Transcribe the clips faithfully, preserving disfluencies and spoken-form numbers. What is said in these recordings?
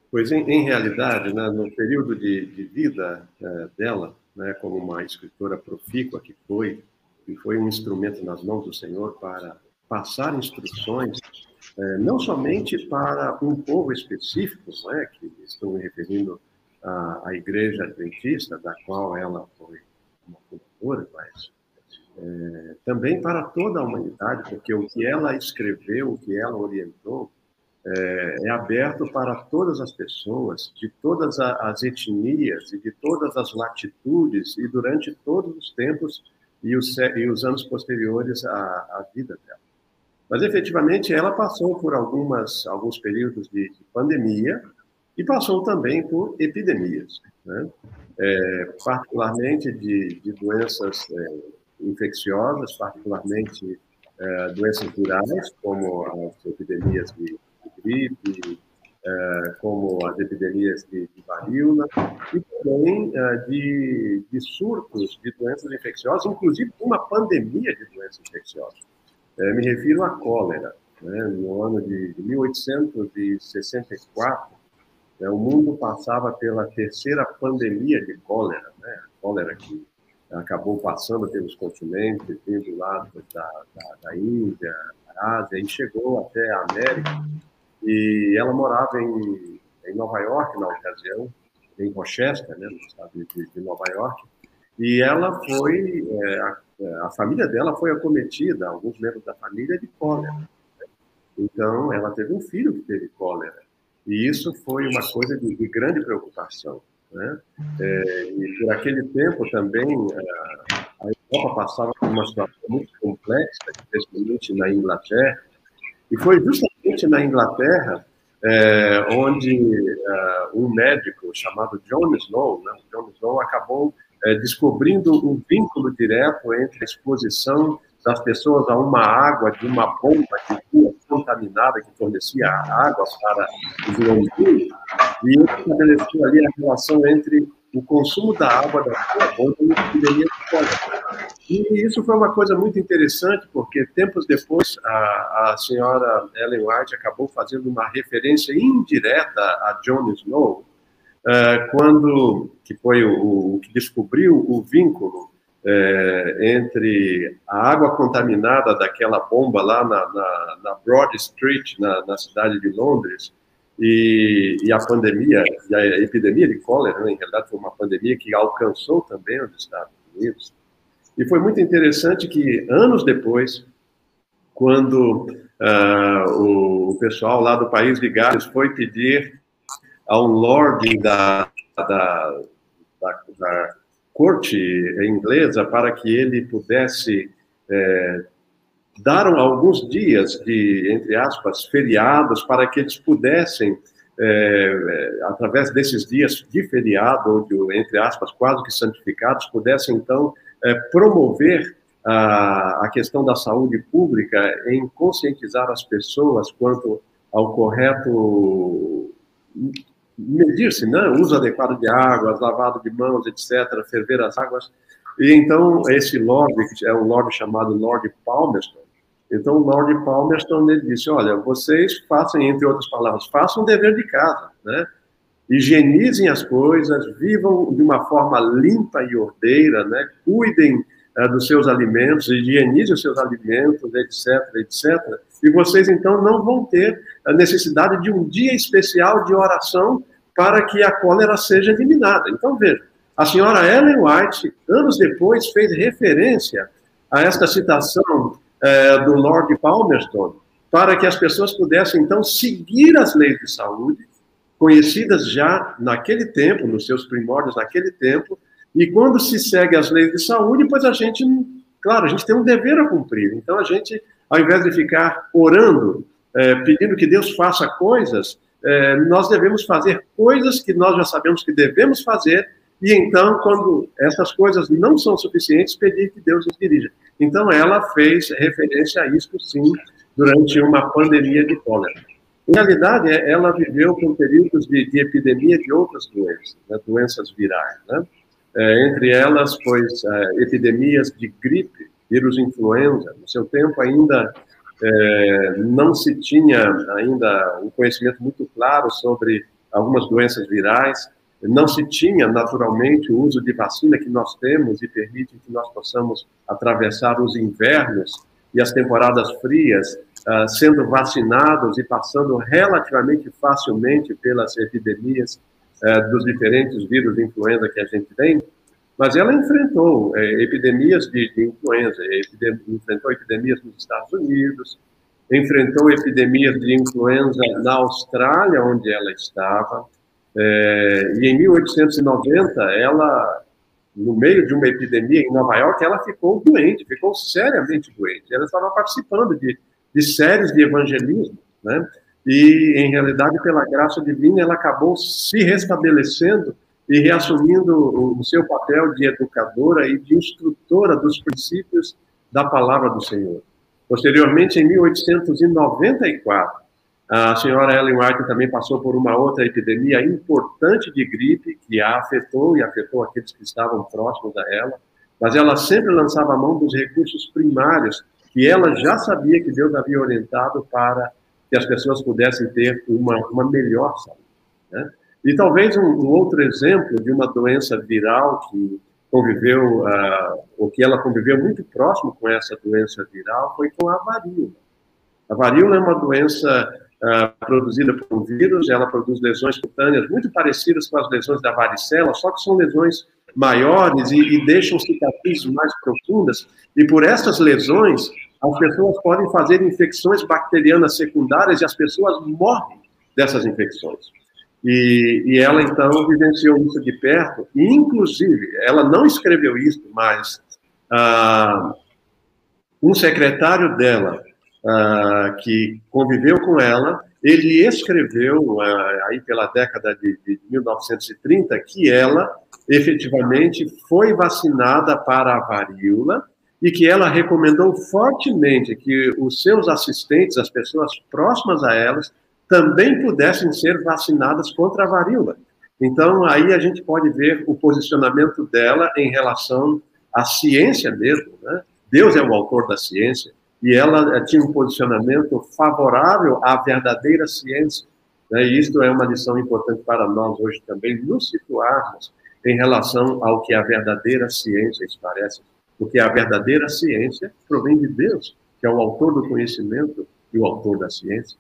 Pois, em, em realidade, né, no período de, de vida é, dela, né, como uma escritora profícua que foi, e foi um instrumento nas mãos do Senhor para passar instruções, é, não somente para um povo específico, né, que estou me referindo à, à Igreja Adventista, da qual ela foi uma fundadora, mas é, também para toda a humanidade, porque o que ela escreveu, o que ela orientou, é aberto para todas as pessoas, de todas as etnias e de todas as latitudes e durante todos os tempos e os, e os anos posteriores à, à vida dela. Mas, efetivamente, ela passou por algumas, alguns períodos de, de pandemia e passou também por epidemias, né? É, particularmente de, de doenças é, infecciosas, particularmente é, doenças virais, como as epidemias de gripe, como as epidemias de, de varíola, e também de, de surtos de doenças infecciosas, inclusive uma pandemia de doenças infecciosas. Me refiro à cólera. Né? No ano de mil oitocentos e sessenta e quatro, né, o mundo passava pela terceira pandemia de cólera, né? A cólera que acabou passando pelos continentes, vindo lá da, da, da Índia, da Ásia, e chegou até a América. E ela morava em, em Nova York, na ocasião, em Rochester, né, no estado de, de Nova York, e ela foi, é, a, a família dela foi acometida, alguns membros da família, de cólera. Então, ela teve um filho que teve cólera, e isso foi uma coisa de, de grande preocupação, né? É, e por aquele tempo também, a, a Europa passava por uma situação muito complexa, especialmente na Inglaterra, e foi justamente na Inglaterra é, onde uh, um médico chamado John Snow, né, John Snow acabou é, descobrindo um vínculo direto entre a exposição das pessoas a uma água de uma bomba de rua contaminada que fornecia água para os londrinos, e ele estabeleceu ali a relação entre o consumo da água da sua bomba e a epidemia de cólera. E isso foi uma coisa muito interessante, porque tempos depois a, a senhora Ellen White acabou fazendo uma referência indireta a John Snow, uh, quando que foi o, o que descobriu o vínculo uh, entre a água contaminada daquela bomba lá na, na, na Broad Street, na, na cidade de Londres, e, e a pandemia, e a epidemia de cólera, né? Em realidade foi uma pandemia que alcançou também os Estados Unidos. E foi muito interessante que, anos depois, quando uh, o, o pessoal lá do país de Gales foi pedir a um lord da, da, da, da corte inglesa para que ele pudesse é, dar alguns dias de, entre aspas, feriados, para que eles pudessem, é, através desses dias de feriado, ou de, entre aspas, quase que santificados, pudessem, então, é, promover a, a questão da saúde pública em conscientizar as pessoas quanto ao correto medir-se, né? Uso adequado de águas, lavado de mãos, etcétera, ferver as águas. E então esse lord, que é um lord chamado Lord Palmerston, então o Lord Palmerston ele disse, olha, vocês façam, entre outras palavras, façam o dever de casa, né? Higienizem as coisas, vivam de uma forma limpa e ordeira, né? Cuidem uh, dos seus alimentos, higienizem os seus alimentos, etc, etcétera. E vocês, então, não vão ter a necessidade de um dia especial de oração para que a cólera seja eliminada. Então, veja, a senhora Ellen White, anos depois, fez referência a esta citação uh, do Lord Palmerston para que as pessoas pudessem, então, seguir as leis de saúde, conhecidas já naquele tempo, nos seus primórdios naquele tempo, e quando se segue as leis de saúde, pois a gente, claro, a gente tem um dever a cumprir. Então a gente, ao invés de ficar orando, é, pedindo que Deus faça coisas, é, nós devemos fazer coisas que nós já sabemos que devemos fazer, e então, quando essas coisas não são suficientes, pedir que Deus nos dirija. Então ela fez referência a isso, sim, durante uma pandemia de cólera. Em realidade, ela viveu com períodos de, de epidemia de outras doenças, né, doenças virais, né? É, entre elas, pois, é, epidemias de gripe, vírus influenza. No seu tempo ainda é, não se tinha ainda um conhecimento muito claro sobre algumas doenças virais. Não se tinha, naturalmente, o uso de vacina que nós temos e permite que nós possamos atravessar os invernos e as temporadas frias, uh, sendo vacinados e passando relativamente facilmente pelas epidemias uh, dos diferentes vírus de influenza que a gente tem. Mas ela enfrentou é, epidemias de, de influenza, epidem, enfrentou epidemias nos Estados Unidos, enfrentou epidemias de influenza na Austrália, onde ela estava, é, e em mil oitocentos e noventa, ela, no meio de uma epidemia em Nova York, ela ficou doente, ficou seriamente doente. Ela estava participando de, de séries de evangelismo, né? E, em realidade, pela graça divina, ela acabou se restabelecendo e reassumindo o seu papel de educadora e de instrutora dos princípios da palavra do Senhor. Posteriormente, em mil oitocentos e noventa e quatro, a senhora Ellen White também passou por uma outra epidemia importante de gripe, que a afetou e afetou aqueles que estavam próximos a ela, mas ela sempre lançava a mão dos recursos primários que ela já sabia que Deus havia orientado para que as pessoas pudessem ter uma, uma melhor saúde, né? E talvez um, um outro exemplo de uma doença viral que conviveu, uh, ou que ela conviveu muito próximo com essa doença viral, foi com a varíola. A varíola é uma doença uh, produzida por um vírus, ela produz lesões cutâneas muito parecidas com as lesões da varicela, só que são lesões maiores e, e deixam cicatrizes mais profundas, e por essas lesões, as pessoas podem fazer infecções bacterianas secundárias e as pessoas morrem dessas infecções. E, e ela, então, vivenciou isso de perto, e, inclusive, ela não escreveu isso, mas ah, um secretário dela, ah, que conviveu com ela, ele escreveu, ah, aí pela década de, de mil novecentos e trinta, que ela, efetivamente, foi vacinada para a varíola, e que ela recomendou fortemente que os seus assistentes, as pessoas próximas a elas, também pudessem ser vacinadas contra a varíola. Então, aí a gente pode ver o posicionamento dela em relação à ciência mesmo, né? Deus é o autor da ciência, e ela tinha um posicionamento favorável à verdadeira ciência, né? E isso é uma lição importante para nós hoje também, nos situarmos em relação ao que a verdadeira ciência esclarece, porque a verdadeira ciência provém de Deus, que é o autor do conhecimento e o autor da ciência.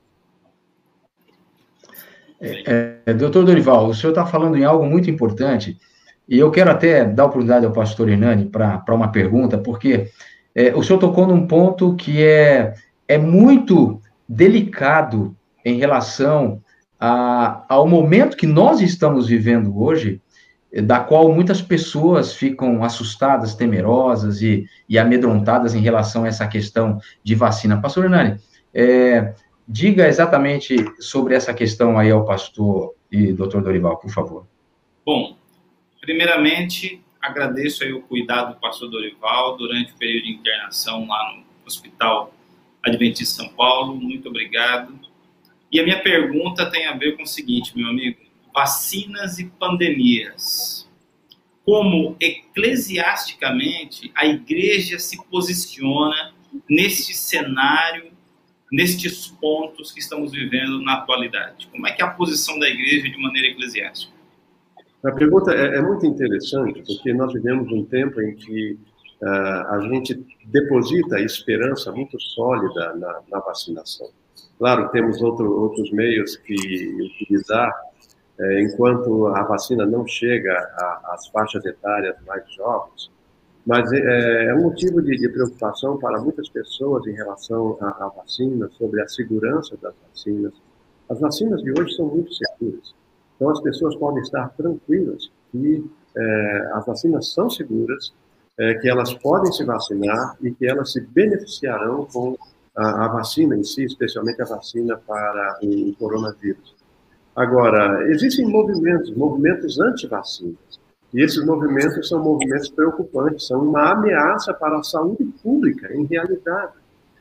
É, é, doutor Dorival, o senhor está falando em algo muito importante, e eu quero até dar oportunidade ao pastor Hernani para uma pergunta, porque é, o senhor tocou num ponto que é, é muito delicado em relação a, ao momento que nós estamos vivendo hoje, da qual muitas pessoas ficam assustadas, temerosas e, e amedrontadas em relação a essa questão de vacina. Pastor Hernani, é, diga exatamente sobre essa questão aí ao pastor e doutor Dorival, por favor. Bom, primeiramente, agradeço aí o cuidado do pastor Dorival durante o período de internação lá no Hospital Adventista São Paulo. Muito obrigado. E a minha pergunta tem a ver com o seguinte, meu amigo: vacinas e pandemias. Como, eclesiasticamente, a igreja se posiciona neste cenário, nestes pontos que estamos vivendo na atualidade? Como é que é a posição da igreja de maneira eclesiástica? A pergunta é, é muito interessante, porque nós vivemos um tempo em que uh, a gente deposita esperança muito sólida na, na vacinação. Claro, temos outro, outros meios que utilizar, é, enquanto a vacina não chega às faixas etárias mais jovens, mas é, é um motivo de, de preocupação para muitas pessoas em relação à, à vacina, sobre a segurança das vacinas. As vacinas de hoje são muito seguras, então as pessoas podem estar tranquilas que é, as vacinas são seguras, é, que elas podem se vacinar e que elas se beneficiarão com a, a vacina em si, especialmente a vacina para o coronavírus. Agora, existem movimentos, movimentos anti-vacinas, e esses movimentos são movimentos preocupantes, são uma ameaça para a saúde pública, em realidade.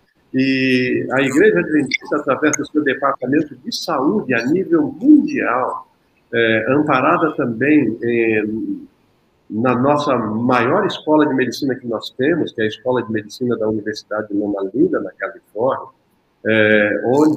E a Igreja Adventista, através do seu Departamento de Saúde a nível mundial, é, amparada também é, na nossa maior escola de medicina que nós temos, que é a Escola de Medicina da Universidade de Loma Linda, na Califórnia, é, onde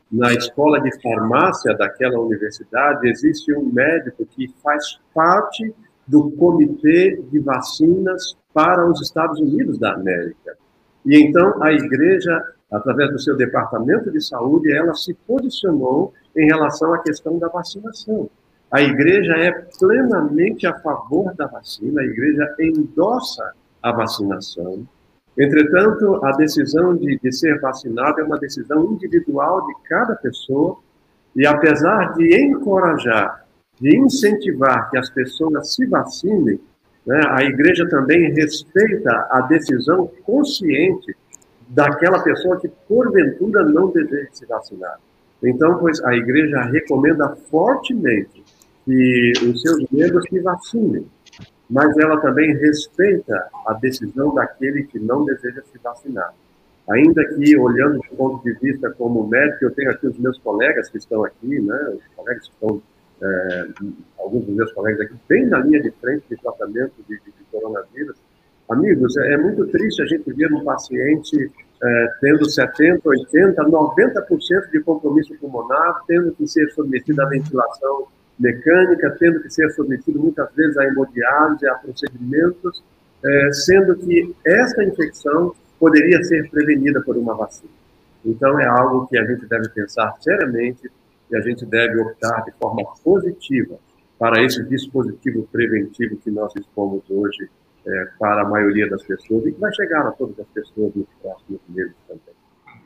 na escola de farmácia daquela universidade, existe um médico que faz parte do comitê de vacinas para os Estados Unidos da América. E então a igreja, através do seu departamento de saúde, ela se posicionou em relação à questão da vacinação. A igreja é plenamente a favor da vacina, a igreja endossa a vacinação. Entretanto, a decisão de, de ser vacinado é uma decisão individual de cada pessoa, e apesar de encorajar, de incentivar que as pessoas se vacinem, né, a igreja também respeita a decisão consciente daquela pessoa que, porventura, não deseja se vacinar. Então, pois, a igreja recomenda fortemente que os seus membros se vacinem, mas ela também respeita a decisão daquele que não deseja se vacinar. Ainda que, olhando do ponto de vista como médico, eu tenho aqui os meus colegas que estão aqui, né, os colegas que estão, é, alguns dos meus colegas aqui, bem na linha de frente de tratamento de, de, de coronavírus. Amigos, é, é muito triste a gente ver um paciente é, tendo setenta, oitenta, noventa por cento de compromisso pulmonar, tendo que ser submetido à ventilação mecânica, tendo que ser submetido muitas vezes à hemodiálise, a procedimentos, é, sendo que esta infecção poderia ser prevenida por uma vacina. Então, é algo que a gente deve pensar seriamente e a gente deve optar de forma positiva para esse dispositivo preventivo que nós dispomos hoje é, para a maioria das pessoas e que vai chegar a todas as pessoas nos próximos meses também.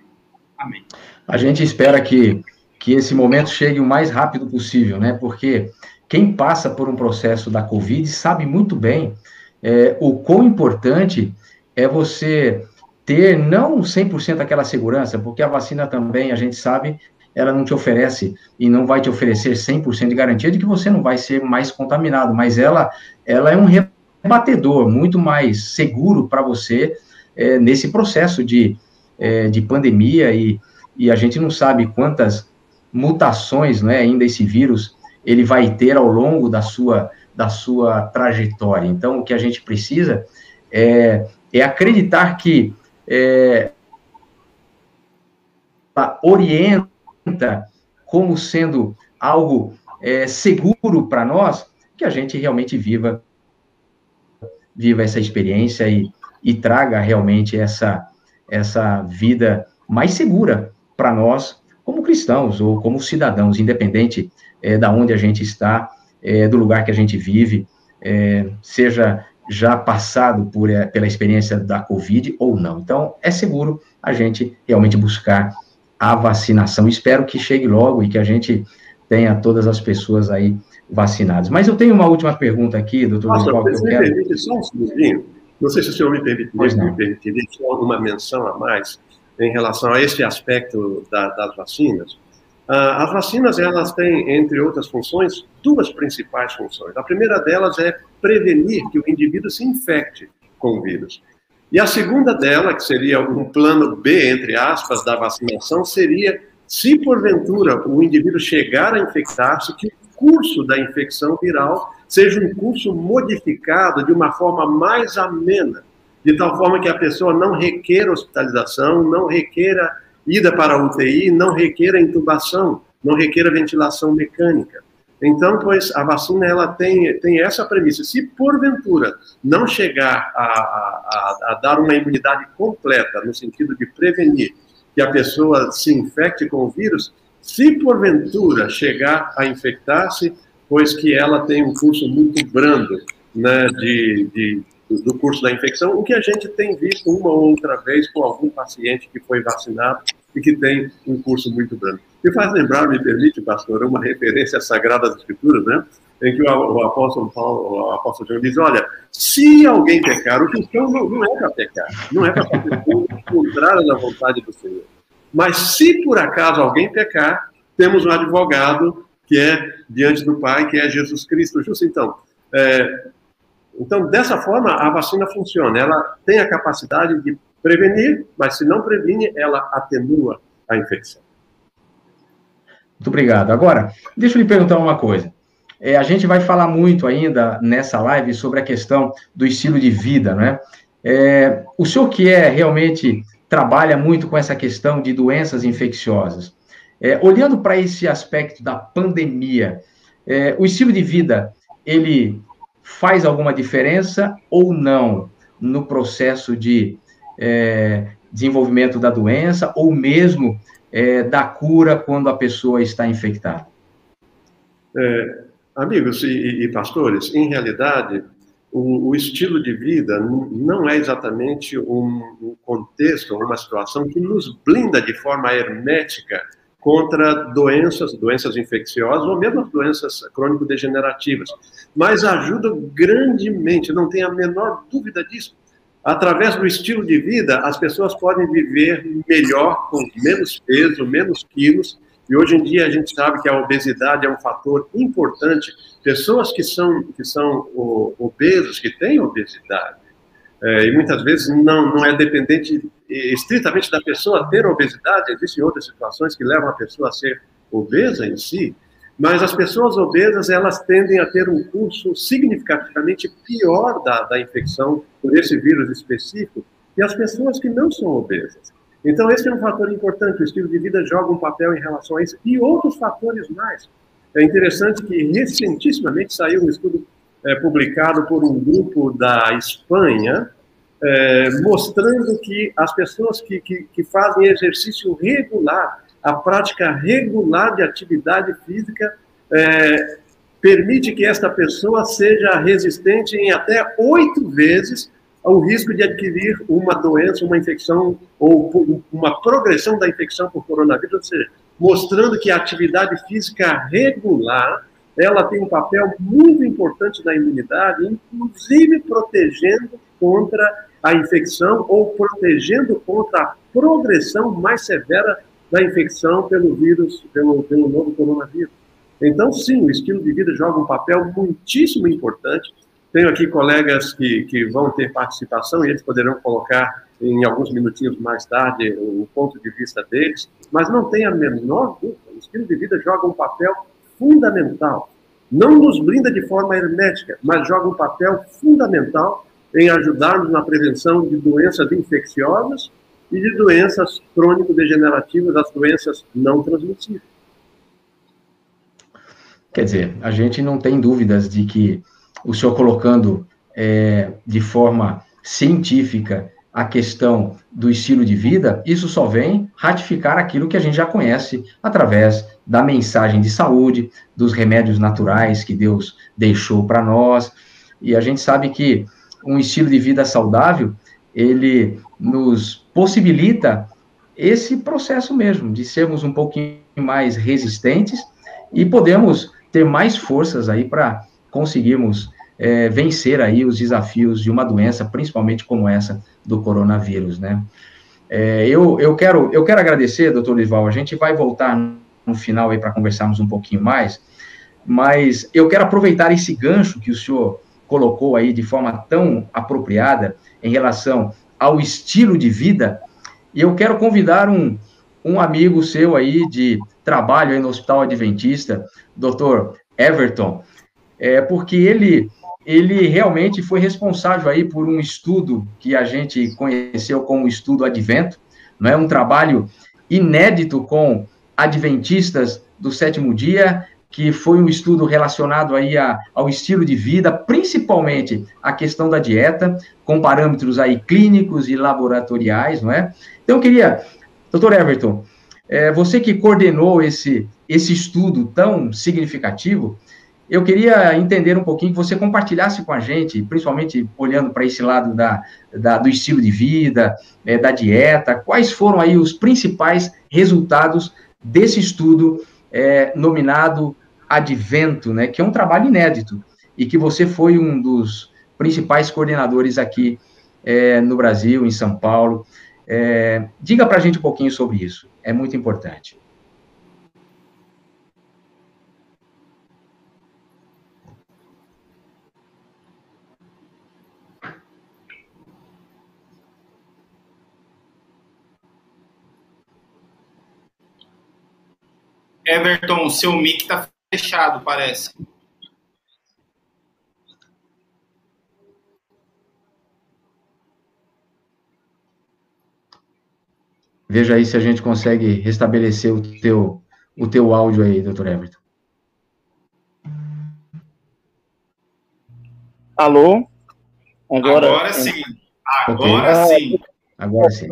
Amém. A gente espera que que esse momento chegue o mais rápido possível, né? Porque quem passa por um processo da Covid sabe muito bem é, o quão importante é você ter não cem por cento aquela segurança, porque a vacina também, a gente sabe, ela não te oferece e não vai te oferecer cem por cento de garantia de que você não vai ser mais contaminado, mas ela, ela é um rebatedor muito mais seguro para você é, nesse processo de, é, de pandemia e, e a gente não sabe quantas mutações, né, ainda esse vírus, ele vai ter ao longo da sua, da sua trajetória. Então, o que a gente precisa é, é acreditar que é, ela orienta como sendo algo é, seguro para nós, que a gente realmente viva, viva essa experiência e, e traga realmente essa, essa vida mais segura para nós, como cristãos ou como cidadãos, independente é, da onde a gente está, é, do lugar que a gente vive, é, seja já passado por, é, pela experiência da Covid ou não. Então, é seguro a gente realmente buscar a vacinação. Espero que chegue logo e que a gente tenha todas as pessoas aí vacinadas. Mas eu tenho uma última pergunta aqui, doutor Nossa, Dorival, que eu me quero... permite só um segundinho? Não sei se o senhor me permitiria, me permitiria só uma menção a mais em relação a esse aspecto da, das vacinas. Ah, as vacinas, elas têm, entre outras funções, duas principais funções. A primeira delas é prevenir que o indivíduo se infecte com o vírus. E a segunda dela, que seria um plano B, entre aspas, da vacinação, seria, se porventura o indivíduo chegar a infectar-se, que o curso da infecção viral seja um curso modificado de uma forma mais amena, de tal forma que a pessoa não requeira hospitalização, não requeira ida para a U T I, não requeira intubação, não requeira ventilação mecânica. Então, pois, a vacina ela tem, tem essa premissa. Se, porventura, não chegar a, a, a dar uma imunidade completa, no sentido de prevenir que a pessoa se infecte com o vírus, se, porventura, chegar a infectar-se, pois que ela tem um curso muito brando, né, de... de do curso da infecção, o que a gente tem visto uma ou outra vez com algum paciente que foi vacinado e que tem um curso muito grande. Me faz lembrar, me permite, pastor, uma referência às Sagradas Escrituras, né? Em que o, o apóstolo Paulo, o apóstolo João diz, olha, se alguém pecar, o cristão não, não é para pecar, não é para fazer tudo contrário da vontade do Senhor. Mas se por acaso alguém pecar, temos um advogado que é diante do Pai, que é Jesus Cristo. Justo, então, é, Então, dessa forma, a vacina funciona. Ela tem a capacidade de prevenir, mas se não previne, ela atenua a infecção. Muito obrigado. Agora, deixa eu lhe perguntar uma coisa. É, a gente vai falar muito ainda nessa live sobre a questão do estilo de vida, né? É, o senhor que é realmente trabalha muito com essa questão de doenças infecciosas, É, olhando para esse aspecto da pandemia, é, o estilo de vida, ele faz alguma diferença ou não no processo de é, desenvolvimento da doença ou mesmo é, da cura quando a pessoa está infectada? É, amigos e, e pastores, em realidade, o, o estilo de vida não é exatamente um, um contexto, uma situação que nos blinda de forma hermética contra doenças, doenças infecciosas ou mesmo as doenças crônico-degenerativas, mas ajuda grandemente, não tem a menor dúvida disso. Através do estilo de vida, as pessoas podem viver melhor, com menos peso, menos quilos, e hoje em dia a gente sabe que a obesidade é um fator importante. Pessoas que são, que são obesos, que têm obesidade, é, e muitas vezes não, não é dependente estritamente da pessoa ter obesidade, existem outras situações que levam a pessoa a ser obesa em si, mas as pessoas obesas, elas tendem a ter um curso significativamente pior da, da infecção por esse vírus específico que as pessoas que não são obesas. Então, esse é um fator importante, o estilo de vida joga um papel em relação a isso, e outros fatores mais. É interessante que, recentissimamente, saiu um estudo é, publicado por um grupo da Espanha, é, mostrando que as pessoas que, que, que fazem exercício regular, a prática regular de atividade física, é, permite que esta pessoa seja resistente em até oito vezes ao risco de adquirir uma doença, uma infecção ou uma progressão da infecção por coronavírus, ou seja, mostrando que a atividade física regular, ela tem um papel muito importante na imunidade, inclusive protegendo contra a infecção ou protegendo contra a progressão mais severa da infecção pelo vírus, pelo, pelo novo coronavírus. Então, sim, o estilo de vida joga um papel muitíssimo importante. Tenho aqui colegas que, que vão ter participação e eles poderão colocar em alguns minutinhos mais tarde o ponto de vista deles, mas não tem a menor dúvida, o estilo de vida joga um papel fundamental. Não nos blinda de forma hermética, mas joga um papel fundamental em ajudarmos na prevenção de doenças infecciosas e de doenças crônico-degenerativas, as doenças não transmissíveis. Quer dizer, a gente não tem dúvidas de que o senhor colocando é, de forma científica a questão do estilo de vida, isso só vem ratificar aquilo que a gente já conhece através da mensagem de saúde, dos remédios naturais que Deus deixou para nós, e a gente sabe que um estilo de vida saudável, ele nos possibilita esse processo mesmo, de sermos um pouquinho mais resistentes e podemos ter mais forças aí para conseguirmos é, vencer aí os desafios de uma doença, principalmente como essa do coronavírus, né? É, eu, eu, quero, eu quero agradecer, doutor Dorival, a gente vai voltar no final aí para conversarmos um pouquinho mais, mas eu quero aproveitar esse gancho que o senhor colocou aí de forma tão apropriada em relação ao estilo de vida, e eu quero convidar um, um amigo seu aí de trabalho aí no Hospital Adventista, doutor Everton, é, porque ele, ele realmente foi responsável aí por um estudo que a gente conheceu como o Estudo Advento, não é? Um trabalho inédito com adventistas do sétimo dia, que foi um estudo relacionado aí a, ao estilo de vida, principalmente a questão da dieta, com parâmetros aí clínicos e laboratoriais, não é? Então, eu queria, doutor Everton, é, você que coordenou esse, esse estudo tão significativo, eu queria entender um pouquinho, que você compartilhasse com a gente, principalmente olhando para esse lado da, da, do estilo de vida, é, da dieta, quais foram aí os principais resultados desse estudo é, nominado Advento, né, que é um trabalho inédito, e que você foi um dos principais coordenadores aqui é, no Brasil, em São Paulo. É, diga para a gente um pouquinho sobre isso, é muito importante. Everton, o seu mic está fechado, parece. Veja aí se a gente consegue restabelecer o teu, o teu áudio aí, doutor Everton. Alô? Agora, Agora sim. Agora okay. sim. Agora sim.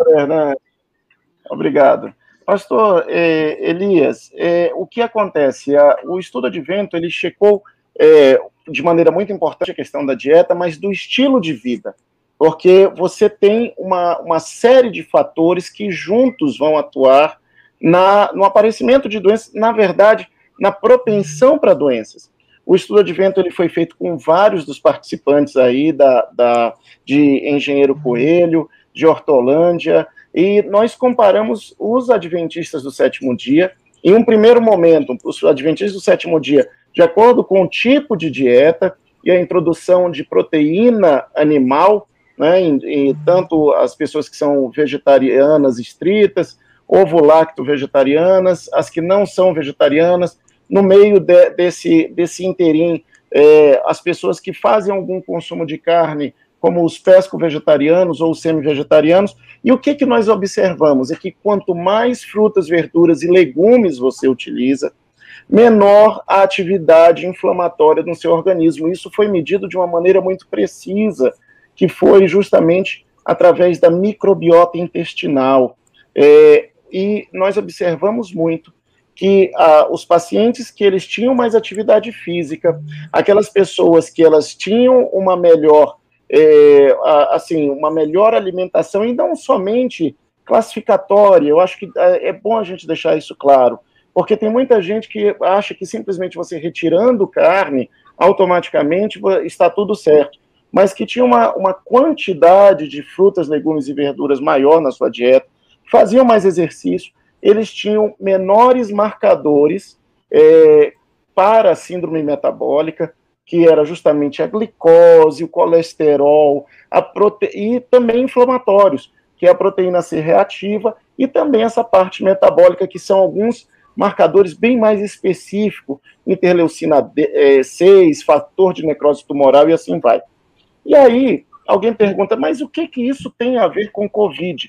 Obrigado. Pastor é, Elias, é, o que acontece? A, o estudo Advento, ele checou é, de maneira muito importante a questão da dieta, mas do estilo de vida, porque você tem uma, uma série de fatores que juntos vão atuar na, no aparecimento de doenças, na verdade, na propensão para doenças. O estudo Advento ele foi feito com vários dos participantes aí da, da, de Engenheiro Coelho, de Hortolândia, e nós comparamos os adventistas do sétimo dia. Em um primeiro momento, os adventistas do sétimo dia, de acordo com o tipo de dieta e a introdução de proteína animal, né, e, e tanto as pessoas que são vegetarianas estritas, ovo-lacto vegetarianas, as que não são vegetarianas, no meio de, desse, desse interim, é, as pessoas que fazem algum consumo de carne, como os pesco-vegetarianos ou os semi-vegetarianos, e o que, que nós observamos? É que quanto mais frutas, verduras e legumes você utiliza, menor a atividade inflamatória no seu organismo. Isso foi medido de uma maneira muito precisa, que foi justamente através da microbiota intestinal. É, e nós observamos muito que ah, os pacientes que eles tinham mais atividade física, aquelas pessoas que elas tinham uma melhor, é, assim, uma melhor alimentação, e não somente classificatória, eu acho que é bom a gente deixar isso claro, porque tem muita gente que acha que simplesmente você retirando carne, automaticamente está tudo certo, mas que tinha uma, uma quantidade de frutas, legumes e verduras maior na sua dieta, faziam mais exercício, eles tinham menores marcadores é, para a síndrome metabólica, que era justamente a glicose, o colesterol, a prote... e também inflamatórios, que é a proteína C reativa, e também essa parte metabólica, que são alguns marcadores bem mais específicos, interleucina seis, fator de necrose tumoral e assim vai. E aí, alguém pergunta, mas o que, que isso tem a ver com Covid?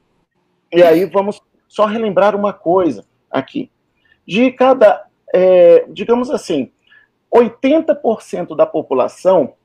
E aí vamos só relembrar uma coisa aqui. De cada, é, digamos assim, oitenta por cento da população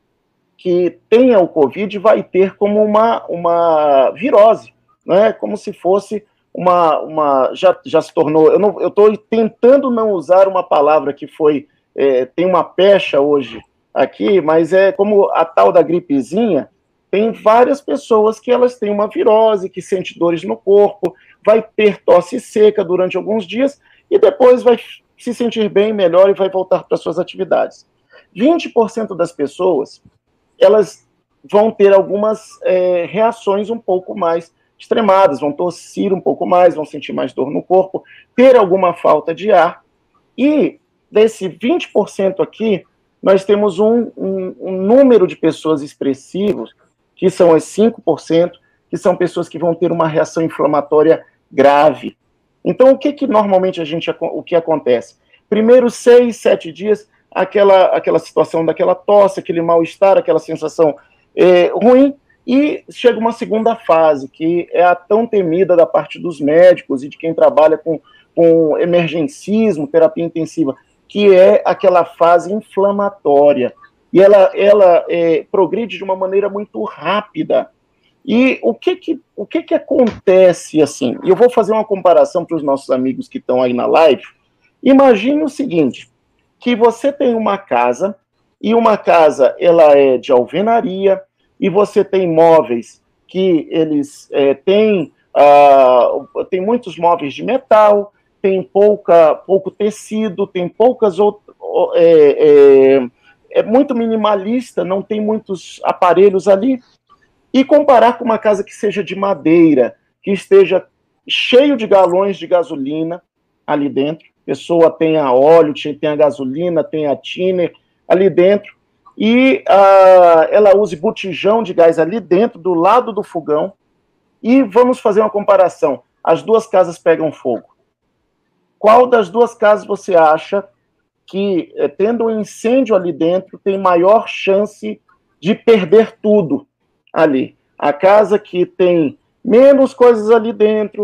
que tenha o Covid vai ter como uma, uma virose, né? Como se fosse uma... uma já, já se tornou... Eu estou tentando não usar uma palavra que foi... É, tem uma pecha hoje aqui, mas é como a tal da gripezinha. Tem várias pessoas que elas têm uma virose, que sente dores no corpo, vai ter tosse seca durante alguns dias e depois vai se sentir bem, melhor e vai voltar para suas atividades. vinte por cento das pessoas, elas vão ter algumas é, reações um pouco mais extremadas, vão tossir um pouco mais, vão sentir mais dor no corpo, ter alguma falta de ar, e desse vinte por cento aqui, nós temos um, um, um número de pessoas expressivos, que são as cinco por cento, que são pessoas que vão ter uma reação inflamatória grave. Então, o que, que normalmente a gente, o que acontece? Primeiro seis, sete dias, aquela, aquela situação daquela tosse, aquele mal-estar, aquela sensação é, ruim, e chega uma segunda fase, que é a tão temida da parte dos médicos e de quem trabalha com, com emergencismo, terapia intensiva, que é aquela fase inflamatória. E ela, ela é, progride de uma maneira muito rápida. E o que que, o que que acontece assim? E eu vou fazer uma comparação para os nossos amigos que estão aí na live. Imagine o seguinte, que você tem uma casa, e uma casa ela é de alvenaria, e você tem móveis que eles é, têm, uh, tem muitos móveis de metal, tem pouca, pouco tecido, tem poucas outras... É, é, é muito minimalista, não tem muitos aparelhos ali, e comparar com uma casa que seja de madeira, que esteja cheio de galões de gasolina ali dentro, a pessoa tenha óleo, tenha gasolina, tenha thinner ali dentro, e uh, ela use botijão de gás ali dentro, do lado do fogão, e vamos fazer uma comparação, as duas casas pegam fogo. Qual das duas casas você acha que, tendo um incêndio ali dentro, tem maior chance de perder tudo ali? A casa que tem menos coisas ali dentro,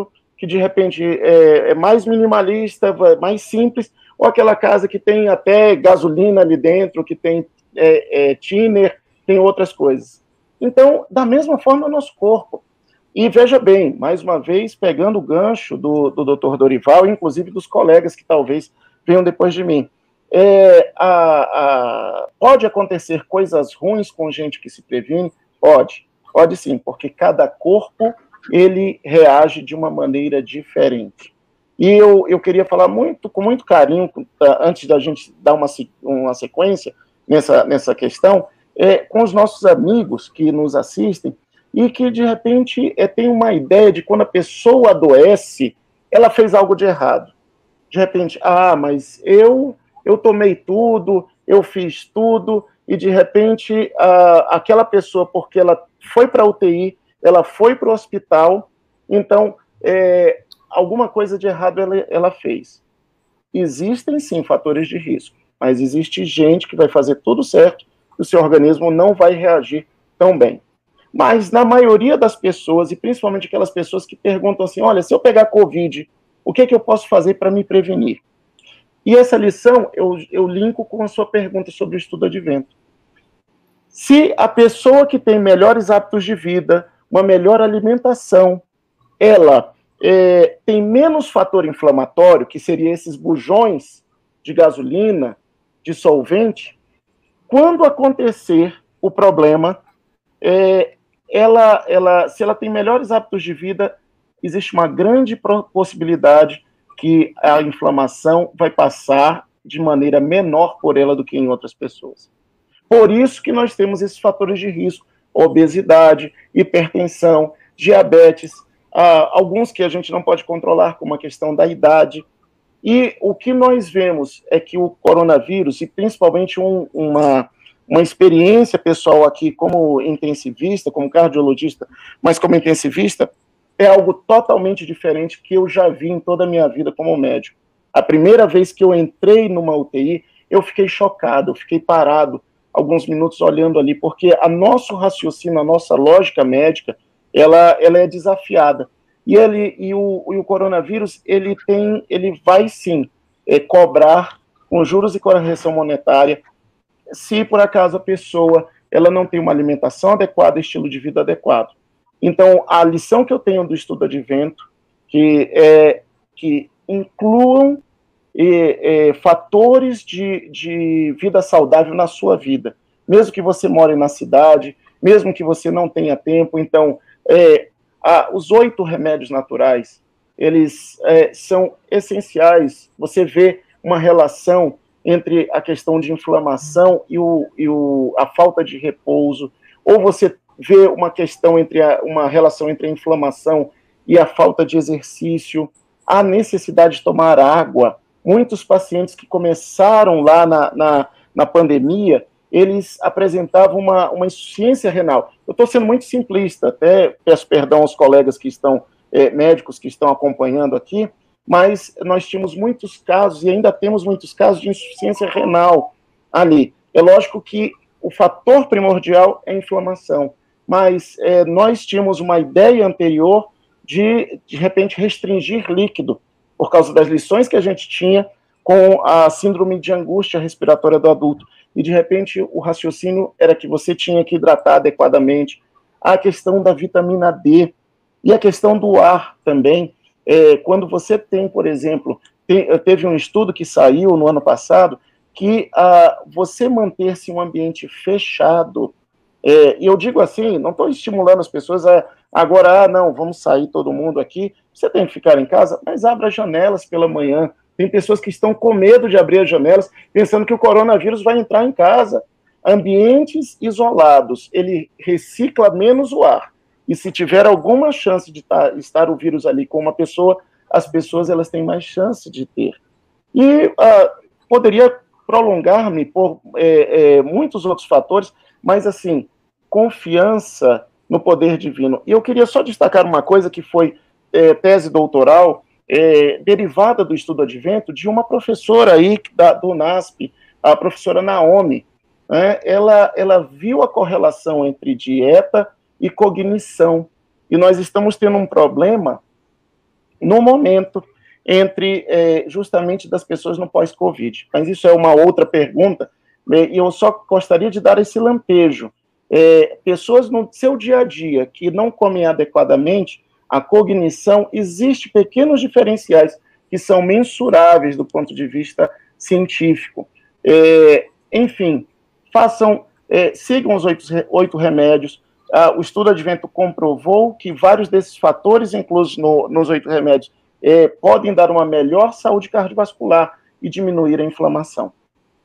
que de repente é, é mais minimalista, mais simples, ou aquela casa que tem até gasolina ali dentro, que tem é, é, thinner, tem outras coisas. Então, da mesma forma, o nosso corpo. E veja bem, mais uma vez, pegando o gancho do, do doutor Dorival, inclusive dos colegas que talvez venham depois de mim, é, a, a, pode acontecer coisas ruins com gente que se previne? Pode, pode sim, porque cada corpo, ele reage de uma maneira diferente. E eu, eu queria falar muito, com muito carinho, antes da gente dar uma, uma sequência nessa, nessa questão, é, com os nossos amigos que nos assistem, e que, de repente, é, tem uma ideia de quando a pessoa adoece, ela fez algo de errado. De repente, ah, mas eu, eu tomei tudo, eu fiz tudo, e, de repente, a, aquela pessoa, porque ela foi para a U T I, ela foi para o hospital, então, é, alguma coisa de errado ela, ela fez. Existem, sim, fatores de risco, mas existe gente que vai fazer tudo certo e o seu organismo não vai reagir tão bem. Mas, na maioria das pessoas, e principalmente aquelas pessoas que perguntam assim, olha, se eu pegar Covid, o que é que eu posso fazer para me prevenir? E essa lição eu, eu linko com a sua pergunta sobre o estudo advento. Se a pessoa que tem melhores hábitos de vida, uma melhor alimentação, ela é, tem menos fator inflamatório, que seria esses bujões de gasolina, de solvente, quando acontecer o problema, é, ela, ela, se ela tem melhores hábitos de vida, existe uma grande possibilidade que a inflamação vai passar de maneira menor por ela do que em outras pessoas. Por isso que nós temos esses fatores de risco, obesidade, hipertensão, diabetes, ah, alguns que a gente não pode controlar, como a questão da idade. E o que nós vemos é que o coronavírus, e principalmente um, uma... uma experiência pessoal aqui como intensivista, como cardiologista, mas como intensivista, é algo totalmente diferente que eu já vi em toda a minha vida como médico. A primeira vez que eu entrei numa U T I, eu fiquei chocado, eu fiquei parado alguns minutos olhando ali, porque a nosso raciocínio, a nossa lógica médica, ela, ela é desafiada. E, ele, e, o, e o coronavírus, ele, tem, ele vai sim é, cobrar com juros e correção monetária, se por acaso a pessoa ela não tem uma alimentação adequada, estilo de vida adequado. Então, a lição que eu tenho do estudo advento, que é que incluam é, é, fatores de, de vida saudável na sua vida, mesmo que você more na cidade, mesmo que você não tenha tempo. Então, é, a, os oito remédios naturais, eles é, são essenciais. Você vê uma relação entre a questão de inflamação e, o, e o, a falta de repouso, ou você vê uma questão entre a, uma relação entre a inflamação e a falta de exercício, a necessidade de tomar água. Muitos pacientes que começaram lá na, na, na pandemia, eles apresentavam uma, uma insuficiência renal. Eu estou sendo muito simplista, até peço perdão aos colegas que estão, é, médicos que estão acompanhando aqui, mas nós tínhamos muitos casos, e ainda temos muitos casos de insuficiência renal ali. É lógico que o fator primordial é a inflamação, mas é, nós tínhamos uma ideia anterior de, de repente, restringir líquido, por causa das lições que a gente tinha com a síndrome de angústia respiratória do adulto, e de repente o raciocínio era que você tinha que hidratar adequadamente, a questão da vitamina D, e a questão do ar também. É, quando você tem, por exemplo, tem, teve um estudo que saiu no ano passado, que ah, você manter-se em um ambiente fechado, é, e eu digo assim, não estou estimulando as pessoas a, agora, ah, não, vamos sair todo mundo aqui, você tem que ficar em casa, mas abra as janelas pela manhã. Tem pessoas que estão com medo de abrir as janelas, pensando que o coronavírus vai entrar em casa. Ambientes isolados, ele recicla menos o ar. E se tiver alguma chance de tá, estar o vírus ali com uma pessoa, as pessoas elas têm mais chance de ter. E uh, poderia prolongar-me por é, é, muitos outros fatores, mas assim, confiança no poder divino. E eu queria só destacar uma coisa que foi é, tese doutoral, é, derivada do estudo advento, de uma professora aí da, do NASP, a professora Naomi. Né? Ela, ela viu a correlação entre dieta e cognição. E nós estamos tendo um problema no momento, entre é, justamente das pessoas no pós-Covid. Mas isso é uma outra pergunta, e eu só gostaria de dar esse lampejo. É, pessoas no seu dia a dia que não comem adequadamente, a cognição, existe pequenos diferenciais que são mensuráveis do ponto de vista científico. É, enfim, façam, é, sigam os oito, oito remédios. Ah, o estudo Advento comprovou que vários desses fatores inclusos no, nos oito remédios É, podem dar uma melhor saúde cardiovascular e diminuir a inflamação.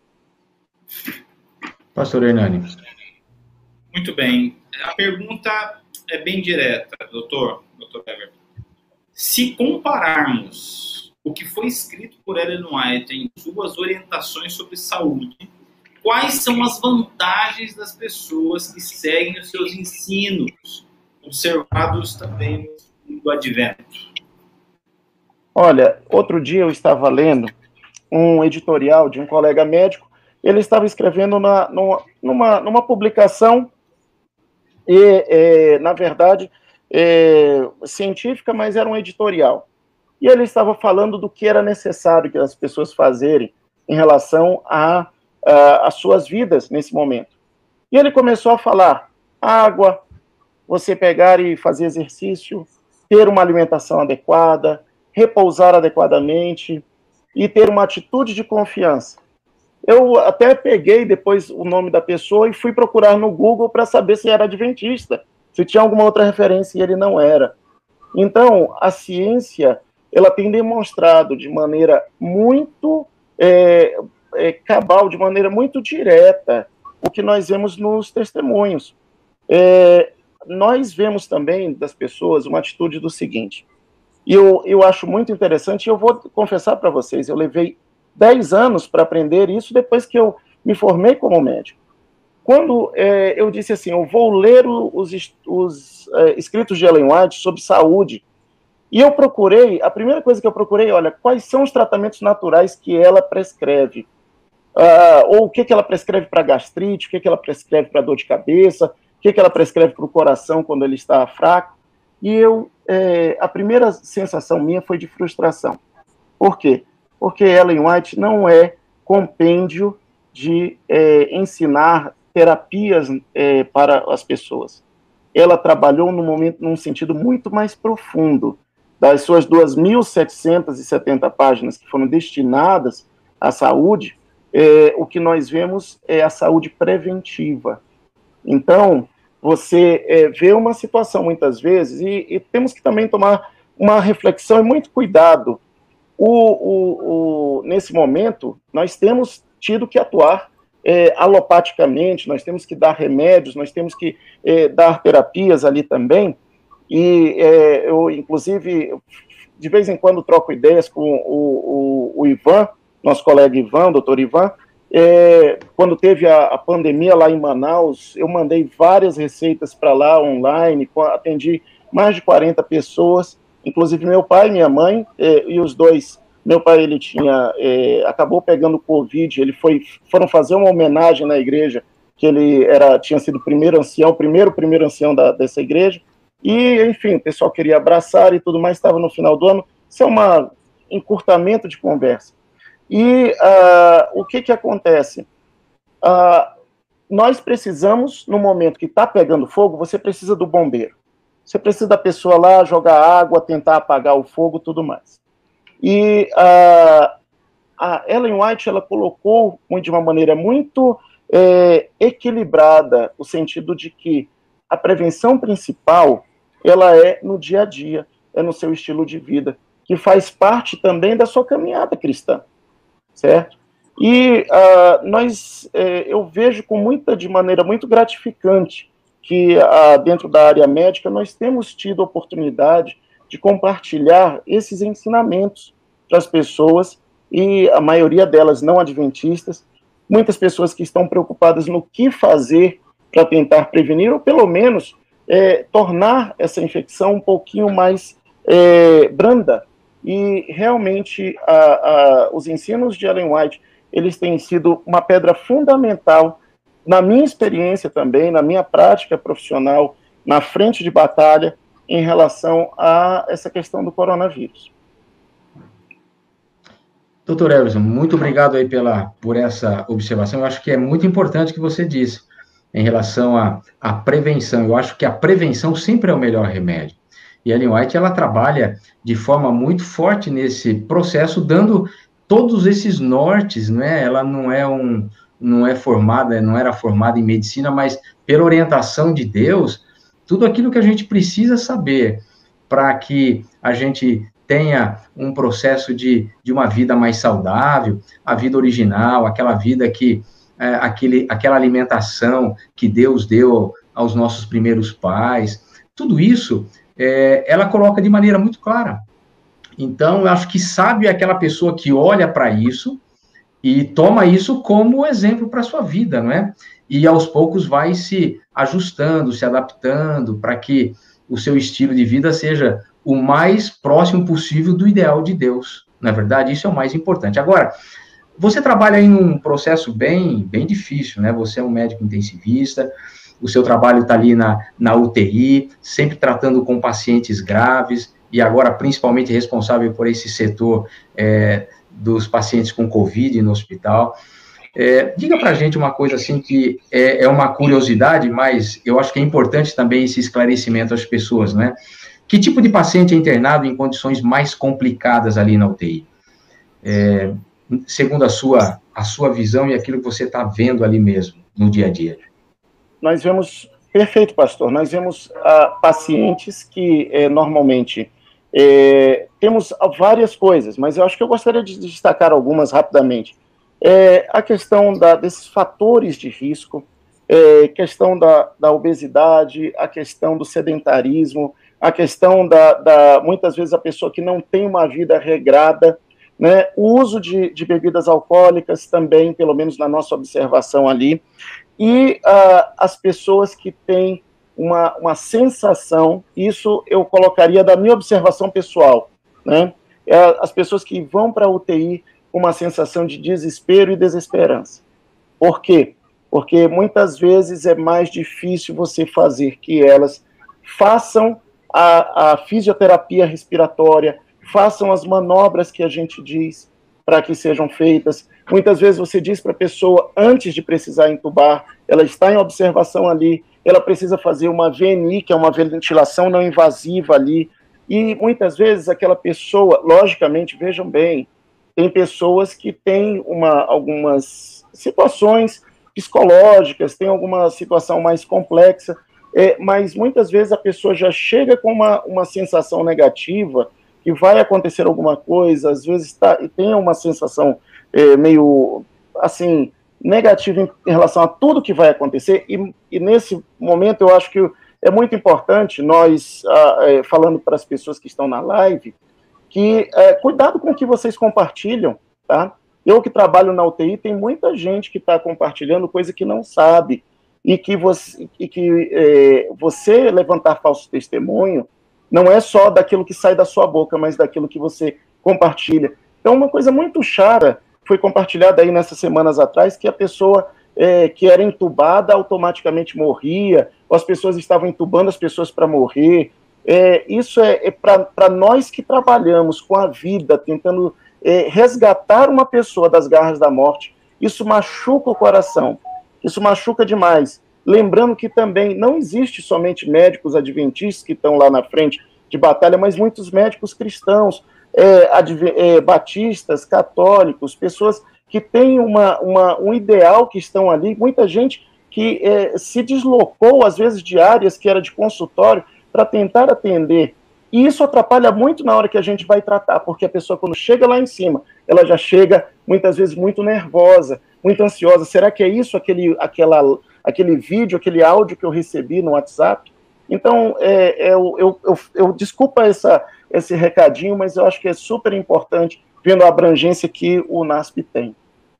Pastor Hernani. Muito bem. A pergunta é bem direta, doutor, doutor Everton. Se compararmos o que foi escrito por Ellen White em suas orientações sobre saúde, quais são as vantagens das pessoas que seguem os seus ensinos, observados também no Advento? Olha, outro dia eu estava lendo um editorial de um colega médico, ele estava escrevendo na, numa, numa, numa publicação, e, é, na verdade, é, científica, mas era um editorial. E ele estava falando do que era necessário que as pessoas fazerem em relação às suas vidas nesse momento. E ele começou a falar: água, você pegar e fazer exercício, ter uma alimentação adequada, repousar adequadamente e ter uma atitude de confiança. Eu até peguei depois o nome da pessoa e fui procurar no Google para saber se era adventista, se tinha alguma outra referência, e ele não era. Então, a ciência, ela tem demonstrado de maneira muito é, é, cabal, de maneira muito direta, o que nós vemos nos testemunhos. É, nós vemos também das pessoas uma atitude do seguinte: E eu, eu acho muito interessante, e eu vou confessar para vocês, eu levei dez anos para aprender isso depois que eu me formei como médico. Quando é, eu disse assim, eu vou ler os, os é, escritos de Ellen White sobre saúde, e eu procurei, a primeira coisa que eu procurei, olha, quais são os tratamentos naturais que ela prescreve? Uh, ou o que, que ela prescreve para gastrite, o que, que ela prescreve para dor de cabeça, o que, que ela prescreve para o coração quando ele está fraco. E eu, é, a primeira sensação minha foi de frustração. Por quê? Porque Ellen White não é compêndio de é, ensinar terapias é, para as pessoas. Ela trabalhou no momento, num sentido muito mais profundo. Das suas duas mil setecentas e setenta páginas que foram destinadas à saúde, é, o que nós vemos é a saúde preventiva. Então, você é, vê uma situação muitas vezes, e, e temos que também tomar uma reflexão e muito cuidado. O, o, o, nesse momento, nós temos tido que atuar é, alopaticamente, nós temos que dar remédios, nós temos que é, dar terapias ali também, e é, eu, inclusive, de vez em quando troco ideias com o, o, o Ivan, nosso colega Ivan, o doutor Ivan. É, quando teve a, a pandemia lá em Manaus, eu mandei várias receitas para lá online, atendi mais de quarenta pessoas, inclusive meu pai e minha mãe, é, e os dois, meu pai ele tinha, é, acabou pegando Covid, ele foi, foram fazer uma homenagem na igreja, que ele era, tinha sido o primeiro ancião, o primeiro, primeiro ancião da, dessa igreja, e enfim, o pessoal queria abraçar e tudo mais, estava no final do ano. Isso é um encurtamento de conversa. E uh, o que que acontece? Uh, nós precisamos, no momento que está pegando fogo, você precisa do bombeiro. Você precisa da pessoa lá jogar água, tentar apagar o fogo, tudo mais. E uh, a Ellen White, ela colocou de uma maneira muito é, equilibrada o sentido de que a prevenção principal, ela é no dia a dia, é no seu estilo de vida, que faz parte também da sua caminhada cristã. Certo? E uh, nós, eh, eu vejo com muita, de maneira muito gratificante que uh, dentro da área médica nós temos tido a oportunidade de compartilhar esses ensinamentos para as pessoas, e a maioria delas não adventistas, muitas pessoas que estão preocupadas no que fazer para tentar prevenir, ou pelo menos eh, tornar essa infecção um pouquinho mais eh, branda. E realmente a, a, os ensinos de Ellen White, eles têm sido uma pedra fundamental na minha experiência também, na minha prática profissional, na frente de batalha, em relação a essa questão do coronavírus. Doutor Everson, muito obrigado aí pela, por essa observação. Eu acho que é muito importante o que você disse em relação à, à prevenção. Eu acho que a prevenção sempre é o melhor remédio. E a Ellen White, ela trabalha de forma muito forte nesse processo, dando todos esses nortes, né? Ela não é um, não é formada, não era formada em medicina, mas pela orientação de Deus, tudo aquilo que a gente precisa saber para que a gente tenha um processo de, de uma vida mais saudável, a vida original, aquela vida que, é, aquele, aquela alimentação que Deus deu aos nossos primeiros pais, tudo isso, é, ela coloca de maneira muito clara. Então, eu acho que sábio é aquela pessoa que olha para isso e toma isso como exemplo para a sua vida, não é? E aos poucos vai se ajustando, se adaptando para que o seu estilo de vida seja o mais próximo possível do ideal de Deus. Na verdade, isso é o mais importante. Agora, você trabalha em um processo bem, bem difícil, né? Você é um médico intensivista, o seu trabalho está ali na, na U T I, sempre tratando com pacientes graves, e agora principalmente responsável por esse setor é, dos pacientes com Covid no hospital. É, diga para a gente uma coisa assim que é, é uma curiosidade, mas eu acho que é importante também esse esclarecimento às pessoas, né? Que tipo de paciente é internado em condições mais complicadas ali na U T I? É, segundo a sua, a sua visão e aquilo que você está vendo ali mesmo, no dia a dia. Nós vemos, perfeito, pastor, nós vemos ah, pacientes que eh, normalmente eh, temos várias coisas, mas eu acho que eu gostaria de destacar algumas rapidamente. É, a questão da, desses fatores de risco, é, questão da, da obesidade, a questão do sedentarismo, a questão da, da, muitas vezes, a pessoa que não tem uma vida regrada, né, o uso de, de bebidas alcoólicas também, pelo menos na nossa observação ali, e uh, as pessoas que têm uma, uma sensação, isso eu colocaria da minha observação pessoal, né, é as pessoas que vão para a U T I com uma sensação de desespero e desesperança. Por quê? Porque muitas vezes é mais difícil você fazer que elas façam a, a fisioterapia respiratória, façam as manobras que a gente diz para que sejam feitas. Muitas vezes você diz para a pessoa, antes de precisar entubar, ela está em observação ali, ela precisa fazer uma V N I, que é uma ventilação não invasiva ali, e muitas vezes aquela pessoa, logicamente, vejam bem, tem pessoas que têm uma, algumas situações psicológicas, tem alguma situação mais complexa, é, mas muitas vezes a pessoa já chega com uma, uma sensação negativa, que vai acontecer alguma coisa, às vezes tá, e tem uma sensação é, meio, assim, negativa em, em relação a tudo que vai acontecer, e, e nesse momento eu acho que é muito importante nós, ah, é, falando para as pessoas que estão na live, que é, cuidado com o que vocês compartilham, tá? Eu que trabalho na U T I, tem muita gente que está compartilhando coisa que não sabe, e que você, e que, é, você levantar falso testemunho não é só daquilo que sai da sua boca, mas daquilo que você compartilha. Então, uma coisa muito chata foi compartilhada aí nessas semanas atrás, que a pessoa é, que era entubada automaticamente morria, ou as pessoas estavam entubando as pessoas para morrer. É, isso é, é para nós que trabalhamos com a vida, tentando é, resgatar uma pessoa das garras da morte, isso machuca o coração, isso machuca demais. Lembrando que também não existe somente médicos adventistas que estão lá na frente de batalha, mas muitos médicos cristãos, é, é, batistas, católicos, pessoas que têm uma, uma, um ideal que estão ali, muita gente que é, se deslocou, às vezes, de áreas que era de consultório, para tentar atender. E isso atrapalha muito na hora que a gente vai tratar, porque a pessoa, quando chega lá em cima, ela já chega, muitas vezes, muito nervosa, muito ansiosa. Será que é isso, aquele, aquela, aquele vídeo, aquele áudio que eu recebi no WhatsApp? Então, é, é, eu, eu, eu, eu desculpa essa, esse recadinho, mas eu acho que é super importante, vendo a abrangência que o NASP tem.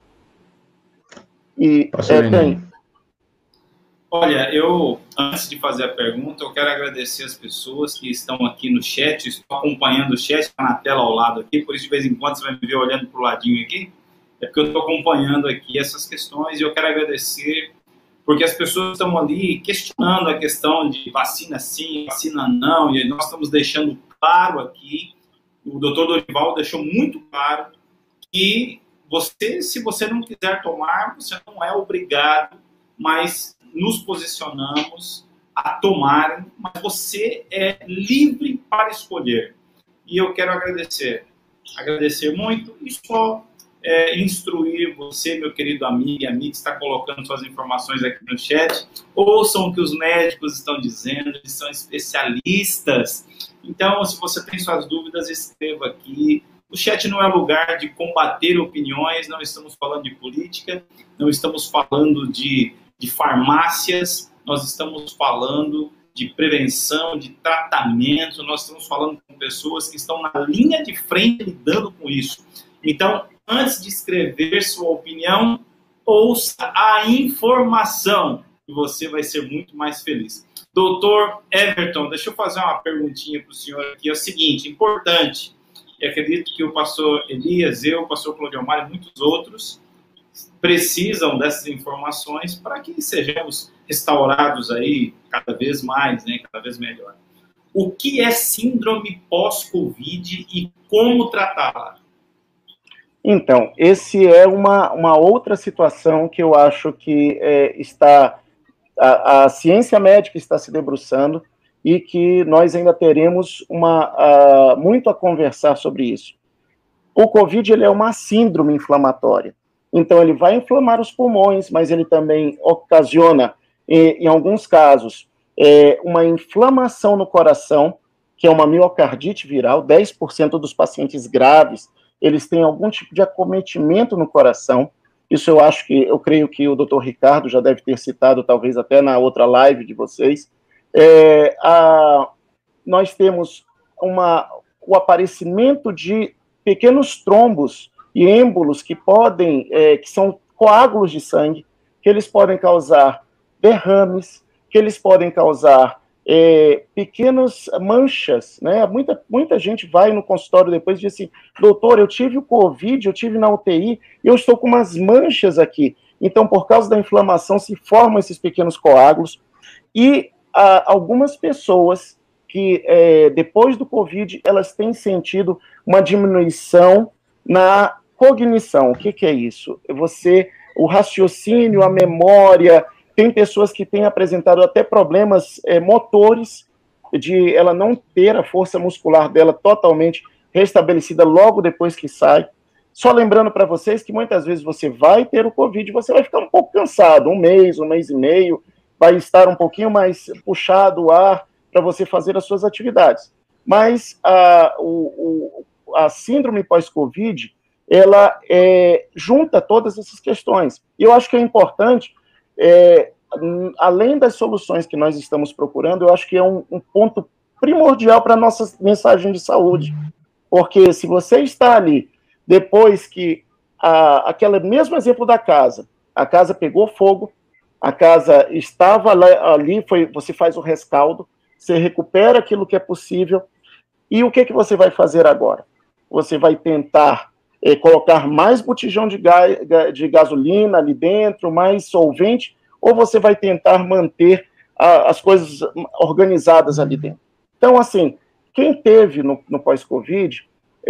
E é, tem... Olha, eu, antes de fazer a pergunta, eu quero agradecer as pessoas que estão aqui no chat, estou acompanhando o chat, está na tela ao lado aqui, por isso de vez em quando você vai me ver olhando para o ladinho aqui, é porque eu estou acompanhando aqui essas questões, e eu quero agradecer porque as pessoas estão ali questionando a questão de vacina sim, vacina não, e nós estamos deixando claro aqui, o doutor Dorival deixou muito claro que você, se você não quiser tomar, você não é obrigado, mas nos posicionamos a tomar, mas você é livre para escolher. E eu quero agradecer, agradecer muito e só é, instruir você, meu querido amigo e amiga, que está colocando suas informações aqui no chat. Ouçam o que os médicos estão dizendo, eles são especialistas. Então, se você tem suas dúvidas, escreva aqui. O chat não é lugar de combater opiniões, não estamos falando de política, não estamos falando de, de farmácias, nós estamos falando de prevenção, de tratamento, nós estamos falando com pessoas que estão na linha de frente lidando com isso. Então, antes de escrever sua opinião, ouça a informação e você vai ser muito mais feliz. Doutor Everton, deixa eu fazer uma perguntinha para o senhor aqui. É o seguinte, importante, e acredito que o pastor Elias, eu, o pastor Clodiomar e muitos outros precisam dessas informações para que sejamos restaurados aí cada vez mais, né, cada vez melhor. O que é síndrome pós-Covid e como tratá-la? Então, esse é uma, uma outra situação que eu acho que é, está... A, a ciência médica está se debruçando e que nós ainda teremos uma, uh, muito a conversar sobre isso. O Covid ele é uma síndrome inflamatória. Então, ele vai inflamar os pulmões, mas ele também ocasiona, em, em alguns casos, é, uma inflamação no coração, que é uma miocardite viral. dez por cento dos pacientes graves, eles têm algum tipo de acometimento no coração. Isso eu acho que, eu creio que o doutor Ricardo já deve ter citado, talvez até na outra live de vocês. É, a, nós temos uma, o aparecimento de pequenos trombos e êmbolos que podem, é, que são coágulos de sangue, que eles podem causar derrames, que eles podem causar é, pequenas manchas, né? Muita, muita gente vai no consultório depois e diz assim, doutor, eu tive o Covid, eu tive na U T I, eu estou com umas manchas aqui. Então, por causa da inflamação, se formam esses pequenos coágulos e a, algumas pessoas que, é, depois do Covid, elas têm sentido uma diminuição na cognição. O que, que é isso? Você, o raciocínio, a memória. Tem pessoas que têm apresentado até problemas é, motores, de ela não ter a força muscular dela totalmente restabelecida logo depois que sai. Só lembrando para vocês que muitas vezes você vai ter o Covid, você vai ficar um pouco cansado, um mês, um mês e meio, vai estar um pouquinho mais puxado o ar para você fazer as suas atividades. Mas a, o, o, a síndrome pós-Covid, ela é, junta todas essas questões. E eu acho que é importante... É, além das soluções que nós estamos procurando, eu acho que é um, um ponto primordial para a nossa mensagem de saúde, porque se você está ali, depois que, a, aquele mesmo exemplo da casa, a casa pegou fogo, a casa estava ali, foi, você faz o rescaldo, você recupera aquilo que é possível, e o que, que você vai fazer agora? Você vai tentar É, colocar mais botijão de, ga de gasolina ali dentro, mais solvente, ou você vai tentar manter a, as coisas organizadas ali dentro. Então, assim, quem teve no, no pós-Covid,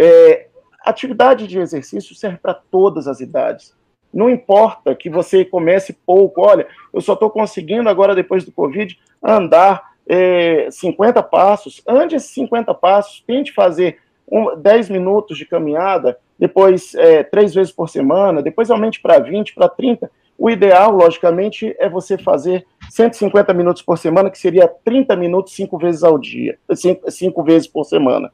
é, atividade de exercício serve para todas as idades. Não importa que você comece pouco, olha, eu só estou conseguindo agora, depois do Covid, andar é, cinquenta passos, ande esses cinquenta passos, tente fazer um, dez minutos de caminhada, depois é, três vezes por semana, depois aumente para vinte, para trinta. O ideal, logicamente, é você fazer cento e cinquenta minutos por semana, que seria trinta minutos cinco vezes ao dia, cinco, cinco vezes por semana.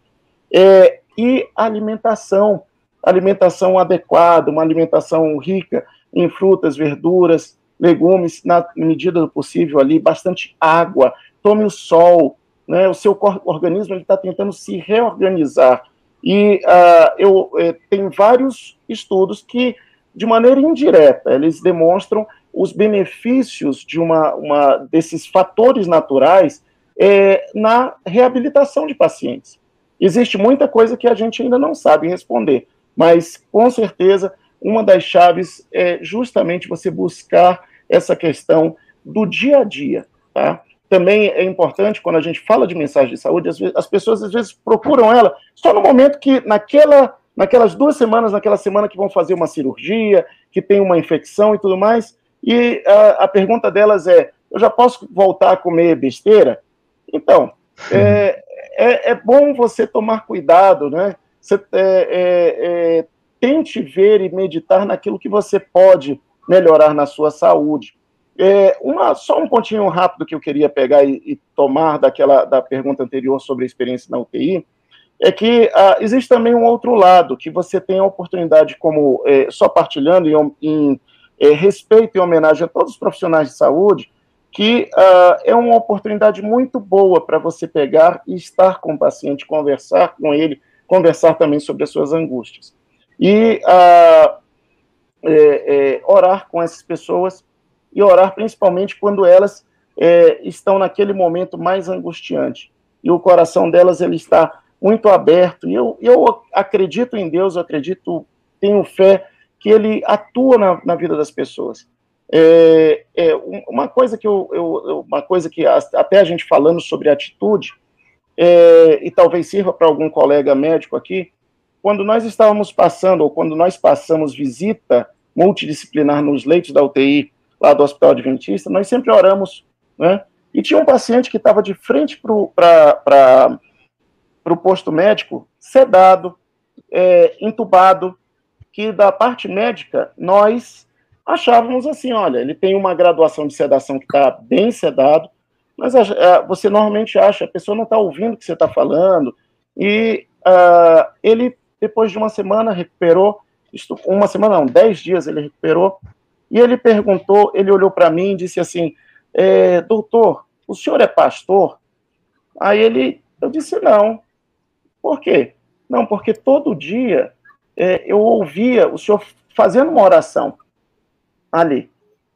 É, e a alimentação, alimentação adequada, uma alimentação rica em frutas, verduras, legumes, na medida do possível ali, bastante água, tome o sol, né? O seu organismo está tentando se reorganizar. E uh, eu eh, tem vários estudos que, de maneira indireta, eles demonstram os benefícios de uma, uma desses fatores naturais eh, na reabilitação de pacientes. Existe muita coisa que a gente ainda não sabe responder, mas, com certeza, uma das chaves é justamente você buscar essa questão do dia a dia, tá? Também é importante, quando a gente fala de mensagem de saúde, as, as pessoas às vezes procuram ela só no momento que, naquela, naquelas duas semanas, naquela semana que vão fazer uma cirurgia, que tem uma infecção e tudo mais, e a, a pergunta delas é, eu já posso voltar a comer besteira? Então, é, é, é bom você tomar cuidado, né? Você, é, é, é, tente ver e meditar naquilo que você pode melhorar na sua saúde. É, uma, só um pontinho rápido que eu queria pegar e, e tomar daquela, da pergunta anterior sobre a experiência na U T I, é que ah, existe também um outro lado, que você tem a oportunidade, como é, só partilhando em, em é, respeito e homenagem a todos os profissionais de saúde, que ah, é uma oportunidade muito boa para você pegar e estar com o paciente, conversar com ele, conversar também sobre as suas angústias. E ah, é, é, orar com essas pessoas, e orar principalmente quando elas é, estão naquele momento mais angustiante. E o coração delas ele está muito aberto. E eu, eu acredito em Deus, eu acredito, tenho fé que Ele atua na, na vida das pessoas. É, é, uma coisa que eu, eu, uma coisa que até a gente falando sobre atitude, é, e talvez sirva para algum colega médico aqui, quando nós estávamos passando, ou quando nós passamos visita multidisciplinar nos leitos da U T I, lá do Hospital Adventista, nós sempre oramos, né? E tinha um paciente que estava de frente para o posto médico, sedado, é, entubado, que da parte médica nós achávamos assim, olha, ele tem uma graduação de sedação que está bem sedado, mas a, você normalmente acha, a pessoa não está ouvindo o que você está falando, e uh, ele, depois de uma semana, recuperou, isto, uma semana não, dez dias ele recuperou, e ele perguntou, ele olhou para mim e disse assim, é, doutor, o senhor é pastor? Aí ele, eu disse não. Por quê? Não, porque todo dia é, eu ouvia o senhor fazendo uma oração ali.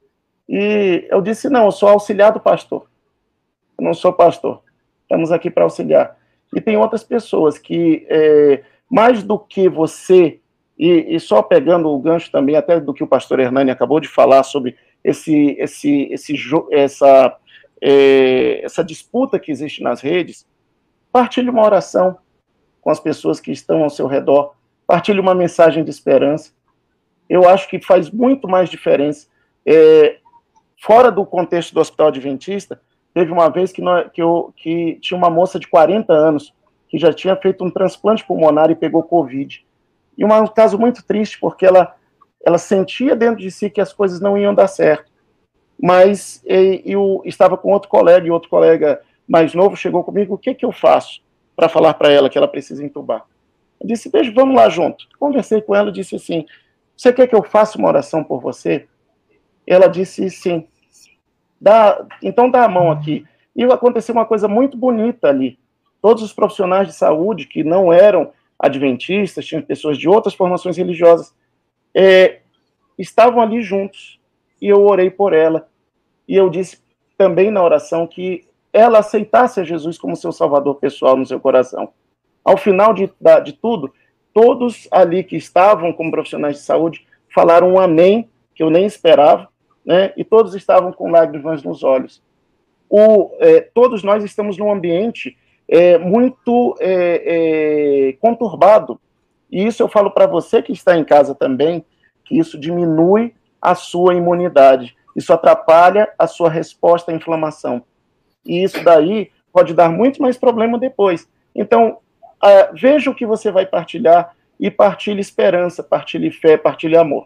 E eu disse, não, eu sou auxiliar do pastor. Eu não sou pastor. Estamos aqui para auxiliar. E tem outras pessoas que, é, mais do que você... E, e só pegando o gancho também, até do que o pastor Hernani acabou de falar sobre esse, esse, esse, essa, é, essa disputa que existe nas redes, partilhe uma oração com as pessoas que estão ao seu redor, partilhe uma mensagem de esperança. Eu acho que faz muito mais diferença. É, fora do contexto do Hospital Adventista, teve uma vez que, nós, que, eu, que tinha uma moça de quarenta anos que já tinha feito um transplante pulmonar e pegou Covid. E um caso muito triste, porque ela, ela sentia dentro de si que as coisas não iam dar certo. Mas e, eu estava com outro colega, e outro colega mais novo chegou comigo, o que, que eu faço para falar para ela que ela precisa entubar? Eu disse, deixa, vamos lá junto. Conversei com ela e disse assim, você quer que eu faça uma oração por você? Ela disse sim. Dá, então dá a mão aqui. E aconteceu uma coisa muito bonita ali. Todos os profissionais de saúde que não eram adventistas, tinham pessoas de outras formações religiosas, é, estavam ali juntos, e eu orei por ela, e eu disse também na oração que ela aceitasse a Jesus como seu salvador pessoal no seu coração. Ao final de, de tudo, todos ali que estavam como profissionais de saúde falaram um amém, que eu nem esperava, né, e todos estavam com lágrimas nos olhos. O, é, todos nós estamos num ambiente É muito é, é, conturbado. E isso eu falo para você que está em casa também, que isso diminui a sua imunidade. Isso atrapalha a sua resposta à inflamação. E isso daí pode dar muito mais problema depois. Então, uh, veja o que você vai partilhar e partilhe esperança, partilhe fé, partilhe amor.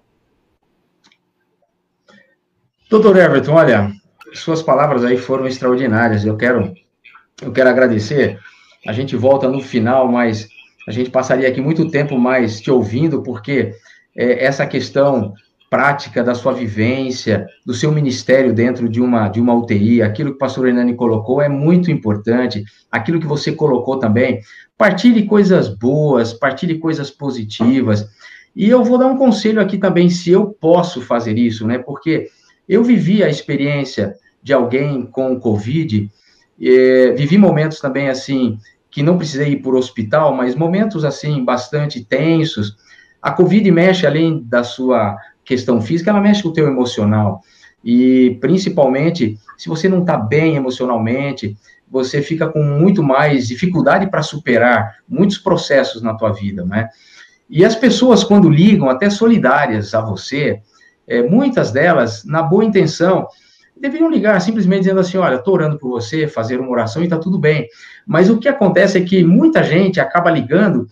Doutor Everton, olha, suas palavras aí foram extraordinárias. Eu quero... Eu quero agradecer, a gente volta no final, mas a gente passaria aqui muito tempo mais te ouvindo, porque é, essa questão prática da sua vivência, do seu ministério dentro de uma, de uma U T I, aquilo que o pastor Hernani colocou é muito importante, aquilo que você colocou também, partilhe coisas boas, partilhe coisas positivas, e eu vou dar um conselho aqui também, se eu posso fazer isso, né, porque eu vivi a experiência de alguém com Covid. É, vivi momentos também, assim, que não precisei ir para o hospital, mas momentos, assim, bastante tensos. A Covid mexe, além da sua questão física, ela mexe com o teu emocional. E, principalmente, se você não está bem emocionalmente, você fica com muito mais dificuldade para superar muitos processos na tua vida, né? E as pessoas, quando ligam, até solidárias a você, é, muitas delas, na boa intenção, deveriam ligar simplesmente dizendo assim, olha, estou orando por você, fazer uma oração e está tudo bem. Mas o que acontece é que muita gente acaba ligando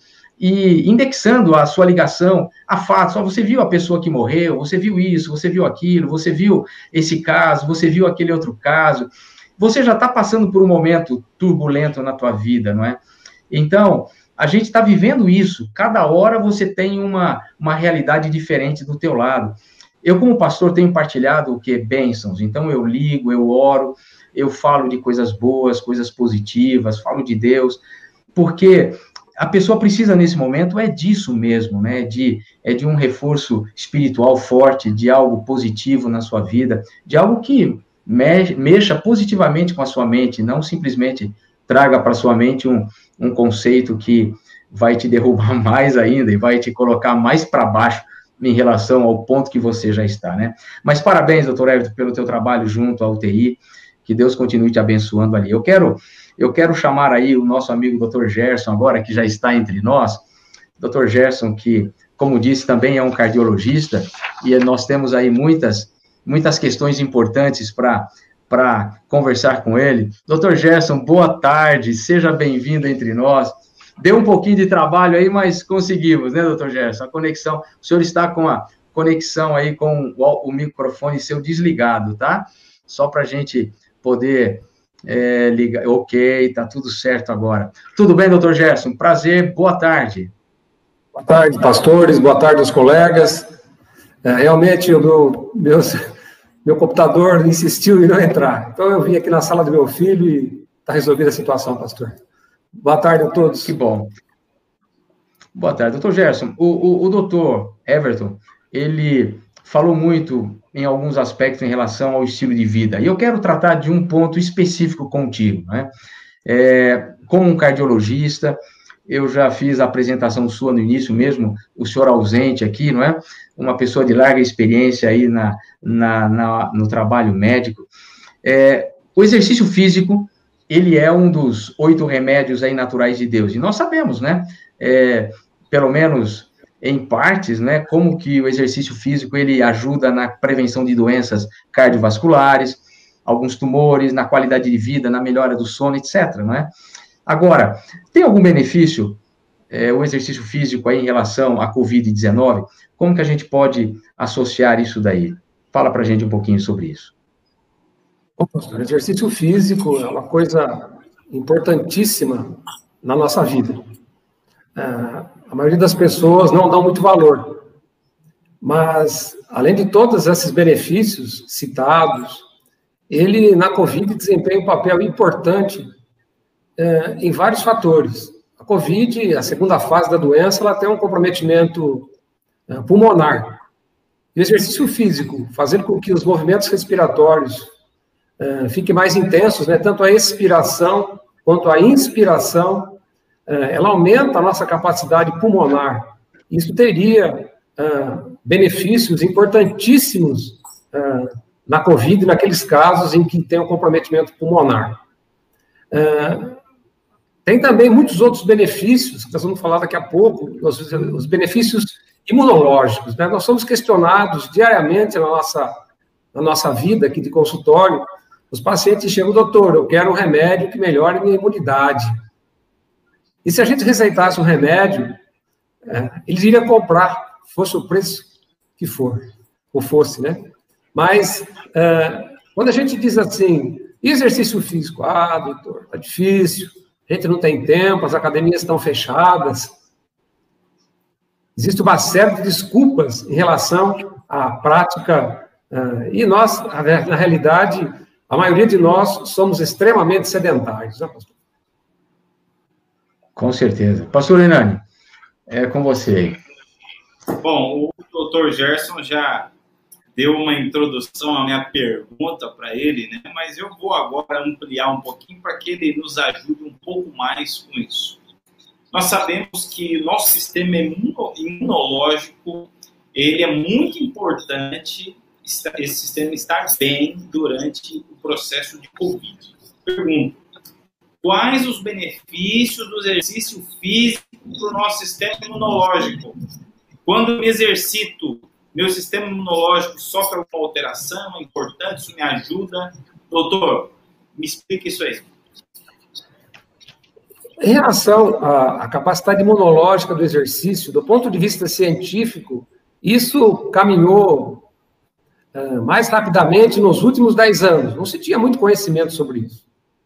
e indexando a sua ligação a fatos. Ó, você viu a pessoa que morreu, você viu isso, você viu aquilo, você viu esse caso, você viu aquele outro caso. Você já está passando por um momento turbulento na tua vida, não é? Então, a gente está vivendo isso. Cada hora você tem uma, uma realidade diferente do teu lado. Eu, como pastor, tenho partilhado o que? Bênçãos. Então, eu ligo, eu oro, eu falo de coisas boas, coisas positivas, falo de Deus, porque a pessoa precisa, nesse momento, é disso mesmo, né? De, é de um reforço espiritual forte, de algo positivo na sua vida, de algo que mexa positivamente com a sua mente, não simplesmente traga para sua mente um, um conceito que vai te derrubar mais ainda e vai te colocar mais para baixo em relação ao ponto que você já está, né? Mas parabéns, doutor Everton, pelo teu trabalho junto à U T I, que Deus continue te abençoando ali. Eu quero, eu quero chamar aí o nosso amigo doutor Gerson agora, que já está entre nós. doutor Gerson, que, como disse, também é um cardiologista, e nós temos aí muitas, muitas questões importantes para para conversar com ele. doutor Gerson, boa tarde, seja bem-vindo entre nós. Deu um pouquinho de trabalho aí, mas conseguimos, né, doutor Gerson? A conexão, o senhor está com a conexão aí com o, o microfone seu desligado, tá? Só para a gente poder é, ligar. Ok, tá tudo certo agora. Tudo bem, doutor Gerson? Prazer, boa tarde. Boa tarde, pastores, boa tarde aos colegas. É, realmente, o meu, meu, meu computador insistiu em não entrar. Então, eu vim aqui na sala do meu filho e está resolvida a situação, pastor. Boa tarde a todos. Que bom. Boa tarde, doutor Gerson. O, o, o doutor Everton, ele falou muito em alguns aspectos em relação ao estilo de vida. E eu quero tratar de um ponto específico contigo, né? É, como um cardiologista, eu já fiz a apresentação sua no início mesmo, o senhor ausente aqui, não é? Uma pessoa de larga experiência aí na, na, na, no trabalho médico. É, o exercício físico, ele é um dos oito remédios aí naturais de Deus. E nós sabemos, né? É, pelo menos em partes, né? Como que o exercício físico, ele ajuda na prevenção de doenças cardiovasculares, alguns tumores, na qualidade de vida, na melhora do sono, etcétera, não é? Agora, tem algum benefício é, o exercício físico aí em relação à covid dezenove? Como que a gente pode associar isso daí? Fala pra gente um pouquinho sobre isso. O exercício físico é uma coisa importantíssima na nossa vida. A maioria das pessoas não dá muito valor. Mas, além de todos esses benefícios citados, ele, na Covid, desempenha um papel importante é, em vários fatores. A Covid, a segunda fase da doença, ela tem um comprometimento é, pulmonar. E o exercício físico, fazendo com que os movimentos respiratórios é, fiquem mais intensos, né, tanto a expiração quanto a inspiração, é, ela aumenta a nossa capacidade pulmonar. Isso teria é, benefícios importantíssimos é, na Covid, naqueles casos em que tem um comprometimento pulmonar. É, tem também muitos outros benefícios, que nós vamos falar daqui a pouco, os, os benefícios imunológicos, né? Nós somos questionados diariamente na nossa, na nossa vida aqui de consultório. Os pacientes chegam, doutor, eu quero um remédio que melhore minha imunidade. E se a gente receitasse um remédio, é, eles iriam comprar, fosse o preço que for, ou fosse, né? Mas, é, quando a gente diz assim, exercício físico, ah, doutor, tá difícil, a gente não tem tempo, as academias estão fechadas. Existe uma série de desculpas em relação à prática, uh, e nós, na realidade, a maioria de nós somos extremamente sedentários, né, pastor? Com certeza. Pastor Hernani, é com você aí. Bom, o doutor Gerson já deu uma introdução à minha pergunta para ele, né? Mas eu vou agora ampliar um pouquinho para que ele nos ajude um pouco mais com isso. Nós sabemos que nosso sistema imunológico, ele é muito importante, esse sistema estar bem durante o processo de Covid. Pergunto, quais os benefícios do exercício físico para o nosso sistema imunológico? Quando eu me exercito, meu sistema imunológico sofre alguma alteração? É importante, isso me ajuda? Doutor, me explique isso aí. Em relação à, à capacidade imunológica do exercício, do ponto de vista científico, isso caminhou uh, mais rapidamente nos últimos dez anos. Não se tinha muito conhecimento sobre isso.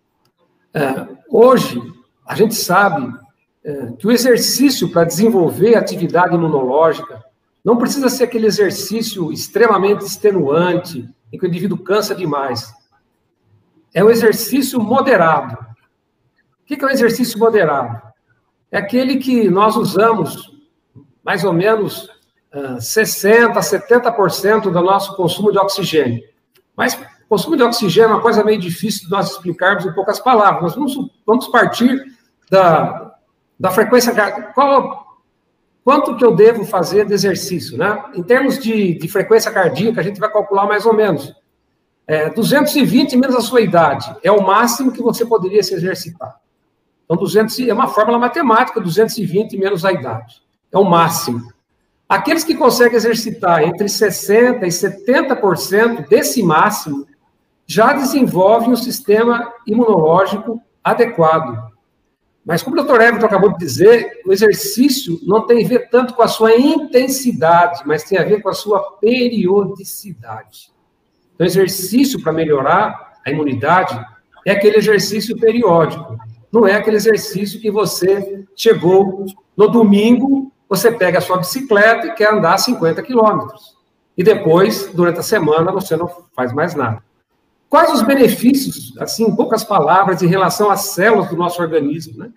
Uh, hoje, a gente sabe uh, que o exercício para desenvolver atividade imunológica não precisa ser aquele exercício extremamente extenuante, em que o indivíduo cansa demais. É um exercício moderado. O que é um exercício moderado? É aquele que nós usamos mais ou menos uh, sessenta por cento, setenta por cento do nosso consumo de oxigênio. Mas o consumo de oxigênio é uma coisa meio difícil de nós explicarmos em poucas palavras. Nós vamos, vamos partir da, da frequência cardíaca. Qual, quanto que eu devo fazer de exercício, né? Em termos de, de frequência cardíaca, a gente vai calcular mais ou menos. É, duzentos e vinte menos a sua idade. É o máximo que você poderia se exercitar. Então, duzentos, é uma fórmula matemática, duzentos e vinte menos a idade. É o máximo. Aqueles que conseguem exercitar entre sessenta por cento e setenta por cento desse máximo, já desenvolvem um sistema imunológico adequado. Mas, como o doutor Everton acabou de dizer, o exercício não tem a ver tanto com a sua intensidade, mas tem a ver com a sua periodicidade. Então, exercício para melhorar a imunidade é aquele exercício periódico. Não é aquele exercício que você chegou no domingo, você pega a sua bicicleta e quer andar cinquenta quilômetros. E depois, durante a semana, você não faz mais nada. Quais os benefícios, assim, em poucas palavras, em relação às células do nosso organismo, né?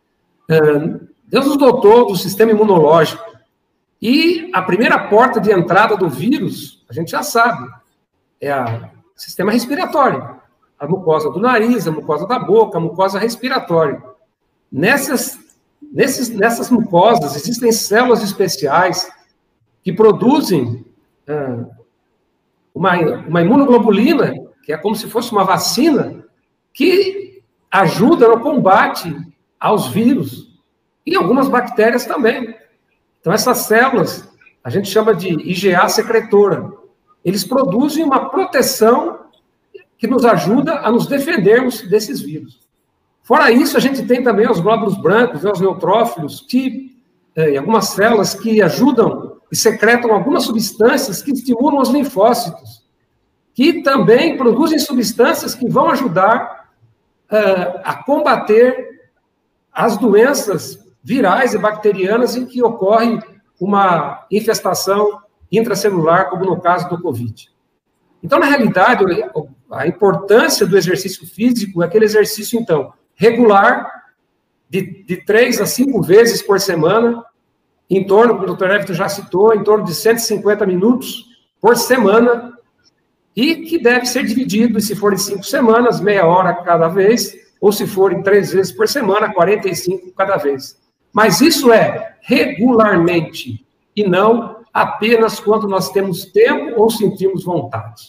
Deus nos dotou do sistema imunológico. E a primeira porta de entrada do vírus, a gente já sabe, é o sistema respiratório. A mucosa do nariz, a mucosa da boca, a mucosa respiratória. Nessas, nesses, nessas mucosas existem células especiais que produzem ah, uma, uma imunoglobulina, que é como se fosse uma vacina, que ajuda no combate aos vírus e algumas bactérias também. Então, essas células, a gente chama de I G A secretora. Eles produzem uma proteção que nos ajuda a nos defendermos desses vírus. Fora isso, a gente tem também os glóbulos brancos, né, os neutrófilos, que, é, algumas células que ajudam e secretam algumas substâncias que estimulam os linfócitos, que também produzem substâncias que vão ajudar uh, a combater as doenças virais e bacterianas em que ocorre uma infestação intracelular, como no caso do Covid. Então, na realidade, a importância do exercício físico é aquele exercício, então, regular, de, de três a cinco vezes por semana, em torno, como o doutor Everton já citou, em torno de cento e cinquenta minutos por semana, e que deve ser dividido, se for em cinco semanas, meia hora cada vez, ou se for em três vezes por semana, quarenta e cinco cada vez. Mas isso é regularmente, e não apenas quando nós temos tempo ou sentimos vontade.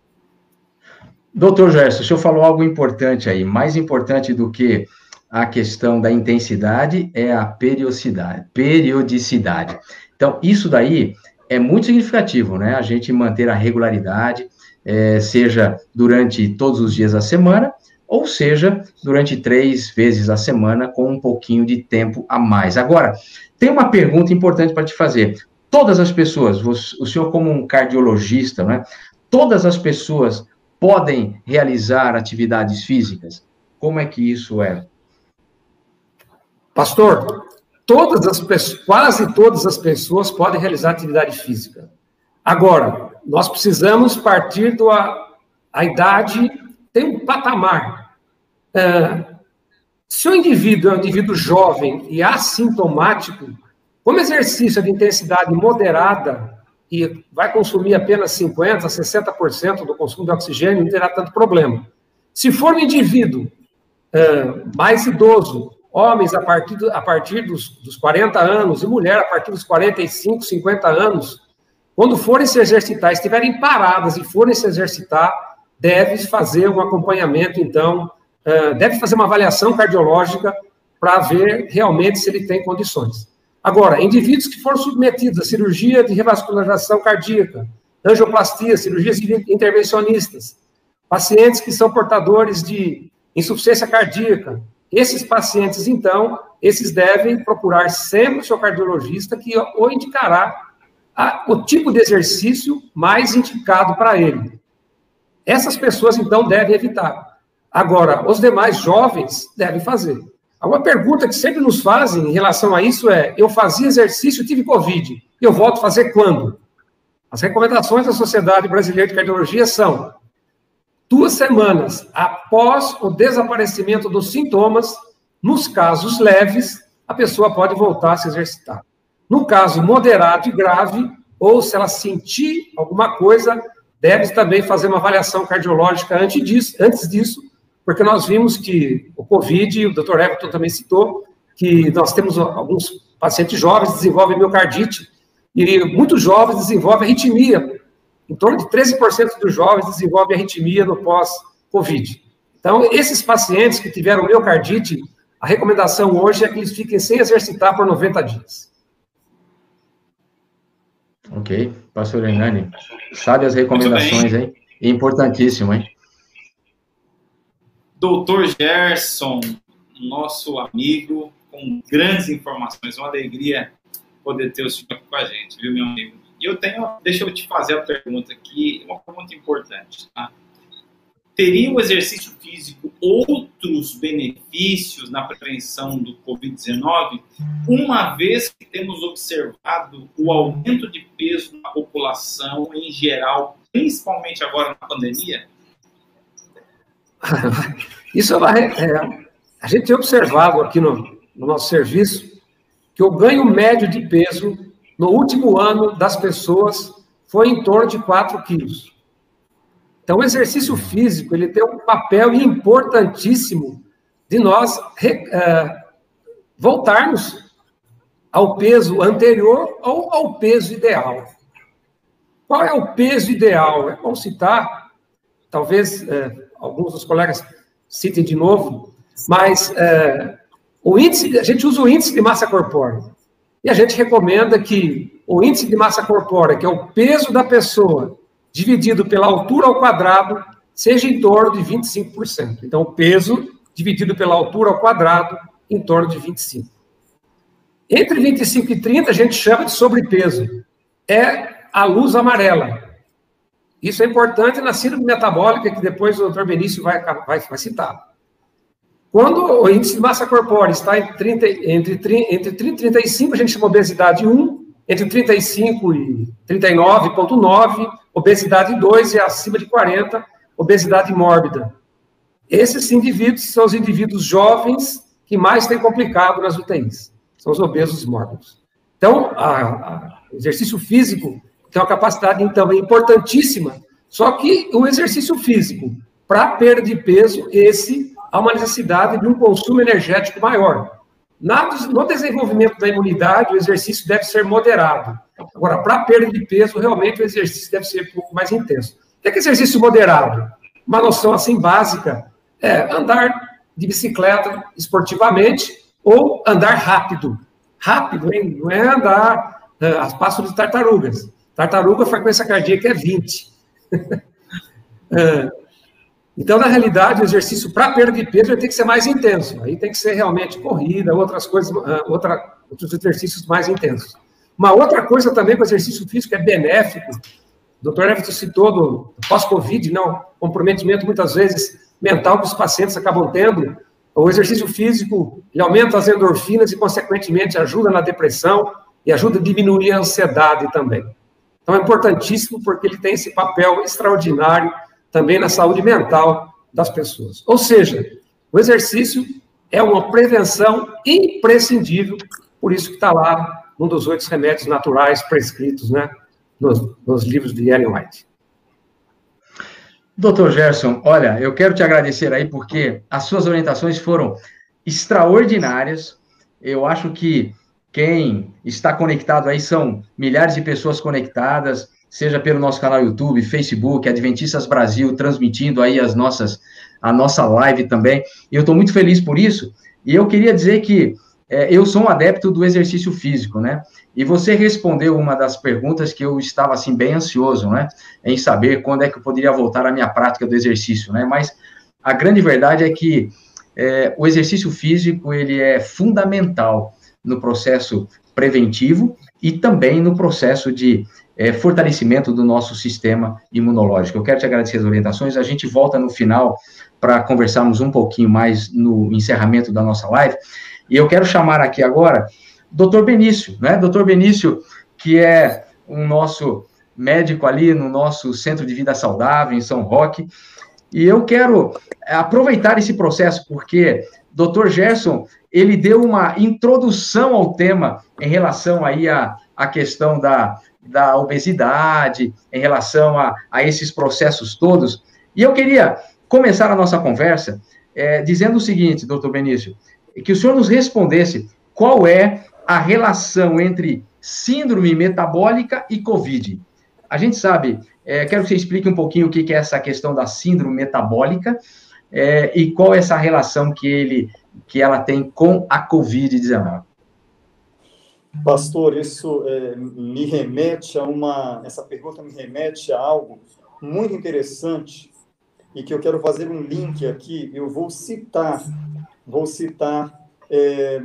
Doutor Gerson, o senhor falou algo importante aí, mais importante do que a questão da intensidade é a periodicidade, periodicidade. Então, isso daí é muito significativo, né? A gente manter a regularidade, é, seja durante todos os dias da semana, ou seja, durante três vezes a semana, com um pouquinho de tempo a mais. Agora, tem uma pergunta importante para te fazer. Todas as pessoas, o senhor como um cardiologista, né? Todas as pessoas podem realizar atividades físicas? Como é que isso é? Pastor, todas as pessoas, quase todas as pessoas podem realizar atividade física. Agora, nós precisamos partir da a idade, tem um patamar. É, se o indivíduo é um indivíduo jovem e assintomático, como exercício de intensidade moderada e vai consumir apenas cinquenta por cento, sessenta por cento do consumo de oxigênio, não terá tanto problema. Se for um indivíduo é, mais idoso, homens a partir, do, a partir dos, dos quarenta anos e mulher a partir dos quarenta e cinco, cinquenta anos, quando forem se exercitar, estiverem paradas e forem se exercitar, deve fazer um acompanhamento, então, deve fazer uma avaliação cardiológica para ver realmente se ele tem condições. Agora, indivíduos que foram submetidos a cirurgia de revascularização cardíaca, angioplastia, cirurgias intervencionistas, pacientes que são portadores de insuficiência cardíaca, esses pacientes, então, esses devem procurar sempre o seu cardiologista, que o indicará a, o tipo de exercício mais indicado para ele. Essas pessoas, então, devem evitar. Agora, os demais jovens devem fazer. Uma pergunta que sempre nos fazem em relação a isso é: eu fazia exercício, tive Covid, eu volto a fazer quando? As recomendações da Sociedade Brasileira de Cardiologia são duas semanas após o desaparecimento dos sintomas. Nos casos leves, a pessoa pode voltar a se exercitar. No caso moderado e grave, ou se ela sentir alguma coisa, deve também fazer uma avaliação cardiológica antes disso, antes disso, porque nós vimos que o Covid, o doutor Everton também citou, que nós temos alguns pacientes jovens que desenvolvem miocardite, e muitos jovens desenvolvem arritmia. Em torno de treze por cento dos jovens desenvolvem arritmia no pós-Covid. Então, esses pacientes que tiveram miocardite, a recomendação hoje é que eles fiquem sem exercitar por noventa dias. Ok. Pastor Hernani, sabe as recomendações aí? Importantíssimo, hein? Doutor Gerson, nosso amigo, com grandes informações. Uma alegria poder ter o senhor aqui com a gente, viu, meu amigo? E eu tenho, deixa eu te fazer a pergunta aqui, uma pergunta importante, tá? Teria o exercício físico outros benefícios na prevenção do covid dezenove, uma vez que temos observado o aumento de peso da população em geral, principalmente agora na pandemia? Isso é, uma, é a gente tem observado aqui no, no nosso serviço que o ganho médio de peso no último ano das pessoas foi em torno de quatro quilos. Então, o exercício físico, ele tem um papel importantíssimo de nós é, voltarmos ao peso anterior ou ao peso ideal. Qual é o peso ideal? É bom citar, talvez é, alguns dos colegas citem de novo, mas é, o índice, a gente usa o índice de massa corpórea. E a gente recomenda que o índice de massa corpórea, que é o peso da pessoa, dividido pela altura ao quadrado, seja em torno de vinte e cinco por cento. Então, o peso dividido pela altura ao quadrado, em torno de vinte e cinco. Entre vinte e cinco e trinta, a gente chama de sobrepeso. É a luz amarela. Isso é importante na síndrome metabólica, que depois o doutor Benício vai, vai, vai citar. Quando o índice de massa corpórea está entre trinta, entre, entre trinta e trinta e cinco, a gente chama obesidade um, entre trinta e cinco e trinta e nove vírgula nove, obesidade dois e acima de quarenta, obesidade mórbida. Esses indivíduos são os indivíduos jovens que mais têm complicado nas U T Is. São os obesos mórbidos. Então, o exercício físico tem uma capacidade, então, importantíssima, só que o exercício físico, para perda de peso, esse há uma necessidade de um consumo energético maior. No desenvolvimento da imunidade, o exercício deve ser moderado. Agora, para perda de peso, realmente o exercício deve ser um pouco mais intenso. O que é exercício moderado? Uma noção assim básica é andar de bicicleta esportivamente ou andar rápido. Rápido, hein? Não é andar uh, a passo de tartarugas. Tartaruga, a frequência cardíaca é vinte. uh, Então, na realidade, o exercício para perda de peso tem que ser mais intenso. Aí tem que ser realmente corrida, outras coisas, outra, outros exercícios mais intensos. Uma outra coisa também que o exercício físico é benéfico. O doutor Everton citou do pós-Covid, não, comprometimento muitas vezes mental que os pacientes acabam tendo. O exercício físico, ele aumenta as endorfinas e, consequentemente, ajuda na depressão e ajuda a diminuir a ansiedade também. Então, é importantíssimo porque ele tem esse papel extraordinário também na saúde mental das pessoas. Ou seja, o exercício é uma prevenção imprescindível, por isso que está lá um dos oito remédios naturais prescritos, né, nos, nos livros de Ellen White. doutor Gerson, olha, eu quero te agradecer aí, porque as suas orientações foram extraordinárias. Eu acho que quem está conectado aí, são milhares de pessoas conectadas, seja pelo nosso canal YouTube, Facebook, Adventistas Brasil, transmitindo aí as nossas, a nossa live também. E eu estou muito feliz por isso. E eu queria dizer que é, eu sou um adepto do exercício físico, né? E você respondeu uma das perguntas que eu estava, assim, bem ansioso, né? Em saber quando é que eu poderia voltar à minha prática do exercício, né? Mas a grande verdade é que é, o exercício físico, ele é fundamental no processo preventivo e também no processo de é, fortalecimento do nosso sistema imunológico. Eu quero te agradecer as orientações, a gente volta no final para conversarmos um pouquinho mais no encerramento da nossa live, e eu quero chamar aqui agora doutor Benício, né? doutor Benício, que é um nosso médico ali no nosso Centro de Vida Saudável, em São Roque, e eu quero aproveitar esse processo, porque doutor Gerson, ele deu uma introdução ao tema em relação aí à, à questão da, da obesidade, em relação a, a esses processos todos, e eu queria começar a nossa conversa é, dizendo o seguinte, doutor Benício, que o senhor nos respondesse qual é a relação entre síndrome metabólica e COVID. A gente sabe, é, quero que você explique um pouquinho o que é essa questão da síndrome metabólica é, e qual é essa relação que, ele, que ela tem com a covid dezenove. Pastor, isso é, me remete a uma... Essa pergunta me remete a algo muito interessante e que eu quero fazer um link aqui. Eu vou citar, vou citar é,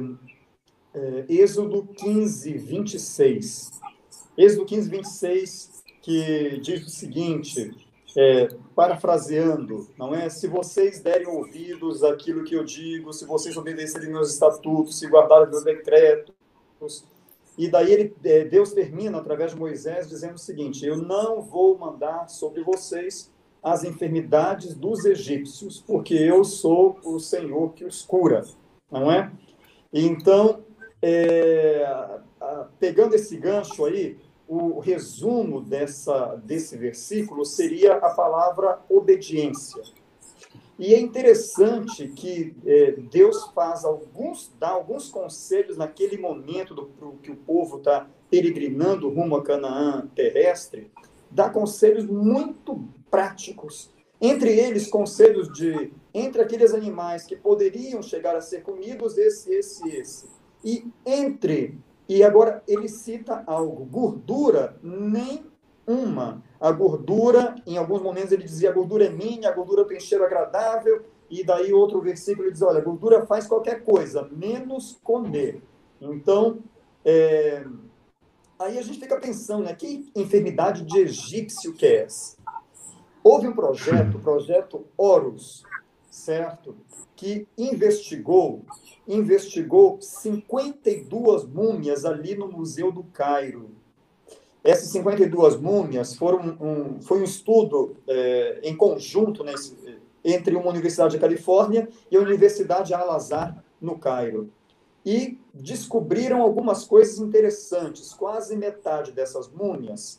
é, Êxodo quinze, vinte e seis. Êxodo quinze, vinte e seis, que diz o seguinte, é, parafraseando, não é? Se vocês derem ouvidos àquilo que eu digo, se vocês obedecerem meus estatutos, se guardarem meus decretos, e daí ele, Deus termina através de Moisés dizendo o seguinte, eu não vou mandar sobre vocês as enfermidades dos egípcios, porque eu sou o Senhor que os cura, não é? Então, é, pegando esse gancho aí, o resumo dessa, desse versículo seria a palavra obediência. E é interessante que é, Deus faz alguns, dá alguns conselhos naquele momento do pro, que o povo está peregrinando rumo a Canaã terrestre, dá conselhos muito práticos. Entre eles, conselhos de, entre aqueles animais que poderiam chegar a ser comidos, esse, esse, esse. E entre, e agora ele cita algo, gordura, nem uma. A gordura, em alguns momentos ele dizia, a gordura é minha, a gordura tem cheiro agradável, e daí outro versículo ele diz, olha, a gordura faz qualquer coisa, menos comer. Então, é... aí a gente fica pensando, né, que enfermidade de egípcio que é essa? Houve um projeto, o projeto Horus, certo? Que investigou, investigou cinquenta e duas múmias ali no Museu do Cairo. Essas cinquenta e duas múmias foram um, foi um estudo é, em conjunto nesse, entre uma universidade da Califórnia e a Universidade Al-Azhar, no Cairo. E descobriram algumas coisas interessantes. Quase metade dessas múmias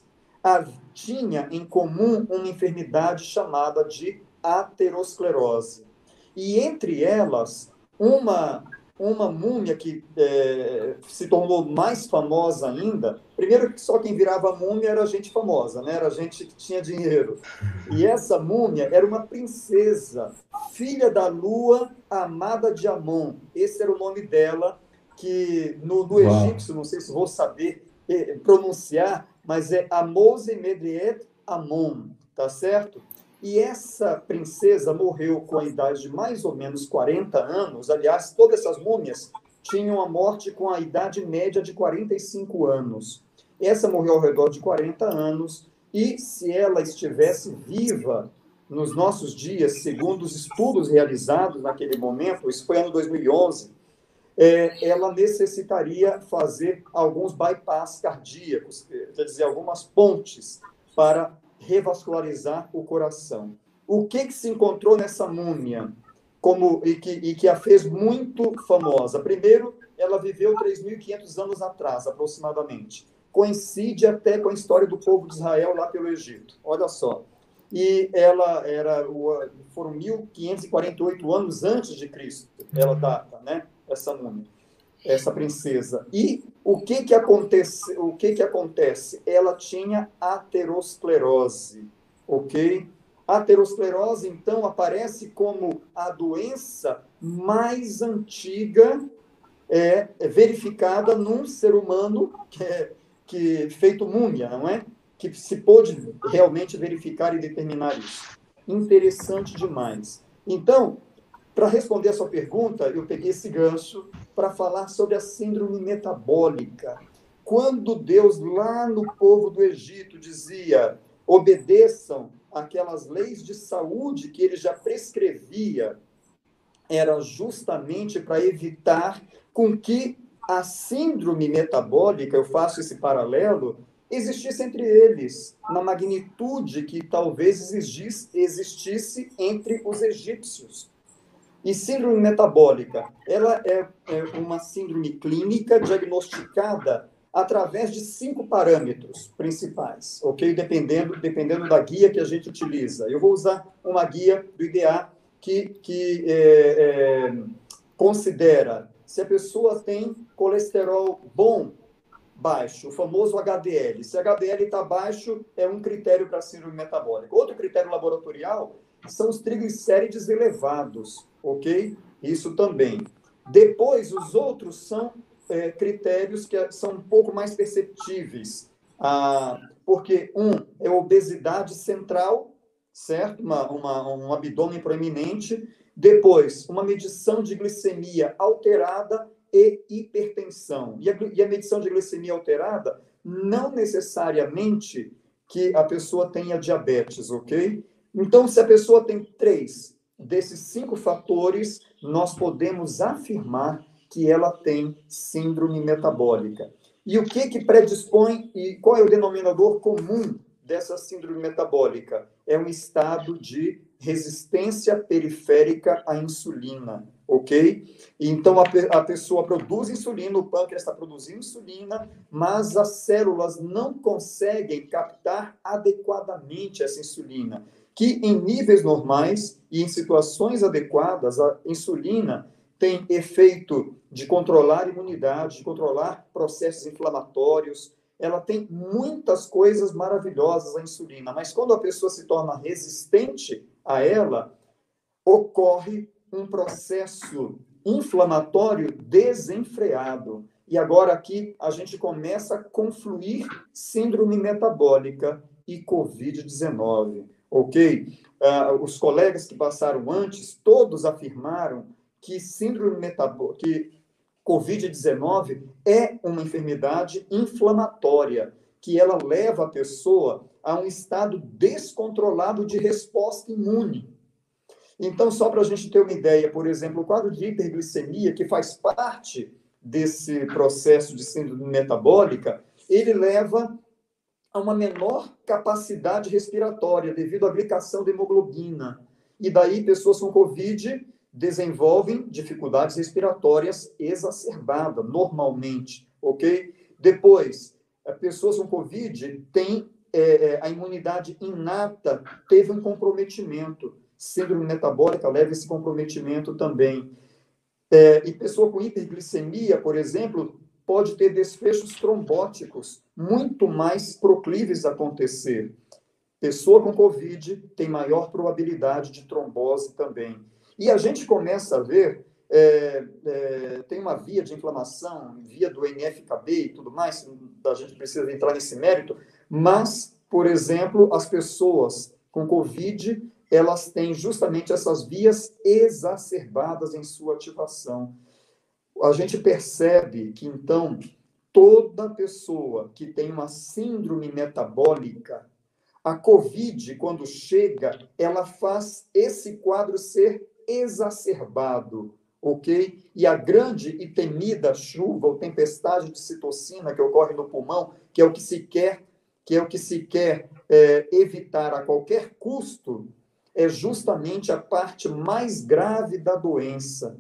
tinha em comum uma enfermidade chamada de aterosclerose. E entre elas, uma, uma múmia que é, se tornou mais famosa ainda, primeiro que só quem virava múmia era gente famosa, né? Era gente que tinha dinheiro. E essa múmia era uma princesa, filha da lua, amada de Amon. Esse era o nome dela, que no, no egípcio, não sei se vou saber eh, pronunciar, mas é Amose Medriet Amon, tá certo? E essa princesa morreu com a idade de mais ou menos quarenta anos. Aliás, todas essas múmias tinham a morte com a idade média de quarenta e cinco anos. Essa morreu ao redor de quarenta anos, e se ela estivesse viva nos nossos dias, segundo os estudos realizados naquele momento, isso foi ano dois mil e onze, é, ela necessitaria fazer alguns bypass cardíacos, quer dizer, algumas pontes para revascularizar o coração. O que, que se encontrou nessa múmia como, e, que, e que a fez muito famosa? Primeiro, ela viveu três mil e quinhentos anos atrás, aproximadamente. Coincide até com a história do povo de Israel lá pelo Egito. Olha só. E ela era, foram mil quinhentos e quarenta e oito anos antes de Cristo, ela data, né? Essa múmia. essa princesa. E o que que acontece? O que que acontece? Ela tinha aterosclerose, ok? A aterosclerose, então, aparece como a doença mais antiga é, é verificada num ser humano que é que, feito múmia, não é? Que se pôde realmente verificar e determinar isso. Interessante demais. Então, para responder a sua pergunta, eu peguei esse gancho para falar sobre a síndrome metabólica. Quando Deus, lá no povo do Egito, dizia, obedeçam aquelas leis de saúde que ele já prescrevia, era justamente para evitar com que a síndrome metabólica, eu faço esse paralelo, existisse entre eles, na magnitude que talvez existisse, existisse entre os egípcios. E síndrome metabólica, ela é, é uma síndrome clínica diagnosticada através de cinco parâmetros principais, ok? Dependendo, dependendo da guia que a gente utiliza. Eu vou usar uma guia do I D A que, que é, é, considera se a pessoa tem colesterol bom, baixo, o famoso H D L. Se H D L está baixo, é um critério para síndrome metabólica. Outro critério laboratorial são os triglicérides elevados, ok? Isso também. Depois, os outros são é, critérios que são um pouco mais perceptíveis, ah, porque um é obesidade central, certo? Uma, uma, um abdômen proeminente. Depois, uma medição de glicemia alterada e hipertensão. E a, e a medição de glicemia alterada não necessariamente que a pessoa tenha diabetes, ok? Então, se a pessoa tem três desses cinco fatores, nós podemos afirmar que ela tem síndrome metabólica. E o que que predispõe, e qual é o denominador comum dessa síndrome metabólica? É um estado de resistência periférica à insulina, ok? Então, a, a pessoa produz insulina, o pâncreas está produzindo insulina, mas as células não conseguem captar adequadamente essa insulina, que em níveis normais e em situações adequadas, a insulina tem efeito de controlar a imunidade, de controlar processos inflamatórios, ela tem muitas coisas maravilhosas, a insulina, mas quando a pessoa se torna resistente a ela, ocorre um processo inflamatório desenfreado. E agora aqui a gente começa a confluir síndrome metabólica e covid dezenove, ok? Uh, os colegas que passaram antes, todos afirmaram que síndrome metabólica, que covid dezenove é uma enfermidade inflamatória, que ela leva a pessoa a um estado descontrolado de resposta imune. Então, só para a gente ter uma ideia, por exemplo, o quadro de hiperglicemia, que faz parte desse processo de síndrome metabólica, ele leva a uma menor capacidade respiratória devido à glicação da hemoglobina. E daí, pessoas com Covid desenvolvem dificuldades respiratórias exacerbadas, normalmente, ok? Depois, pessoas com Covid têm é, a imunidade inata, teve um comprometimento. Síndrome metabólica leva esse comprometimento também. É, e pessoa com hiperglicemia, por exemplo, pode ter desfechos trombóticos muito mais proclives a acontecer. Pessoa com Covid tem maior probabilidade de trombose também. E a gente começa a ver, é, é, tem uma via de inflamação, via do N F K B e tudo mais, a gente precisa entrar nesse mérito, mas, por exemplo, as pessoas com Covid, elas têm justamente essas vias exacerbadas em sua ativação. A gente percebe que, então, toda pessoa que tem uma síndrome metabólica, a Covid, quando chega, ela faz esse quadro ser exacerbado, ok? E a grande e temida chuva ou tempestade de citocina que ocorre no pulmão, que é o que se quer, que é o que se quer é, evitar a qualquer custo, é justamente a parte mais grave da doença.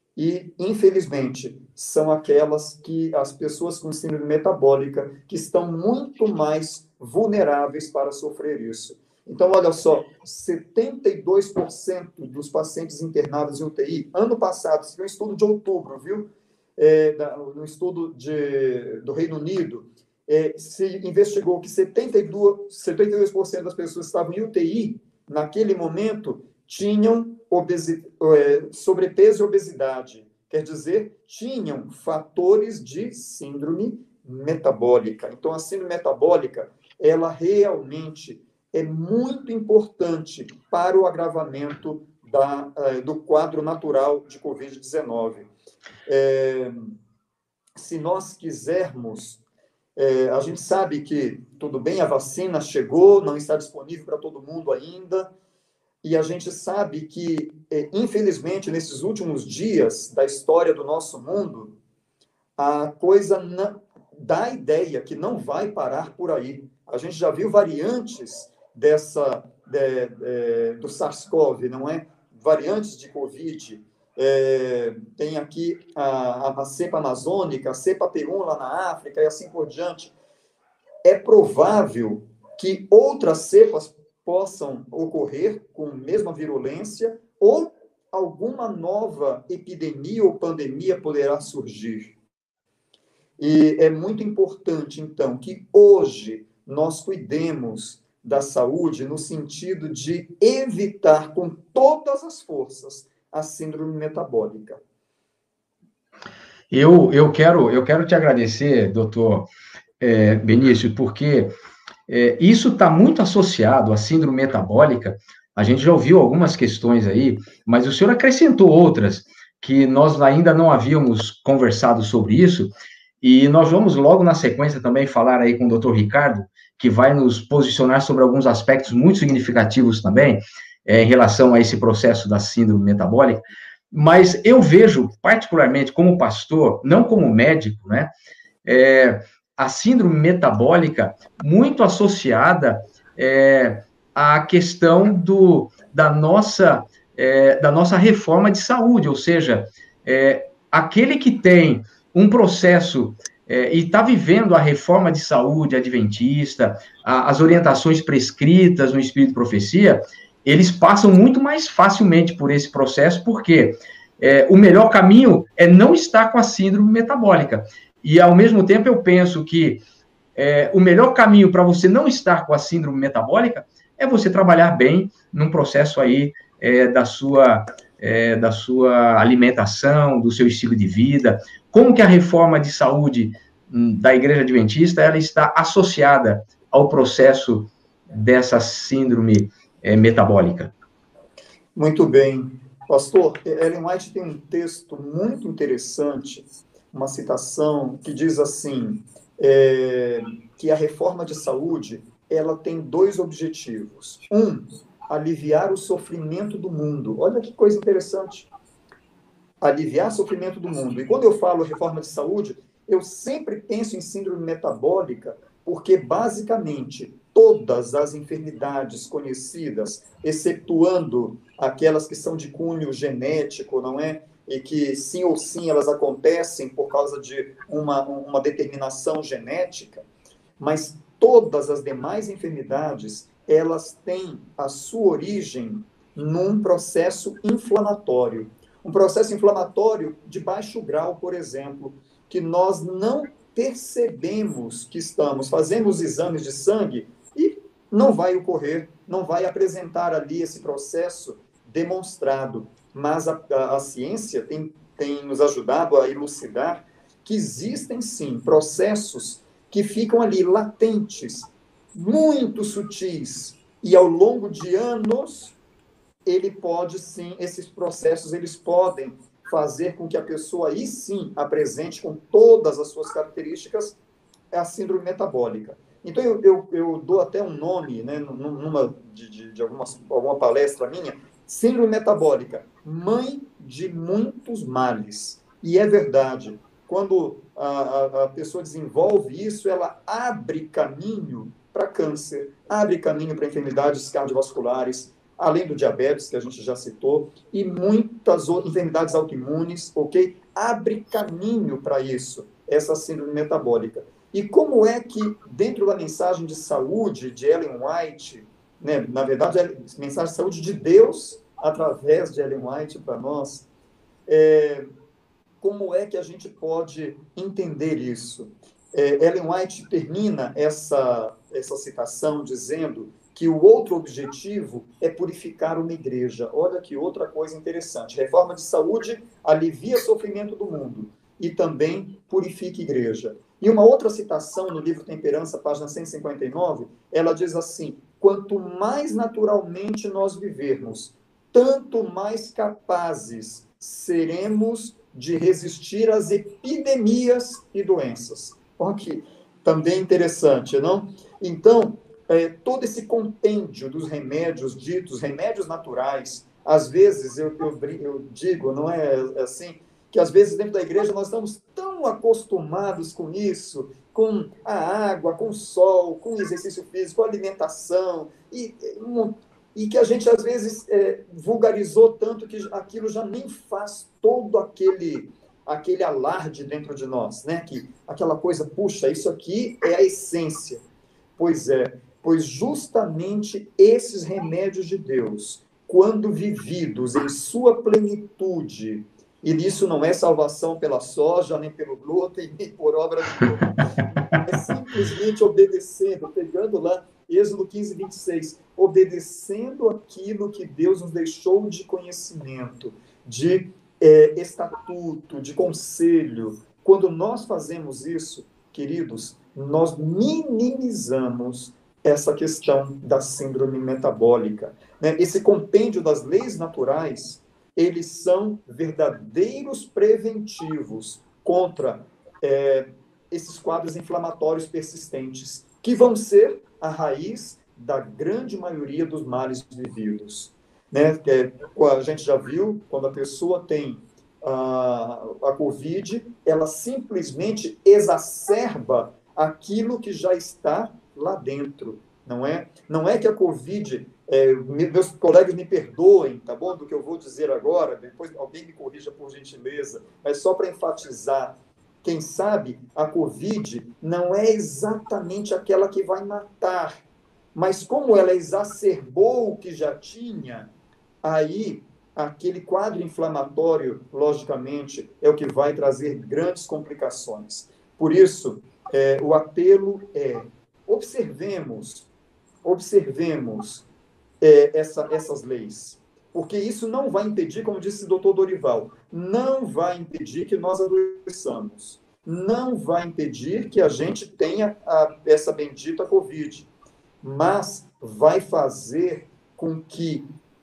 E, infelizmente, são aquelas que as pessoas com síndrome metabólica que estão muito mais vulneráveis para sofrer isso. Então, olha só, setenta e dois por cento dos pacientes internados em U T I, ano passado, isso foi um estudo de outubro, viu? é, no estudo de, do Reino Unido, é, se investigou que setenta e dois por cento das pessoas que estavam em U T I, naquele momento, tinham obesi, é, sobrepeso e obesidade. Quer dizer, tinham fatores de síndrome metabólica. Então, a síndrome metabólica, ela realmente é muito importante para o agravamento da, do quadro natural de covid dezenove. É, se nós quisermos, é, a gente sabe que, tudo bem, a vacina chegou, não está disponível para todo mundo ainda, e a gente sabe que, é, infelizmente, nesses últimos dias da história do nosso mundo, a coisa não, dá a ideia que não vai parar por aí. A gente já viu variantes dessa, de, de, do SARS-CoV, não é? Variantes de Covid. É, tem aqui a, a cepa amazônica, a cepa P um lá na África e assim por diante. É provável que outras cepas possam ocorrer com a mesma virulência ou alguma nova epidemia ou pandemia poderá surgir. E é muito importante, então, que hoje nós cuidemos da saúde no sentido de evitar com todas as forças a síndrome metabólica. Eu, eu, quero, eu quero te agradecer, doutor é, Benício, porque é, isso está muito associado à síndrome metabólica. A gente já ouviu algumas questões aí, mas o senhor acrescentou outras que nós ainda não havíamos conversado sobre isso, e nós vamos logo na sequência também falar aí com o doutor Ricardo, que vai nos posicionar sobre alguns aspectos muito significativos também, é, em relação a esse processo da síndrome metabólica. Mas eu vejo, particularmente como pastor, não como médico, né, é, a síndrome metabólica muito associada é, à questão do, da, nossa, é, da nossa reforma de saúde, ou seja, é, aquele que tem um processo é, e está vivendo a reforma de saúde adventista, a, as orientações prescritas no Espírito de Profecia, eles passam muito mais facilmente por esse processo, porque é, o melhor caminho é não estar com a síndrome metabólica. E, ao mesmo tempo, eu penso que é, o melhor caminho para você não estar com a síndrome metabólica é você trabalhar bem num processo aí é, da, sua, é, da sua alimentação, do seu estilo de vida. Como que a reforma de saúde da Igreja Adventista ela está associada ao processo dessa síndrome é, metabólica? Muito bem. Pastor, Ellen White tem um texto muito interessante, uma citação que diz assim, é, que a reforma de saúde ela tem dois objetivos. Um, aliviar o sofrimento do mundo. Olha que coisa interessante. Aliviar o sofrimento do mundo. E quando eu falo reforma de saúde, eu sempre penso em síndrome metabólica, porque, basicamente, todas as enfermidades conhecidas, excetuando aquelas que são de cunho genético, não é? E que, sim ou sim, elas acontecem por causa de uma, uma determinação genética, mas todas as demais enfermidades, elas têm a sua origem num processo inflamatório. Um processo inflamatório de baixo grau, por exemplo, que nós não percebemos que estamos fazendo os exames de sangue e não vai ocorrer, não vai apresentar ali esse processo demonstrado. Mas a, a, a ciência tem, tem nos ajudado a elucidar que existem, sim, processos que ficam ali latentes, muito sutis, e ao longo de anos, ele pode, sim, esses processos, eles podem fazer com que a pessoa, aí sim, apresente com todas as suas características a síndrome metabólica. Então, eu, eu, eu dou até um nome, né, numa de, de, de algumas, alguma palestra minha, síndrome metabólica, mãe de muitos males. E é verdade, quando a, a, a pessoa desenvolve isso, ela abre caminho para câncer, abre caminho para enfermidades cardiovasculares, além do diabetes, que a gente já citou, e muitas outras enfermidades autoimunes, ok? Abre caminho para isso, essa síndrome metabólica. E como é que, dentro da mensagem de saúde de Ellen White, né, na verdade, é mensagem de saúde de Deus, através de Ellen White para nós, é, como é que a gente pode entender isso? É, Ellen White termina essa, essa citação dizendo que o outro objetivo é purificar uma igreja. Olha que outra coisa interessante. Reforma de saúde alivia o sofrimento do mundo e também purifica a igreja. E uma outra citação no livro Temperança, página cento e cinquenta e nove, ela diz assim: quanto mais naturalmente nós vivermos, tanto mais capazes seremos de resistir às epidemias e doenças. Olha que também interessante, não? Então, é, todo esse compêndio dos remédios ditos, remédios naturais, às vezes, eu, eu, eu digo, não é assim, que às vezes dentro da igreja nós estamos tão acostumados com isso, com a água, com o sol, com o exercício físico, com a alimentação, e, e que a gente às vezes é, vulgarizou tanto que aquilo já nem faz todo aquele, aquele alarde dentro de nós, né? Que aquela coisa, puxa, isso aqui é a essência. Pois é, pois justamente esses remédios de Deus, quando vividos em sua plenitude, e isso não é salvação pela soja, nem pelo glúten, nem por obra de Deus, é simplesmente obedecendo, pegando lá Êxodo quinze, vinte e seis, obedecendo aquilo que Deus nos deixou de conhecimento, de é, estatuto, de conselho. Quando nós fazemos isso, queridos, nós minimizamos essa questão da síndrome metabólica, né? Esse compêndio das leis naturais, eles são verdadeiros preventivos contra é, esses quadros inflamatórios persistentes, que vão ser a raiz da grande maioria dos males vividos, né? É, a gente já viu, quando a pessoa tem a, a Covid, ela simplesmente exacerba aquilo que já está lá dentro, não é? Não é que a Covid, é, meus colegas me perdoem, tá bom, do que eu vou dizer agora, depois alguém me corrija por gentileza, mas só para enfatizar, quem sabe a Covid não é exatamente aquela que vai matar, mas como ela exacerbou o que já tinha, aí aquele quadro inflamatório, logicamente, é o que vai trazer grandes complicações. Por isso, é, o apelo é, observemos, observemos é, essa, essas leis, porque isso não vai impedir, como disse o doutor Dorival, não vai impedir que nós adoeçamos, não vai impedir que a gente tenha a, essa bendita Covid, mas vai fazer com que,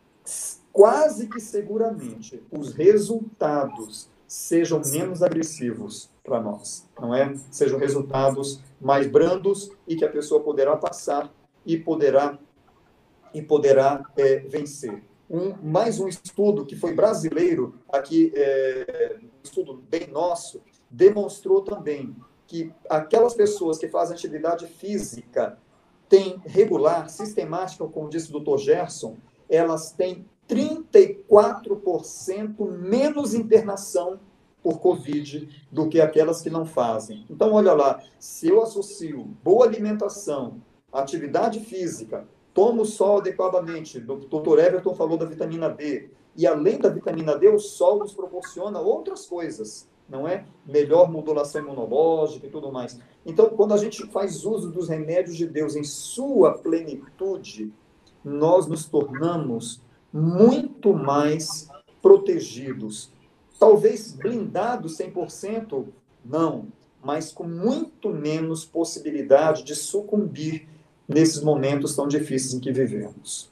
quase que seguramente, os resultados sejam menos agressivos para nós, não é? Sejam resultados mais brandos e que a pessoa poderá passar e poderá, e poderá é, vencer. Um, mais um estudo que foi brasileiro, aqui, é, um estudo bem nosso, demonstrou também que aquelas pessoas que fazem atividade física têm regular, sistemática, como disse o doutor Gerson, elas têm trinta e quatro por cento menos internação por Covid do que aquelas que não fazem. Então, olha lá, se eu associo boa alimentação, atividade física, tomo o sol adequadamente, o doutor Everton falou da vitamina D, e além da vitamina D, o sol nos proporciona outras coisas, não é? Melhor modulação imunológica e tudo mais. Então, quando a gente faz uso dos remédios de Deus em sua plenitude, nós nos tornamos muito mais protegidos. Talvez blindados cem por cento, não, mas com muito menos possibilidade de sucumbir nesses momentos tão difíceis em que vivemos.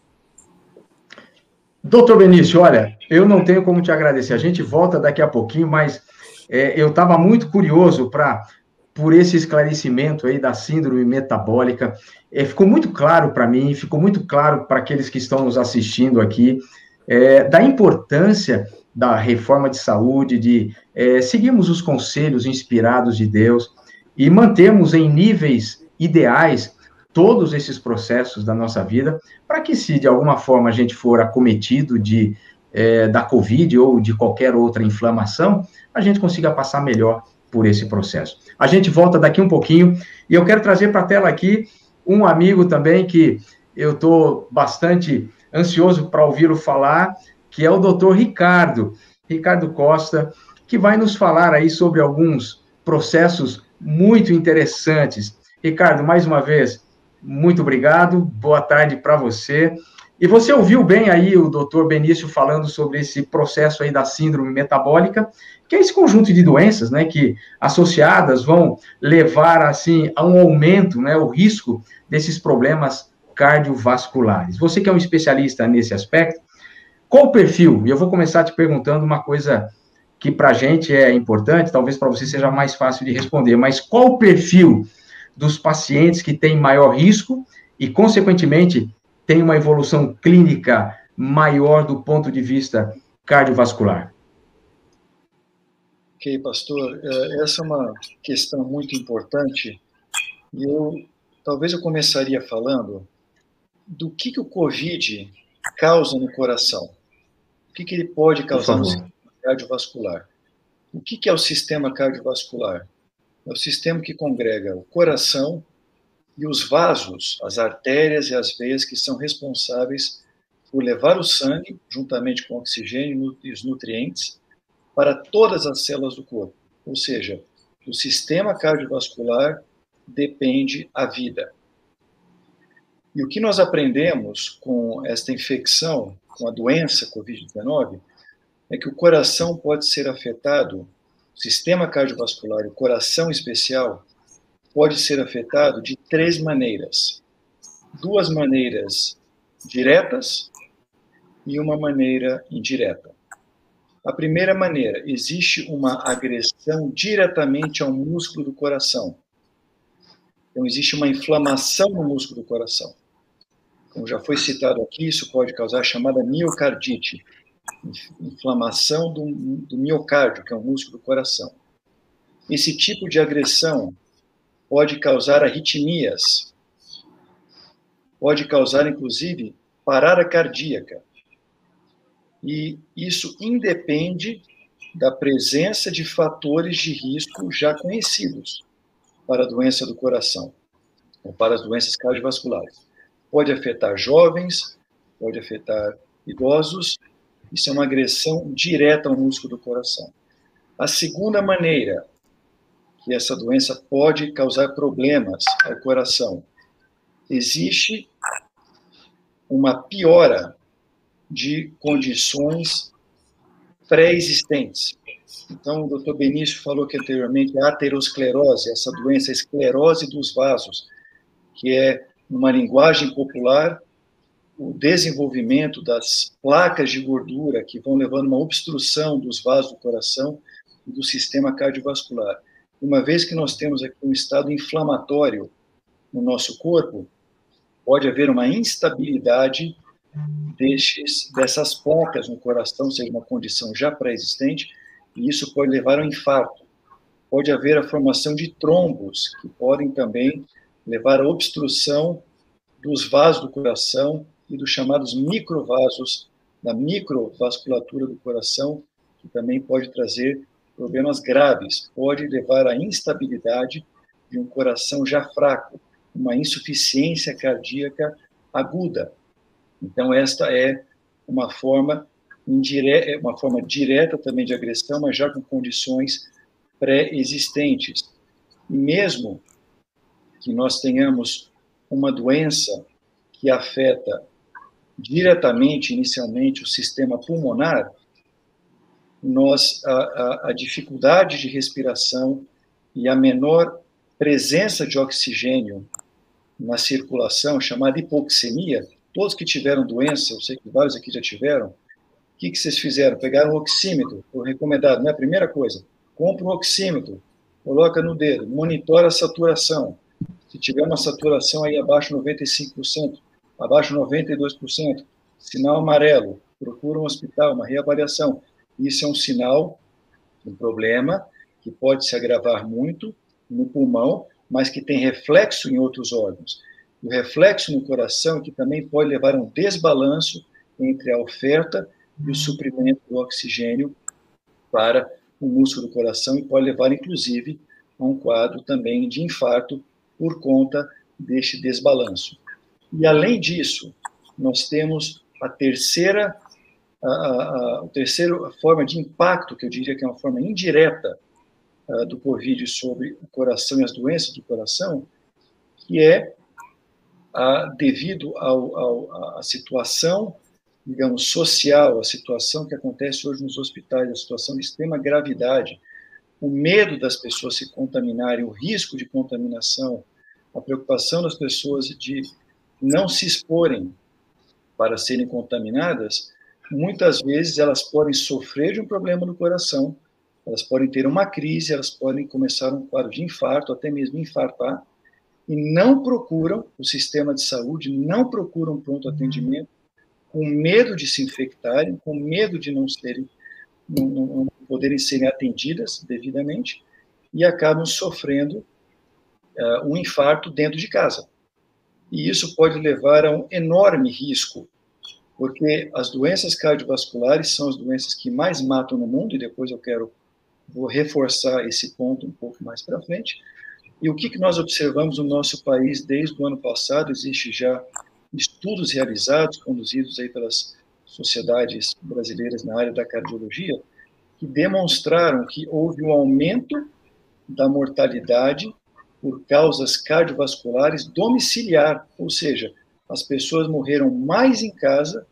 Doutor Benício, olha, eu não tenho como te agradecer. A gente volta daqui a pouquinho, mas é, eu estava muito curioso para por esse esclarecimento aí da síndrome metabólica. É, ficou muito claro para mim, ficou muito claro para aqueles que estão nos assistindo aqui, é, da importância da reforma de saúde, de é, seguirmos os conselhos inspirados de Deus e mantermos em níveis ideais todos esses processos da nossa vida, para que se de alguma forma a gente for acometido de, é, da Covid ou de qualquer outra inflamação, a gente consiga passar melhor por esse processo. A gente volta daqui um pouquinho, e eu quero trazer para a tela aqui um amigo também que eu estou bastante ansioso para ouvi-lo falar, que é o doutor Ricardo, Ricardo Costa, que vai nos falar aí sobre alguns processos muito interessantes. Ricardo, mais uma vez, muito obrigado, boa tarde para você. E você ouviu bem aí o doutor Benício falando sobre esse processo aí da síndrome metabólica, que é esse conjunto de doenças, né, que associadas vão levar, assim, a um aumento, né, o risco desses problemas cardiovasculares. Você que é um especialista nesse aspecto, qual o perfil? E eu vou começar te perguntando uma coisa que para a gente é importante, talvez para você seja mais fácil de responder, mas qual o perfil dos pacientes que têm maior risco e, consequentemente, tem uma evolução clínica maior do ponto de vista cardiovascular? Ok, pastor, essa é uma questão muito importante e eu, talvez eu começaria falando do que, que o COVID causa no coração. O que, que ele pode causar no sistema cardiovascular? O que, que é o sistema cardiovascular? É o sistema que congrega o coração e os vasos, as artérias e as veias que são responsáveis por levar o sangue, juntamente com o oxigênio e os nutrientes, para todas as células do corpo. Ou seja, do sistema cardiovascular depende a vida. E o que nós aprendemos com esta infecção, com a doença covid dezenove, é que o coração pode ser afetado, o sistema cardiovascular, o coração especial, pode ser afetado de três maneiras. Duas maneiras diretas e uma maneira indireta. A primeira maneira, existe uma agressão diretamente ao músculo do coração. Então, existe uma inflamação no músculo do coração. Como já foi citado aqui, isso pode causar a chamada miocardite, inflamação do, do miocárdio, que é o músculo do coração. Esse tipo de agressão pode causar arritmias, pode causar, inclusive, parada cardíaca. E isso independe da presença de fatores de risco já conhecidos para a doença do coração, ou para as doenças cardiovasculares. Pode afetar jovens, pode afetar idosos, isso é uma agressão direta ao músculo do coração. A segunda maneira que essa doença pode causar problemas ao coração, existe uma piora de condições pré-existentes. Então, o doutor Benício falou que anteriormente a aterosclerose, essa doença, a esclerose dos vasos, que é, numa linguagem popular, o desenvolvimento das placas de gordura que vão levando uma obstrução dos vasos do coração e do sistema cardiovascular. Uma vez que nós temos aqui um estado inflamatório no nosso corpo, pode haver uma instabilidade destes, dessas placas no coração, seja uma condição já pré-existente, e isso pode levar ao infarto. Pode haver a formação de trombos, que podem também levar à obstrução dos vasos do coração e dos chamados microvasos, da microvasculatura do coração, que também pode trazer problemas graves, pode levar à instabilidade de um coração já fraco, uma insuficiência cardíaca aguda. Então, esta é uma forma, indireta, uma forma direta também de agressão, mas já com condições pré-existentes. E mesmo que nós tenhamos uma doença que afeta diretamente, inicialmente, o sistema pulmonar, nós, a, a, a dificuldade de respiração e a menor presença de oxigênio na circulação, chamada hipoxemia, todos que tiveram doença, eu sei que vários aqui já tiveram, o que, que vocês fizeram? Pegaram um oxímetro, foi recomendado, não é a primeira coisa, compra um oxímetro, coloca no dedo, monitora a saturação, se tiver uma saturação aí abaixo de noventa e cinco por cento, abaixo de noventa e dois por cento, sinal amarelo, procura um hospital, uma reavaliação, isso é um sinal, um problema, que pode se agravar muito no pulmão, mas que tem reflexo em outros órgãos. O reflexo no coração, que também pode levar a um desbalanço entre a oferta e o suprimento do oxigênio para o músculo do coração e pode levar, inclusive, a um quadro também de infarto por conta deste desbalanço. E, além disso, nós temos a terceira a, a, a terceira forma de impacto, que eu diria que é uma forma indireta uh, do Covid sobre o coração e as doenças do coração, que é uh, devido ao, ao, à situação, digamos, social, a situação que acontece hoje nos hospitais, a situação de extrema gravidade, o medo das pessoas se contaminarem, o risco de contaminação, a preocupação das pessoas de não se exporem para serem contaminadas, muitas vezes elas podem sofrer de um problema no coração, elas podem ter uma crise, elas podem começar um quadro de infarto, até mesmo infartar, e não procuram o sistema de saúde, não procuram pronto atendimento, com medo de se infectarem, com medo de não serem, não, não poderem serem atendidas devidamente, e acabam sofrendo uh, um infarto dentro de casa. E isso pode levar a um enorme risco, porque as doenças cardiovasculares são as doenças que mais matam no mundo, e depois eu quero, vou reforçar esse ponto um pouco mais para frente. E o que, que nós observamos no nosso país desde o ano passado? Existe já estudos realizados, conduzidos aí pelas sociedades brasileiras na área da cardiologia, que demonstraram que houve um aumento da mortalidade por causas cardiovasculares domiciliar, ou seja, as pessoas morreram mais em casa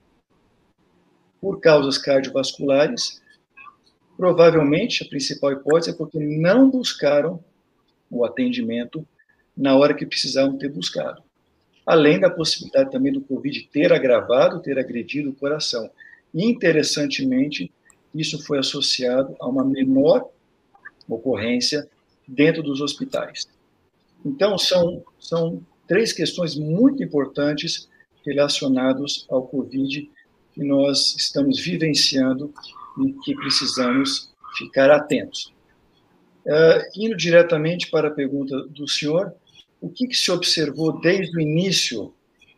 por causas cardiovasculares. Provavelmente, a principal hipótese é porque não buscaram o atendimento na hora que precisavam ter buscado. Além da possibilidade também do Covid ter agravado, ter agredido o coração. E, interessantemente, isso foi associado a uma menor ocorrência dentro dos hospitais. Então, são, são três questões muito importantes relacionadas ao Covid que nós estamos vivenciando e que precisamos ficar atentos. Uh, indo diretamente para a pergunta do senhor, o que, que se observou desde o início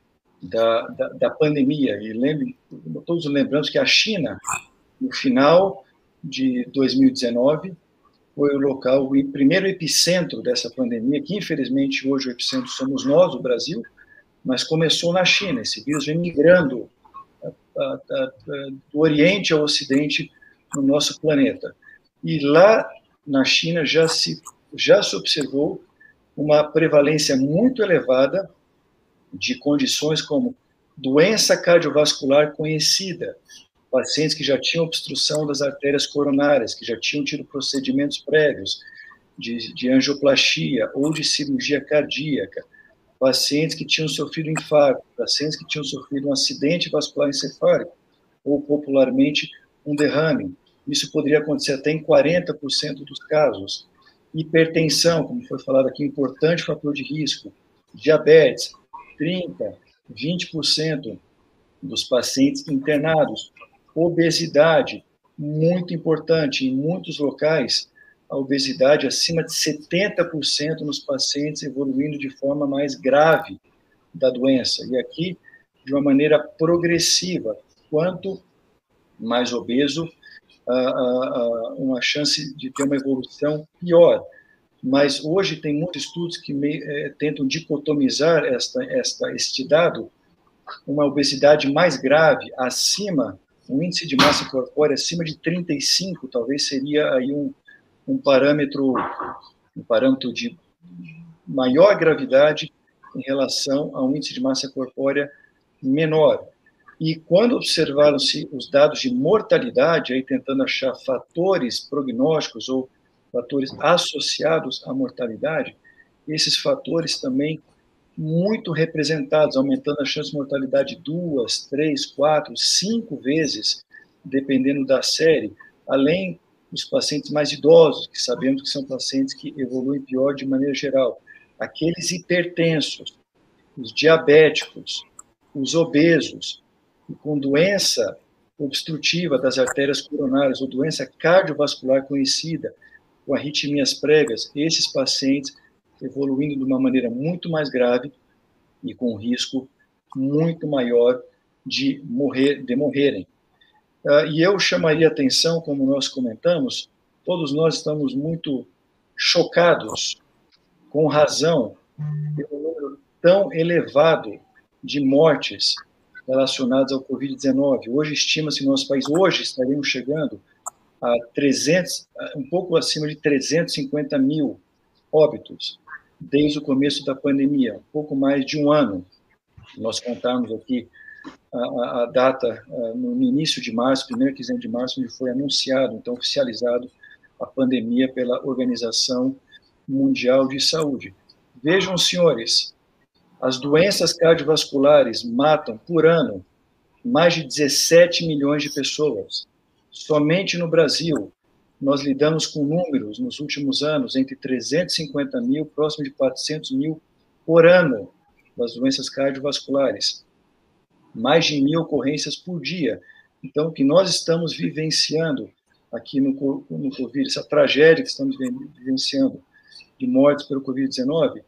da, da, da pandemia? E lembre, todos lembramos que a China, no final de dois mil e dezenove, foi o local, o primeiro epicentro dessa pandemia, que infelizmente hoje o epicentro somos nós, o Brasil, mas começou na China. Esse vírus vem migrando a, a, a, do Oriente ao Ocidente no nosso planeta. E lá na China já se, já se observou uma prevalência muito elevada de condições como doença cardiovascular conhecida, pacientes que já tinham obstrução das artérias coronárias, que já tinham tido procedimentos prévios de, de angioplastia ou de cirurgia cardíaca, pacientes que tinham sofrido infarto, pacientes que tinham sofrido um acidente vascular encefálico, ou popularmente um derrame. Isso poderia acontecer até em quarenta por cento dos casos. Hipertensão, como foi falado aqui, importante fator de risco. Diabetes, trinta, vinte por cento dos pacientes internados. Obesidade, muito importante. Em muitos locais, a obesidade acima de setenta por cento nos pacientes evoluindo de forma mais grave da doença. E aqui, de uma maneira progressiva. Quanto mais obeso, Uh, uh, uh, uma chance de ter uma evolução pior. Mas hoje tem muitos estudos que me, eh, tentam dicotomizar esta, esta, este dado, uma obesidade mais grave, acima, um índice de massa corpórea acima de trinta e cinco, talvez seria aí um, um parâmetro, um parâmetro de maior gravidade em relação a um índice de massa corpórea menor. E quando observaram-se os dados de mortalidade, aí tentando achar fatores prognósticos ou fatores associados à mortalidade, esses fatores também muito representados, aumentando a chance de mortalidade duas, três, quatro, cinco vezes, dependendo da série, além dos pacientes mais idosos, que sabemos que são pacientes que evoluem pior de maneira geral, aqueles hipertensos, os diabéticos, os obesos, com doença obstrutiva das artérias coronárias ou doença cardiovascular conhecida, com arritmias prévias, esses pacientes evoluindo de uma maneira muito mais grave e com risco muito maior de morrer, de morrerem. Uh, e eu chamaria atenção, como nós comentamos, todos nós estamos muito chocados, com razão, pelo número tão elevado de mortes relacionados ao covid dezenove. Hoje estima-se que no nosso país, hoje estaremos chegando a trezentos, um pouco acima de trezentos e cinquenta mil óbitos, desde o começo da pandemia, um pouco mais de um ano. Nós contamos aqui a, a data no início de março, primeira quinzena de março, onde foi anunciado, então oficializado, a pandemia pela Organização Mundial de Saúde. Vejam, senhores, as doenças cardiovasculares matam, por ano, mais de dezessete milhões de pessoas. Somente no Brasil, nós lidamos com números, nos últimos anos, entre trezentos e cinquenta mil, próximo de quatrocentos mil por ano, das doenças cardiovasculares. Mais de mil ocorrências por dia. Então, o que nós estamos vivenciando aqui no, no Covid, essa tragédia que estamos vivenciando de mortes pelo covid dezenove,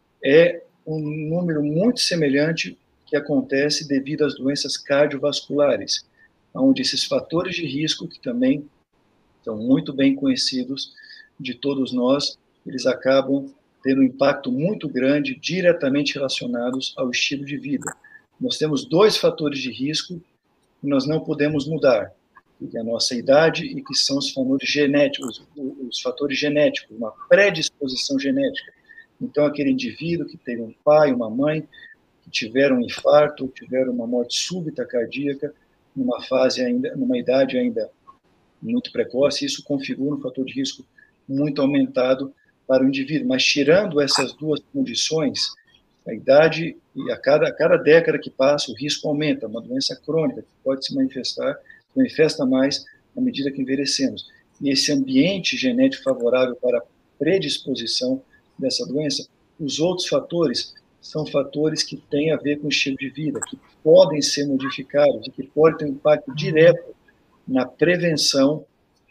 é um número muito semelhante que acontece devido às doenças cardiovasculares, onde esses fatores de risco, que também são muito bem conhecidos de todos nós, eles acabam tendo um impacto muito grande, diretamente relacionados ao estilo de vida. Nós temos dois fatores de risco que nós não podemos mudar, que é a nossa idade e que são os fatores genéticos, os fatores genéticos, uma predisposição genética. Então, aquele indivíduo que teve um pai, uma mãe, que tiveram um infarto, tiveram uma morte súbita cardíaca, numa fase ainda, numa idade ainda muito precoce, isso configura um fator de risco muito aumentado para o indivíduo. Mas, tirando essas duas condições, a idade, e a cada, a cada década que passa, o risco aumenta, uma doença crônica que pode se manifestar, se manifesta mais à medida que envelhecemos. E esse ambiente genético favorável para a predisposição dessa doença, os outros fatores são fatores que têm a ver com o estilo de vida, que podem ser modificados e que podem ter um impacto direto na prevenção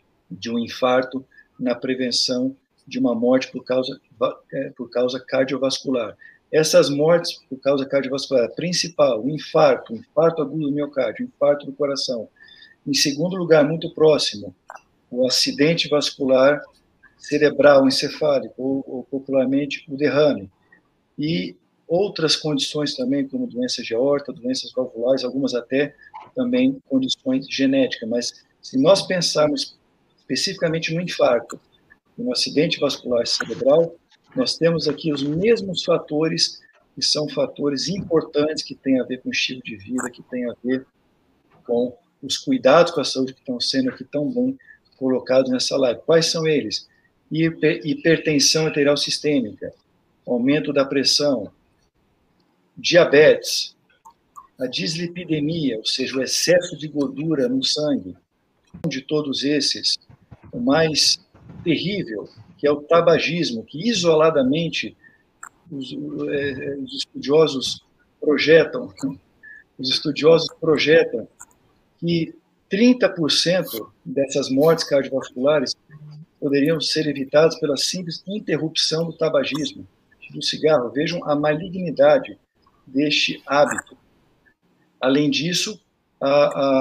de um infarto, na prevenção de uma morte por causa, por causa cardiovascular. Essas mortes por causa cardiovascular, principal, o infarto, o infarto agudo do miocárdio, o infarto do coração. Em segundo lugar, muito próximo, o acidente vascular cerebral encefálico, ou, ou popularmente o derrame. E outras condições também, como doenças de aorta, doenças valvulares, algumas até também condições genéticas. Mas se nós pensarmos especificamente no infarto, no acidente vascular cerebral, nós temos aqui os mesmos fatores, que são fatores importantes, que têm a ver com o estilo de vida, que têm a ver com os cuidados com a saúde que estão sendo aqui tão bem colocados nessa live. Quais são eles? Hipertensão arterial sistêmica, aumento da pressão, diabetes, a dislipidemia, ou seja, o excesso de gordura no sangue. De todos esses, o mais terrível, que é o tabagismo, que isoladamente os, os estudiosos projetam, os estudiosos projetam que trinta por cento dessas mortes cardiovasculares poderiam ser evitadas pela simples interrupção do tabagismo, do cigarro. Vejam a malignidade deste hábito. Além disso, a,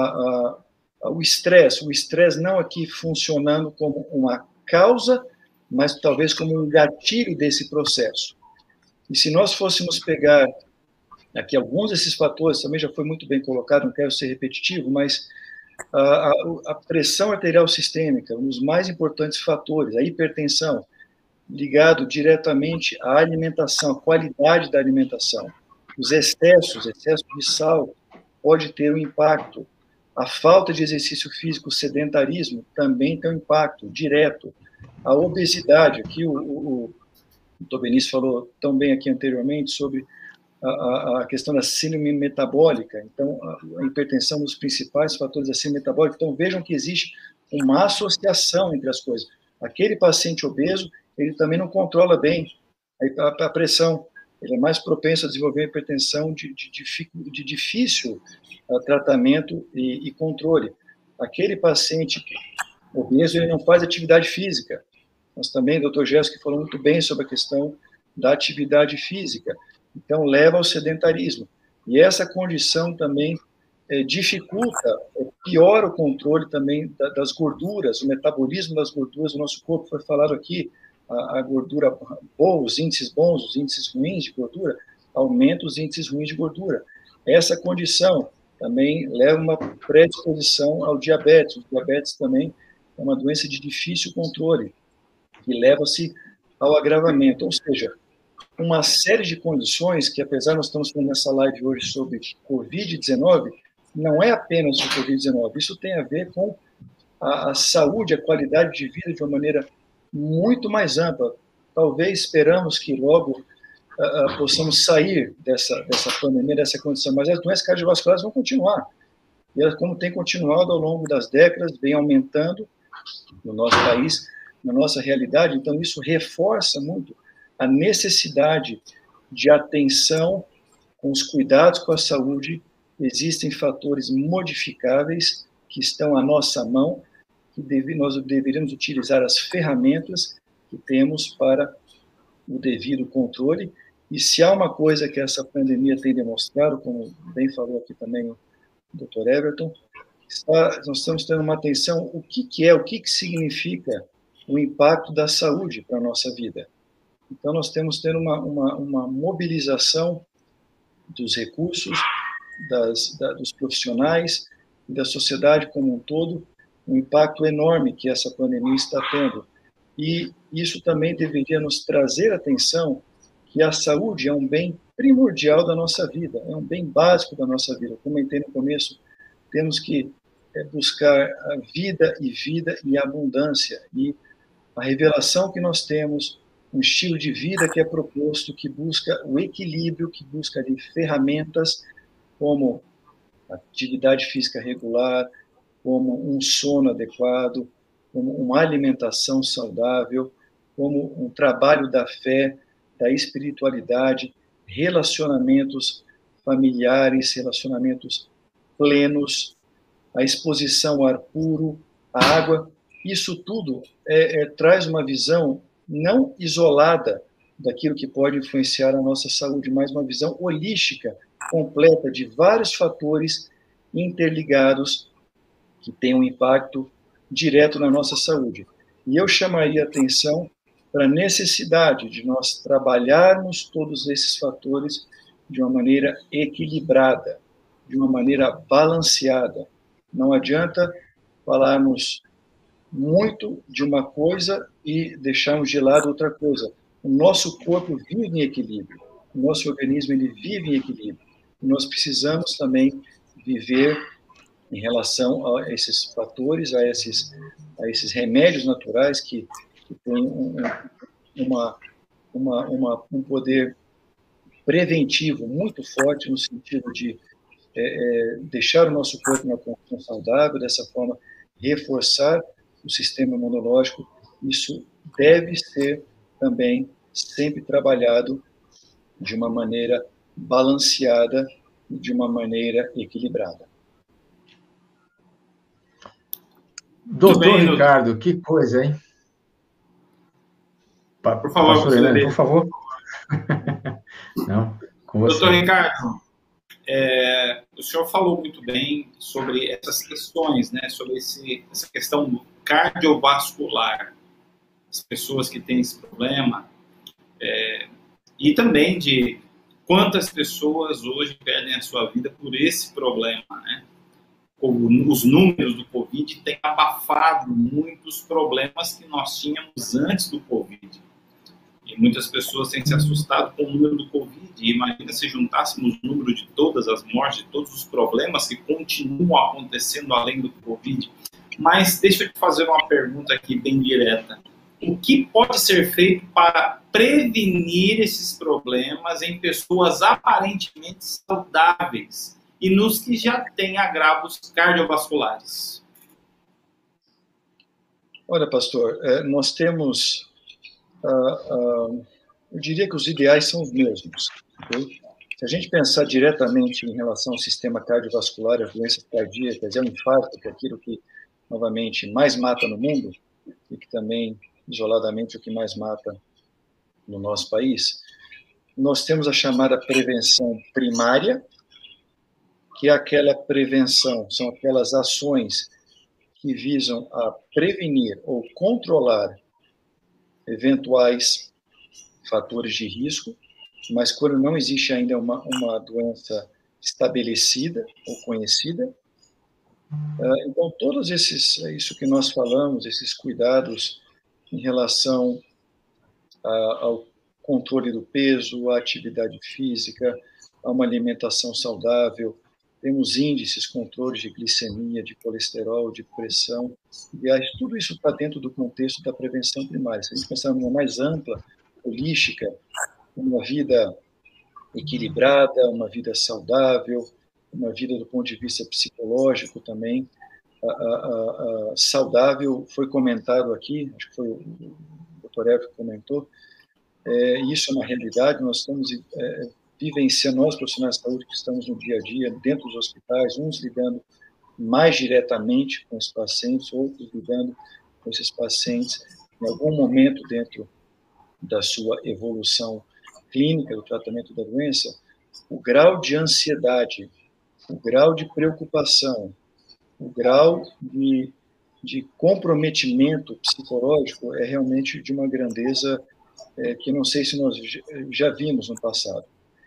a, a, o estresse, o estresse não aqui funcionando como uma causa, mas talvez como um gatilho desse processo. E se nós fôssemos pegar aqui alguns desses fatores, também já foi muito bem colocado, não quero ser repetitivo, mas a, a, a pressão arterial sistêmica, um dos mais importantes fatores, a hipertensão, ligado diretamente à alimentação, à qualidade da alimentação. Os excessos, excesso de sal, pode ter um impacto. A falta de exercício físico, o sedentarismo, também tem um impacto direto. A obesidade, aqui o, o, o Tobenice falou tão bem aqui anteriormente sobre a, a, a questão da síndrome metabólica. Então, a, a hipertensão, um dos principais fatores da síndrome metabólica. Então, vejam que existe uma associação entre as coisas. Aquele paciente obeso, ele também não controla bem a, a, a pressão. Ele é mais propenso a desenvolver hipertensão de, de, de, de difícil uh, tratamento e, e controle. Aquele paciente obeso, ele não faz atividade física. Mas também o doutor Jéssica falou muito bem sobre a questão da atividade física. Então, leva ao sedentarismo. E essa condição também é, dificulta, é, piora o controle também da, das gorduras, o metabolismo das gorduras do nosso corpo. Foi falado aqui, a, a gordura boa, os índices bons, os índices ruins de gordura, aumenta os índices ruins de gordura. essa condição também leva uma predisposição ao diabetes. O diabetes também é uma doença de difícil controle, que leva-se ao agravamento. Ou seja, uma série de condições que, apesar de nós estamos falando nessa live hoje sobre covid dezenove, não é apenas o covid dezenove. Isso tem a ver com a, a saúde, a qualidade de vida de uma maneira muito mais ampla. Talvez esperamos que logo uh, uh, possamos sair dessa, dessa pandemia, dessa condição, mas as doenças cardiovasculares vão continuar. E elas, como tem continuado ao longo das décadas, vem aumentando no nosso país, na nossa realidade. Então, isso reforça muito a necessidade de atenção com os cuidados com a saúde. Existem fatores modificáveis que estão à nossa mão, que deve, nós deveríamos utilizar as ferramentas que temos para o devido controle. E se há uma coisa que essa pandemia tem demonstrado, como bem falou aqui também o doutor Everton, está, nós estamos tendo uma atenção, o que, que é, o que, que significa o impacto da saúde para a nossa vida. Então, nós temos tendo uma, uma, uma mobilização dos recursos, das, da, dos profissionais e da sociedade como um todo, um impacto enorme que essa pandemia está tendo. E isso também deveria nos trazer atenção que a saúde é um bem primordial da nossa vida, é um bem básico da nossa vida. Como eu comentei no começo, temos que é, buscar a vida e vida e abundância. E a revelação que nós temos, um estilo de vida que é proposto, que busca o equilíbrio, que busca ali, ferramentas como atividade física regular, como um sono adequado, como uma alimentação saudável, como um trabalho da fé, da espiritualidade, relacionamentos familiares, relacionamentos plenos, a exposição ao ar puro, a água. Isso tudo é, é, traz uma visão não isolada daquilo que pode influenciar a nossa saúde, mas uma visão holística, completa, de vários fatores interligados que têm um impacto direto na nossa saúde. E eu chamaria atenção para a necessidade de nós trabalharmos todos esses fatores de uma maneira equilibrada, de uma maneira balanceada. Não adianta falarmos muito de uma coisa e deixarmos de lado outra coisa. O nosso corpo vive em equilíbrio, o nosso organismo ele vive em equilíbrio. E nós precisamos também viver em relação a esses fatores, a esses, a esses remédios naturais que, que têm um, uma, uma, uma, um poder preventivo muito forte no sentido de é, é, deixar o nosso corpo numa condição saudável, dessa forma reforçar o sistema imunológico. Isso deve ser também sempre trabalhado de uma maneira balanceada e de uma maneira equilibrada. Doutor bem, Ricardo, eu... que coisa, hein? Pa por favor, Pastor Hernani, por favor. Não, com você. Doutor Ricardo, é, o senhor falou muito bem sobre essas questões, né? Sobre esse, essa questão cardiovascular, as pessoas que têm esse problema, é, e também de quantas pessoas hoje perdem a sua vida por esse problema, né? Os números do Covid têm abafado muitos problemas que nós tínhamos antes do Covid. E muitas pessoas têm se assustado com o número do Covid. E imagina se juntássemos o número de todas as mortes, de todos os problemas que continuam acontecendo além do Covid. Mas deixa eu te fazer uma pergunta aqui bem direta. O que pode ser feito para prevenir esses problemas em pessoas aparentemente saudáveis e nos que já têm agravos cardiovasculares? Olha, pastor, nós temos, uh, uh, eu diria que os ideais são os mesmos. Okay? Se a gente pensar diretamente em relação ao sistema cardiovascular, as doenças cardíacas, é o infarto, que é aquilo que, novamente, mais mata no mundo, e que também, isoladamente, é o que mais mata no nosso país, nós temos a chamada prevenção primária, que é aquela prevenção, são aquelas ações que visam a prevenir ou controlar eventuais fatores de risco, mas quando não existe ainda uma, uma doença estabelecida ou conhecida. Então, todos esses, é isso que nós falamos, esses cuidados em relação a, ao controle do peso, à atividade física, a uma alimentação saudável, temos índices, controles de glicemia, de colesterol, de pressão, e tudo isso está dentro do contexto da prevenção primária. Se a gente pensar numa mais ampla, holística, uma vida equilibrada, uma vida saudável, uma vida do ponto de vista psicológico também, a, a, a, a saudável, foi comentado aqui, acho que foi o doutor Elvio que comentou, é, isso é uma realidade, nós estamos é, vivenciando, nós profissionais de saúde que estamos no dia a dia, dentro dos hospitais, uns lidando mais diretamente com os pacientes, outros lidando com esses pacientes em algum momento dentro da sua evolução clínica, do tratamento da doença, o grau de ansiedade, o grau de preocupação, o grau de, de comprometimento psicológico é realmente de uma grandeza é, que não sei se nós já vimos no passado.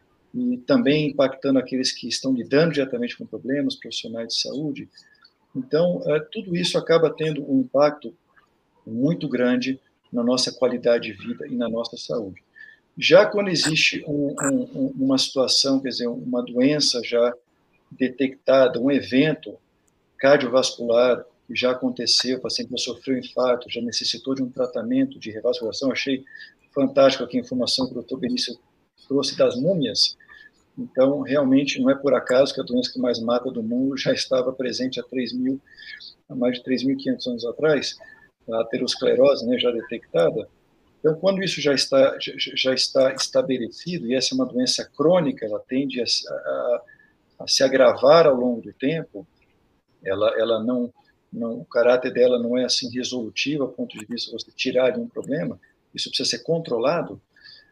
E também impactando aqueles que estão lidando diretamente com problemas, profissionais de saúde. Então, é, tudo isso acaba tendo um impacto muito grande na nossa qualidade de vida e na nossa saúde. Já quando existe um, um, uma situação, quer dizer, uma doença já detectada, um evento cardiovascular que já aconteceu, o paciente já sofreu infarto, já necessitou de um tratamento de revascularização, achei fantástico aqui a informação que o doutor Benício trouxe das múmias. Então, realmente, não é por acaso que a doença que mais mata do mundo já estava presente há, três mil, há mais de três mil e quinhentos anos atrás, a aterosclerose, né, já detectada. Então, quando isso já está, já, já está estabelecido, e essa é uma doença crônica, ela tende a, a, a se agravar ao longo do tempo, ela, ela não, não, o caráter dela não é assim resolutivo, a ponto de vista de você tirar de um problema, isso precisa ser controlado,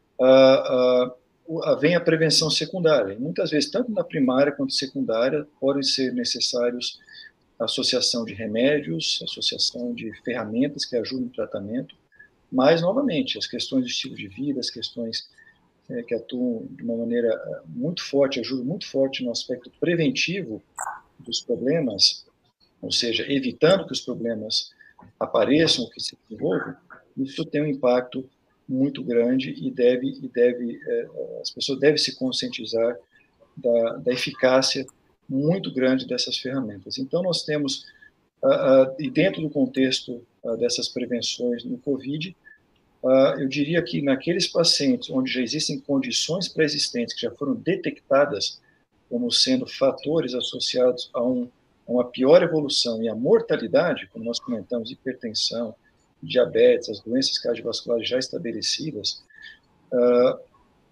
ah, ah, vem a prevenção secundária. E muitas vezes, tanto na primária quanto secundária, podem ser necessários a associação de remédios, associação de ferramentas que ajudam no tratamento, mas, novamente, as questões de estilo de vida, as questões é, que atuam de uma maneira muito forte, ajudam muito forte no aspecto preventivo dos problemas, ou seja, evitando que os problemas apareçam, que se desenvolvam, isso tem um impacto muito grande e deve, e deve é, as pessoas devem se conscientizar da, da eficácia muito grande dessas ferramentas. Então, nós temos, uh, uh, e dentro do contexto uh, dessas prevenções no COVID, uh, eu diria que naqueles pacientes onde já existem condições pré-existentes que já foram detectadas como sendo fatores associados a, um, a uma pior evolução e a mortalidade, como nós comentamos, hipertensão, diabetes, as doenças cardiovasculares já estabelecidas, uh,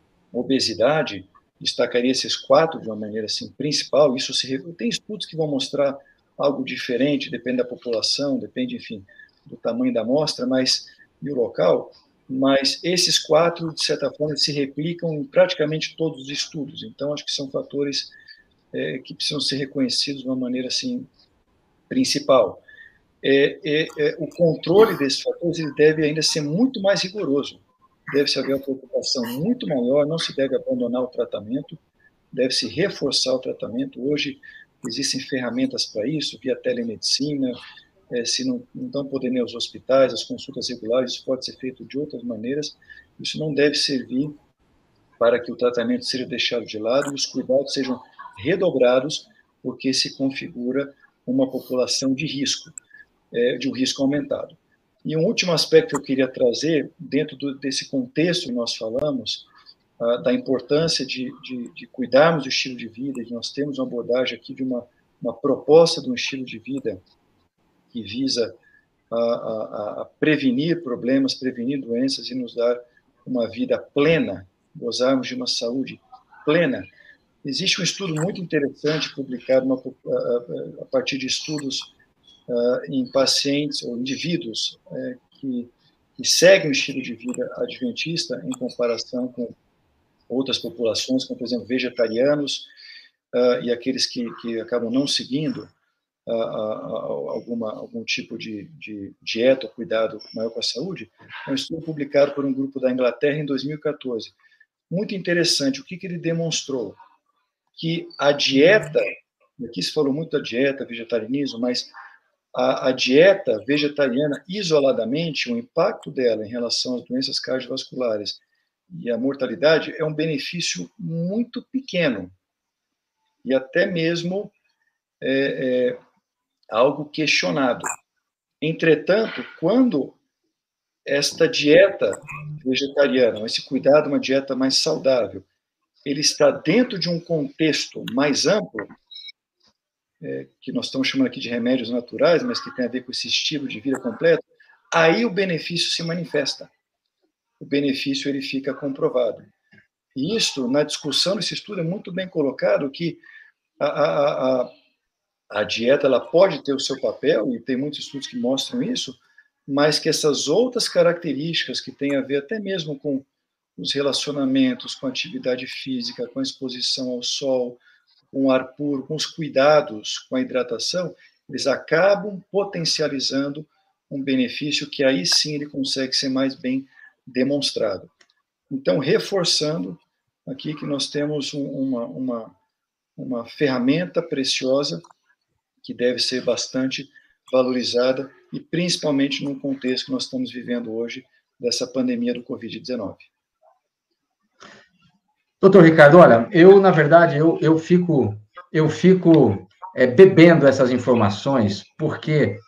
obesidade, destacaria esses quatro de uma maneira assim, principal. Isso se, tem estudos que vão mostrar algo diferente, depende da população, depende, enfim, do tamanho da amostra, mas, e o local, mas esses quatro, de certa forma, se replicam em praticamente todos os estudos. Então, acho que são fatores é, que precisam ser reconhecidos de uma maneira assim, principal. É, é, é, o controle desses fatores ele deve ainda ser muito mais rigoroso. Deve-se haver uma preocupação muito maior, não se deve abandonar o tratamento, deve-se reforçar o tratamento. Hoje existem ferramentas para isso, via telemedicina, é, se não, não estão podendo ir aos hospitais, as consultas regulares, isso pode ser feito de outras maneiras. Isso não deve servir para que o tratamento seja deixado de lado e os cuidados sejam redobrados, porque se configura uma população de risco, é, de um risco aumentado. E um último aspecto que eu queria trazer, dentro do, desse contexto que nós falamos, uh, da importância de, de, de cuidarmos do estilo de vida, de nós termos uma abordagem aqui de uma, uma proposta de um estilo de vida que visa a, a, a prevenir problemas, prevenir doenças e nos dar uma vida plena, gozarmos de uma saúde plena. Existe um estudo muito interessante publicado uma, a, a, a partir de estudos Uh, em pacientes ou indivíduos uh, que, que seguem o estilo de vida adventista em comparação com outras populações, como, por exemplo, vegetarianos uh, e aqueles que, que acabam não seguindo uh, uh, alguma, algum tipo de, de dieta ou cuidado maior com a saúde. É um estudo publicado por um grupo da Inglaterra em dois mil e quatorze. Muito interessante. O que, que ele demonstrou? que a dieta, aqui se falou muito da dieta, vegetarianismo, mas a, a dieta vegetariana, isoladamente, o impacto dela em relação às doenças cardiovasculares e a mortalidade é um benefício muito pequeno, e até mesmo é, é, algo questionado. Entretanto, quando esta dieta vegetariana, esse cuidado, uma dieta mais saudável, ele está dentro de um contexto mais amplo, é, que nós estamos chamando aqui de remédios naturais, mas que tem a ver com esse estilo de vida completo, aí o benefício se manifesta. O benefício ele fica comprovado. E isso, na discussão desse estudo, é muito bem colocado que a, a, a, a dieta ela pode ter o seu papel, e tem muitos estudos que mostram isso, mas que essas outras características que têm a ver até mesmo com os relacionamentos, com a atividade física, com a exposição ao sol, com o ar puro, com os cuidados, com a hidratação, eles acabam potencializando um benefício que aí sim ele consegue ser mais bem demonstrado. Então, reforçando aqui que nós temos um, uma, uma, uma ferramenta preciosa que deve ser bastante valorizada, e principalmente num contexto que nós estamos vivendo hoje, dessa pandemia do covid dezenove. Doutor Ricardo, olha, eu, na verdade, eu, eu fico, eu fico é, bebendo essas informações, porque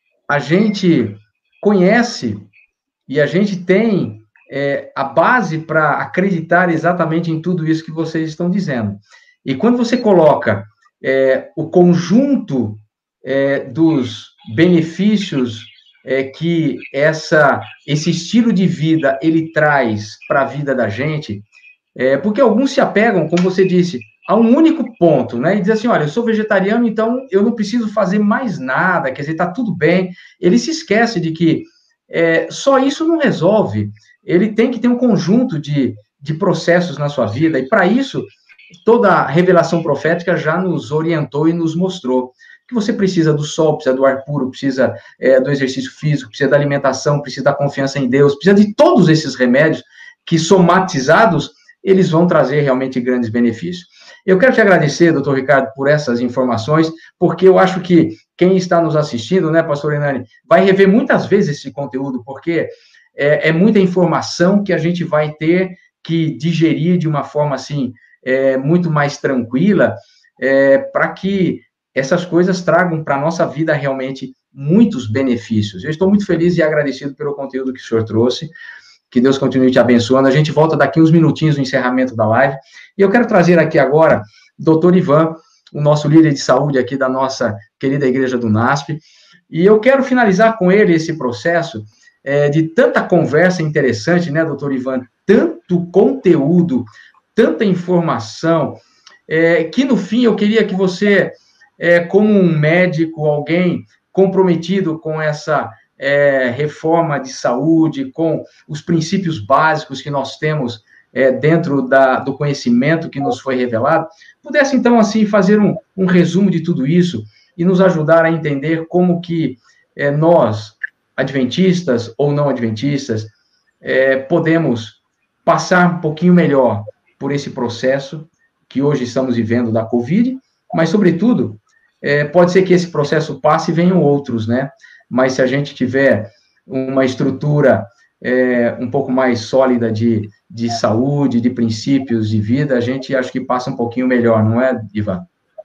a gente conhece e a gente tem é, a base para acreditar exatamente em tudo isso que vocês estão dizendo. E quando você coloca é, o conjunto é, dos benefícios é, que essa, esse estilo de vida ele traz para a vida da gente, é, porque alguns se apegam, como você disse, a um único ponto, né? E diz assim, olha, eu sou vegetariano, então eu não preciso fazer mais nada, quer dizer, está tudo bem. Ele se esquece de que é, só isso não resolve. Ele tem que ter um conjunto de, de processos na sua vida, e para isso, toda a revelação profética já nos orientou e nos mostrou que você precisa do sol, precisa do ar puro, precisa é, do exercício físico, precisa da alimentação, precisa da confiança em Deus, precisa de todos esses remédios que, somatizados, eles vão trazer realmente grandes benefícios. Eu quero te agradecer, doutor Ricardo, por essas informações, porque eu acho que quem está nos assistindo, né, pastor Hernani, vai rever muitas vezes esse conteúdo, porque é, é muita informação que a gente vai ter que digerir de uma forma, assim, é, muito mais tranquila, é, para que essas coisas tragam para a nossa vida realmente muitos benefícios. Eu estou muito feliz e agradecido pelo conteúdo que o senhor trouxe. Que Deus continue te abençoando. A gente volta daqui uns minutinhos no encerramento da live. E eu quero trazer aqui agora o doutor Ivan, o nosso líder de saúde aqui da nossa querida igreja do NASP. E eu quero finalizar com ele esse processo é, de tanta conversa interessante, né, doutor Ivan? Tanto conteúdo, tanta informação, é, que no fim eu queria que você, é, como um médico, alguém comprometido com essa É, reforma de saúde, com os princípios básicos que nós temos é, dentro da, do conhecimento que nos foi revelado, pudesse, então, assim, fazer um, um resumo de tudo isso e nos ajudar a entender como que é, nós, adventistas ou não adventistas, é, podemos passar um pouquinho melhor por esse processo que hoje estamos vivendo da Covid, mas, sobretudo, é, pode ser que esse processo passe e venham outros, né? Mas se a gente tiver uma estrutura é, um pouco mais sólida de, de saúde, de princípios de vida, a gente acho que passa um pouquinho melhor, não é, Ivan?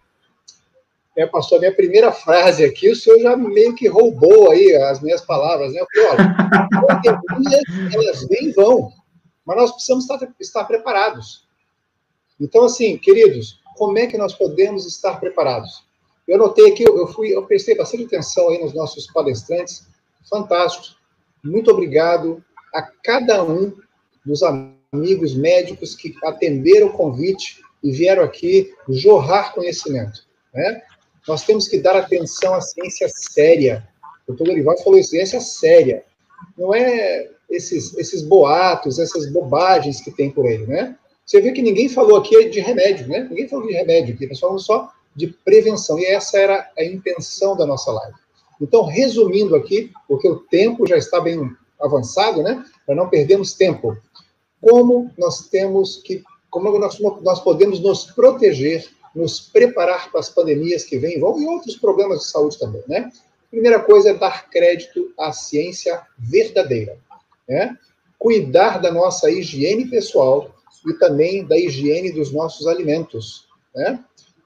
É, pastor, a minha primeira frase aqui, o senhor já meio que roubou aí as minhhas palavras, né? Eu falei, olha, pandemias, elas vêm e vão, mas nós precisamos estar, estar preparados. Então, assim, queridos, como é que nós podemos estar preparados? Eu notei aqui, eu, fui, eu prestei bastante atenção aí nos nossos palestrantes, fantásticos. Muito obrigado a cada um dos amigos médicos que atenderam o convite e vieram aqui jorrar conhecimento, né? Nós temos que dar atenção à ciência séria. O doutor Dorival falou isso, ciência séria. Não é esses, esses boatos, essas bobagens que tem por aí, né? Você vê que ninguém falou aqui de remédio, né? Ninguém falou de remédio aqui, nós falamos só de prevenção, e essa era a intenção da nossa live. Então, resumindo aqui, porque o tempo já está bem avançado, né? Para não perdermos tempo. Como nós temos que como nós, nós podemos nos proteger, nos preparar para as pandemias que vêm, vão, e outros problemas de saúde também, né? Primeira coisa é dar crédito à ciência verdadeira, né? Cuidar da nossa higiene pessoal e também da higiene dos nossos alimentos, né?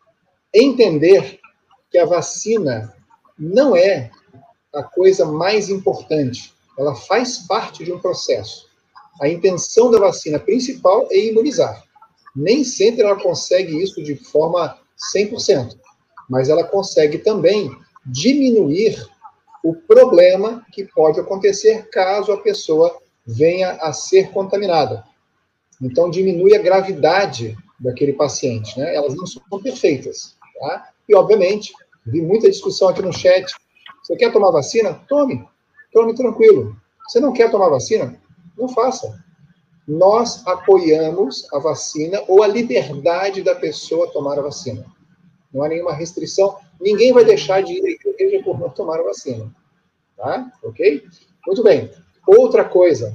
Entender que a vacina não é a coisa mais importante, ela faz parte de um processo. A intenção da vacina principal é imunizar. Nem sempre ela consegue isso de forma cem por cento, mas ela consegue também diminuir o problema que pode acontecer caso a pessoa venha a ser contaminada. Então, diminui a gravidade daquele paciente, né? Elas não são perfeitas, tá? E, obviamente, vi muita discussão aqui no chat. Você quer tomar vacina? Tome. Tome tranquilo. Você não quer tomar vacina? Não faça. Nós apoiamos a vacina ou a liberdade da pessoa tomar a vacina. Não há nenhuma restrição. Ninguém vai deixar de ir à igreja por não tomar a vacina. Tá? Ok? Muito bem. Outra coisa.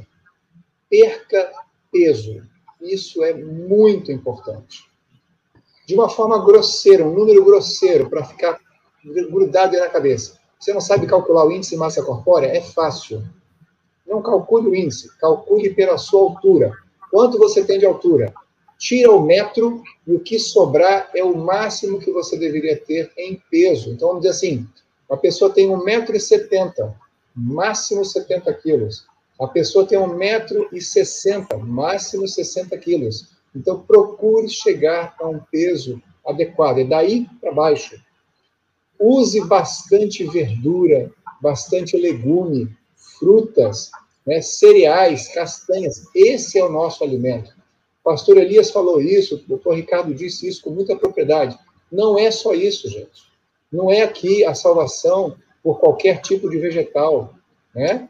Perca peso. Isso é muito importante. De uma forma grosseira, um número grosseiro, para ficar grudado aí na cabeça. Você não sabe calcular o índice de massa corpórea? É fácil. Não calcule o índice, calcule pela sua altura. Quanto você tem de altura? Tira o metro e o que sobrar é o máximo que você deveria ter em peso. Então, vamos dizer assim, a pessoa tem um metro e setenta, máximo setenta quilos. A pessoa tem um metro e sessenta, máximo sessenta quilos. Então, procure chegar a um peso adequado. É daí para baixo. Use bastante verdura, bastante legume, frutas, né, cereais, castanhas. Esse é o nosso alimento. O pastor Elias falou isso, o doutor Ricardo disse isso com muita propriedade. Não é só isso, gente. Não é aqui a salvação por qualquer tipo de vegetal, né?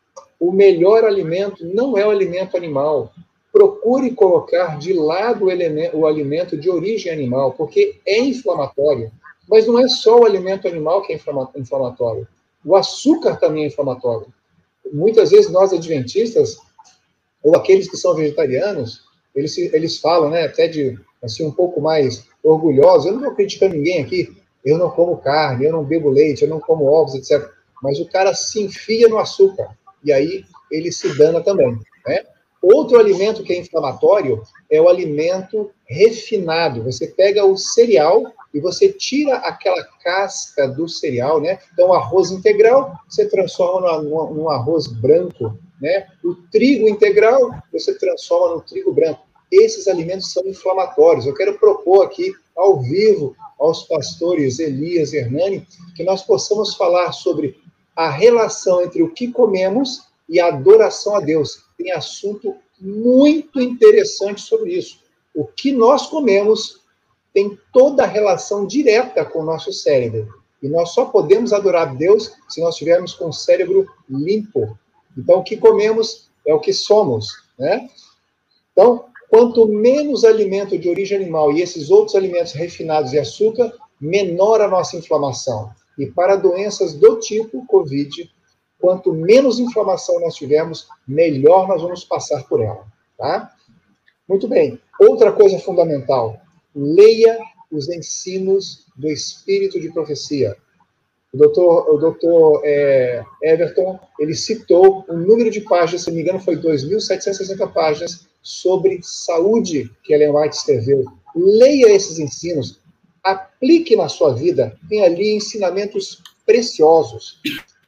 O melhor alimento não é o alimento animal. Procure colocar de lado o, elemento, o alimento de origem animal, porque é inflamatório. Mas não é só o alimento animal que é inflamatório. O açúcar também é inflamatório. Muitas vezes nós, adventistas, ou aqueles que são vegetarianos, eles, eles falam, né, até de, assim, um pouco mais orgulhosos. Eu não estou criticando ninguém aqui. Eu não como carne, eu não bebo leite, eu não como ovos, etcétera. Mas o cara se enfia no açúcar. E aí ele se dana também, né? Outro alimento que é inflamatório é o alimento refinado. Você pega o cereal e você tira aquela casca do cereal, né? Então, o arroz integral, você transforma num, num arroz branco, né? O trigo integral, você transforma no trigo branco. Esses alimentos são inflamatórios. Eu quero propor aqui, ao vivo, aos pastores Elias e Hernani, que nós possamos falar sobre a relação entre o que comemos e a adoração a Deus. Tem assunto muito interessante sobre isso. O que nós comemos tem toda a relação direta com o nosso cérebro. E nós só podemos adorar a Deus se nós tivermos com o cérebro limpo. Então, o que comemos é o que somos, né? Então, quanto menos alimento de origem animal e esses outros alimentos refinados e açúcar, menor a nossa inflamação. E para doenças do tipo Covid, quanto menos inflamação nós tivermos, melhor nós vamos passar por ela, tá? Muito bem. Outra coisa fundamental, leia os ensinos do Espírito de Profecia. O doutor, o doutor é, Everton, ele citou um número de páginas, se não me engano, foi dois mil setecentas e sessenta páginas, sobre saúde que Ellen White escreveu. Leia esses ensinos, aplique na sua vida, tem ali ensinamentos preciosos.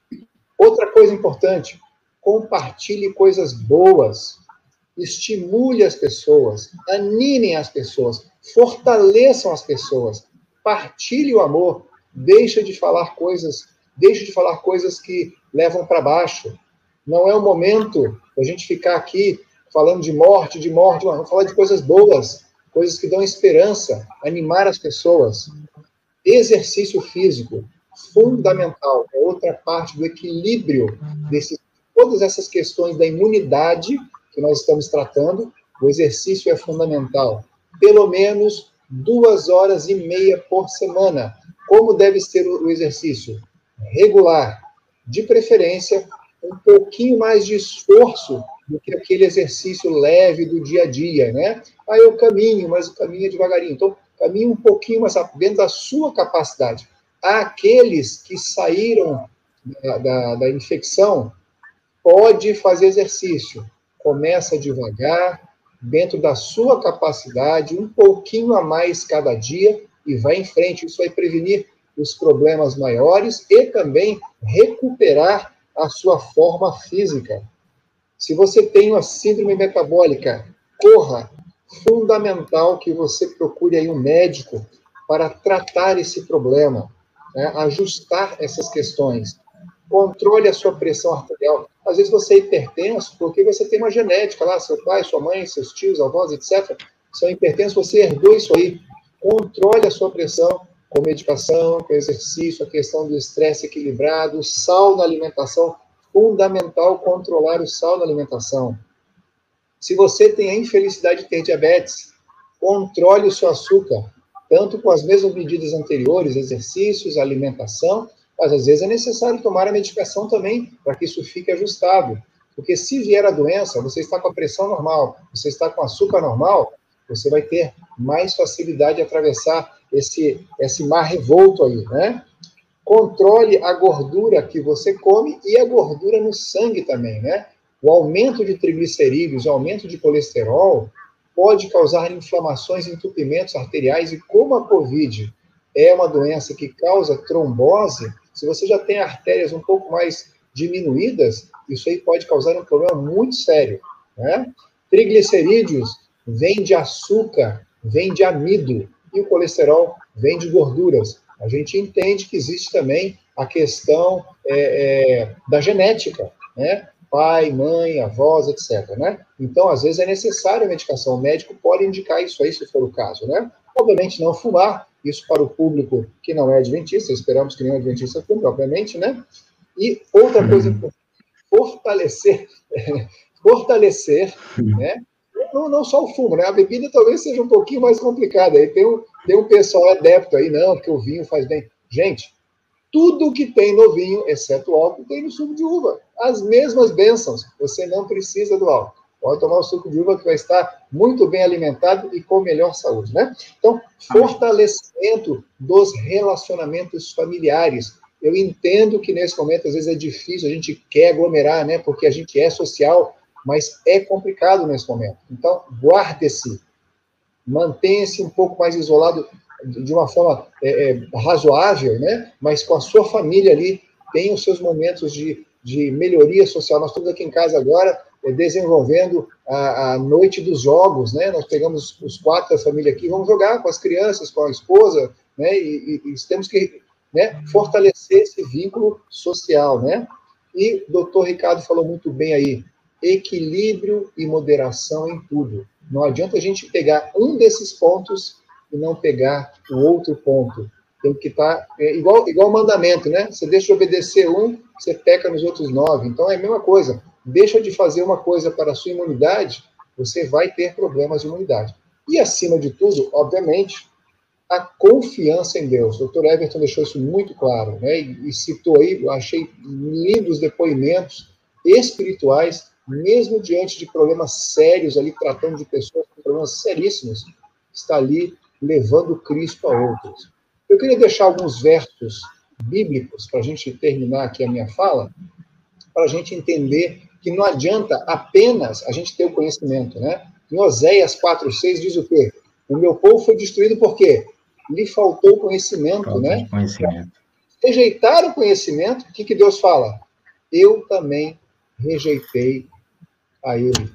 Outra coisa importante, compartilhe coisas boas, estimule as pessoas, animem as pessoas, fortaleçam as pessoas, partilhe o amor, deixa de falar coisas, deixa de falar coisas que levam para baixo. Não é o momento da gente ficar aqui falando de morte, de morte, vamos falar de coisas boas, coisas que dão esperança, animar as pessoas. Exercício físico, fundamental, é outra parte do equilíbrio desses, todas essas questões da imunidade que nós estamos tratando. O exercício é fundamental. Pelo menos duas horas e meia por semana. Como deve ser o exercício? Regular. De preferência, um pouquinho mais de esforço do que aquele exercício leve do dia a dia, né? Aí eu caminho, mas o caminho é devagarinho. Então, caminho um pouquinho mais rápido, dentro da sua capacidade. Há aqueles que saíram da, da, da infecção, pode fazer exercício. Começa devagar, dentro da sua capacidade, um pouquinho a mais cada dia, e vai em frente. Isso vai prevenir os problemas maiores e também recuperar a sua forma física. Se você tem uma síndrome metabólica, corra. Fundamental que você procure aí um médico para tratar esse problema, né? Ajustar essas questões. Controle a sua pressão arterial. Às vezes você é hipertenso porque você tem uma genética lá, seu pai, sua mãe, seus tios, avós, etcétera, são hipertensos, você herdou isso aí. Controle a sua pressão com medicação, com exercício, a questão do estresse equilibrado, sal na alimentação. Fundamental controlar o sal na alimentação. Se você tem a infelicidade de ter diabetes, controle o seu açúcar, tanto com as mesmas medidas anteriores, exercícios, alimentação, mas às vezes é necessário tomar a medicação também, para que isso fique ajustado. Porque se vier a doença, você está com a pressão normal, você está com açúcar normal, você vai ter mais facilidade de atravessar esse, esse mar revolto aí, né? Controle a gordura que você come e a gordura no sangue também, né? O aumento de triglicerídeos, o aumento de colesterol pode causar inflamações e entupimentos arteriais, e como a COVID é uma doença que causa trombose, se você já tem artérias um pouco mais diminuídas, isso aí pode causar um problema muito sério, né? Triglicerídeos vem de açúcar, vem de amido, e o colesterol vem de gorduras. A gente entende que existe também a questão é, é, da genética, né? Pai, mãe, avós, etcétera, né? Então, às vezes, é necessária a medicação. O médico pode indicar isso aí, se for o caso, né? Obviamente, não fumar, isso para o público que não é adventista, esperamos que nenhum adventista fume, obviamente, né? E outra coisa importante, fortalecer, fortalecer, né? Não, não só o fumo, né? A bebida talvez seja um pouquinho mais complicada. Aí tem um, tem um pessoal adepto aí, não, porque o vinho faz bem. Gente, tudo que tem no vinho, exceto o álcool, tem no suco de uva. As mesmas bênçãos. Você não precisa do álcool. Pode tomar o suco de uva que vai estar muito bem alimentado e com melhor saúde, né? Então, fortalecimento dos relacionamentos familiares. Eu entendo que nesse momento, às vezes, é difícil, a gente quer aglomerar, né? Porque a gente é social, mas é complicado nesse momento. Então, guarde-se. Mantenha-se um pouco mais isolado de uma forma é, é, razoável, né? Mas com a sua família ali, tem os seus momentos de, de melhoria social. Nós estamos aqui em casa agora é, desenvolvendo a, a noite dos jogos, né? Nós pegamos os quatro da família aqui, vamos jogar com as crianças, com a esposa, né? E, e, e temos que, né, fortalecer esse vínculo social, né? E o doutor Ricardo falou muito bem aí, equilíbrio e moderação em tudo. Não adianta a gente pegar um desses pontos e não pegar o outro ponto. Tem que estar... É igual, igual mandamento, né? Você deixa de obedecer um, você peca nos outros nove. Então, é a mesma coisa. Deixa de fazer uma coisa para a sua imunidade, você vai ter problemas de imunidade. E, acima de tudo, obviamente, a confiança em Deus. O doutor Everton deixou isso muito claro, né? E, e citou aí, eu achei lindos depoimentos espirituais, mesmo diante de problemas sérios ali, tratando de pessoas com problemas seríssimos, está ali levando Cristo a outros. Eu queria deixar alguns versos bíblicos para a gente terminar aqui a minha fala, para a gente entender que não adianta apenas a gente ter o conhecimento, né? Em Oséias quatro, seis diz o quê? O meu povo foi destruído por quê? Lhe faltou conhecimento, faltou né? Conhecimento. Rejeitar o conhecimento, o que, que Deus fala? Eu também rejeitei a ele.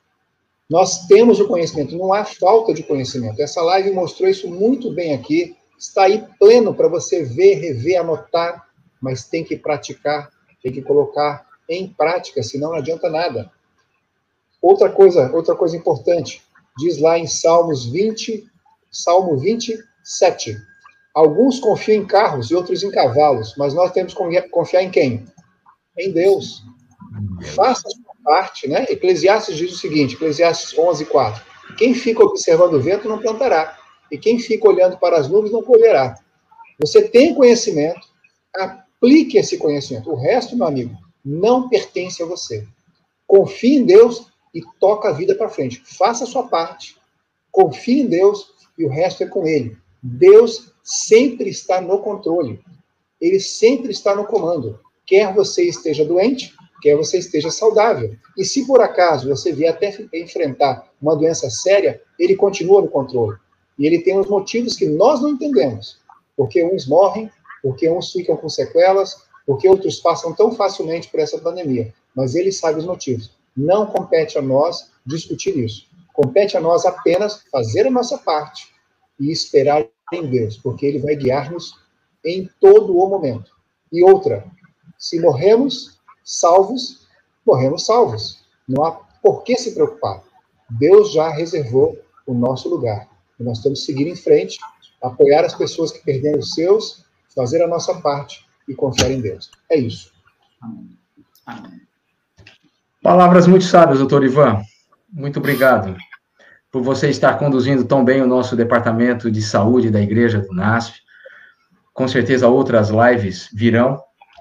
Nós temos o conhecimento, não há falta de conhecimento. Essa live mostrou isso muito bem aqui. Está aí pleno para você ver, rever, anotar, mas tem que praticar, tem que colocar em prática, senão não adianta nada. Outra coisa, outra coisa importante, diz lá em Salmos vinte, Salmo vinte e sete. Alguns confiam em carros e outros em cavalos, mas nós temos que confiar em quem? Em Deus. Faça a sua parte, né? Eclesiastes diz o seguinte, Eclesiastes onze, quatro. Quem fica observando o vento não plantará, e quem fica olhando para as nuvens não colherá. Você tem conhecimento, aplique esse conhecimento. O resto, meu amigo, não pertence a você. Confie em Deus e toca a vida para frente. Faça a sua parte, confie em Deus e o resto é com Ele. Deus sempre está no controle. Ele sempre está no comando. Quer você esteja doente, quer você esteja saudável. E se por acaso você vier até enfrentar uma doença séria, Ele continua no controle. E Ele tem os motivos que nós não entendemos. Porque uns morrem, porque uns ficam com sequelas, porque outros passam tão facilmente por essa pandemia. Mas Ele sabe os motivos. Não compete a nós discutir isso. Compete a nós apenas fazer a nossa parte e esperar em Deus, porque Ele vai guiar-nos em todo o momento. E outra, se morremos salvos, morremos salvos. Não há por que se preocupar. Deus já reservou o nosso lugar. E nós temos que seguir em frente, apoiar as pessoas que perderam os seus, fazer a nossa parte e confiar em Deus. É isso. Amém. Palavras muito sábias, doutor Ivan. Muito obrigado por você estar conduzindo tão bem o nosso departamento de saúde da Igreja do N A S F. Com certeza outras lives virão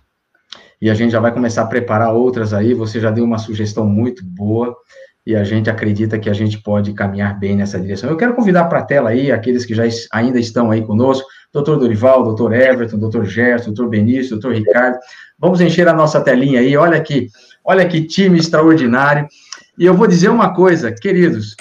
e a gente já vai começar a preparar outras aí. Você já deu uma sugestão muito boa e a gente acredita que a gente pode caminhar bem nessa direção. Eu quero convidar para a tela aí aqueles que já ainda estão aí conosco, doutor Dorival, doutor Everton, doutor Gerson, doutor Benício, doutor Ricardo. Vamos encher a nossa telinha aí, olha aqui, olha que time extraordinário. E eu vou dizer uma coisa, queridos,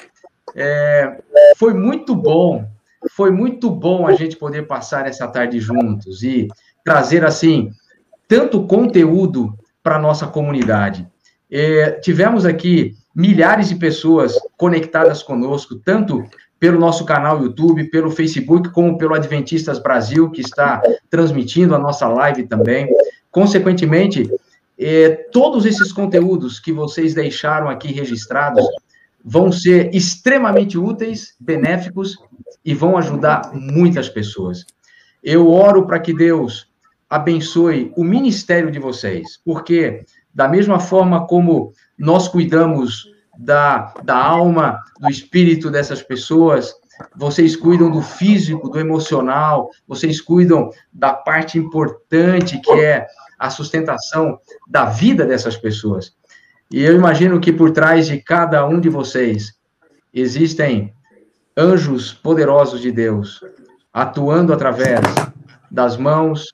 é, foi muito bom, foi muito bom a gente poder passar essa tarde juntos e trazer, assim, tanto conteúdo para a nossa comunidade. É, tivemos aqui milhares de pessoas conectadas conosco, tanto pelo nosso canal YouTube, pelo Facebook, como pelo Adventistas Brasil, que está transmitindo a nossa live também. Consequentemente, eh, todos esses conteúdos que vocês deixaram aqui registrados vão ser extremamente úteis, benéficos e vão ajudar muitas pessoas. Eu oro para que Deus abençoe o ministério de vocês, porque da mesma forma como nós cuidamos da, da alma, do espírito dessas pessoas, vocês cuidam do físico, do emocional, vocês cuidam da parte importante que é a sustentação da vida dessas pessoas. E eu imagino que por trás de cada um de vocês existem anjos poderosos de Deus, atuando através das mãos,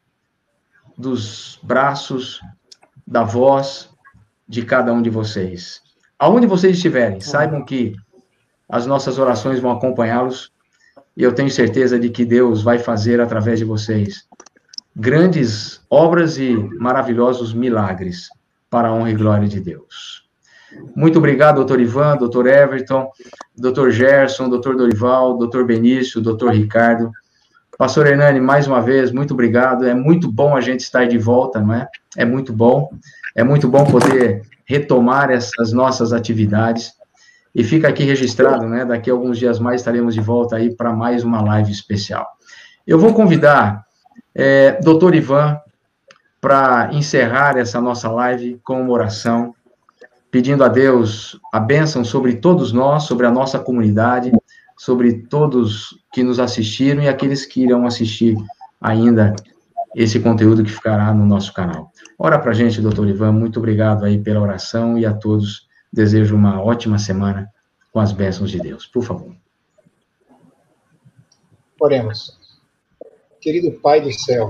dos braços, da voz de cada um de vocês. Aonde vocês estiverem, saibam que as nossas orações vão acompanhá-los e eu tenho certeza de que Deus vai fazer através de vocês grandes obras e maravilhosos milagres para a honra e glória de Deus. Muito obrigado, doutor Ivan, doutor Everton, doutor Gerson, doutor Dorival, doutor Benício, doutor Ricardo. Pastor Hernani, mais uma vez, muito obrigado. É muito bom a gente estar de volta, não é? É muito bom. É muito bom poder retomar essas nossas atividades. E fica aqui registrado, né? Daqui a alguns dias mais estaremos de volta aí para mais uma live especial. Eu vou convidar é, doutor Ivan para encerrar essa nossa live com uma oração, pedindo a Deus a bênção sobre todos nós, sobre a nossa comunidade, sobre todos que nos assistiram e aqueles que irão assistir ainda esse conteúdo que ficará no nosso canal. Ora para a gente, doutor Ivan, muito obrigado aí pela oração e a todos desejo uma ótima semana com as bênçãos de Deus. Por favor. Oremos. Querido Pai do céu,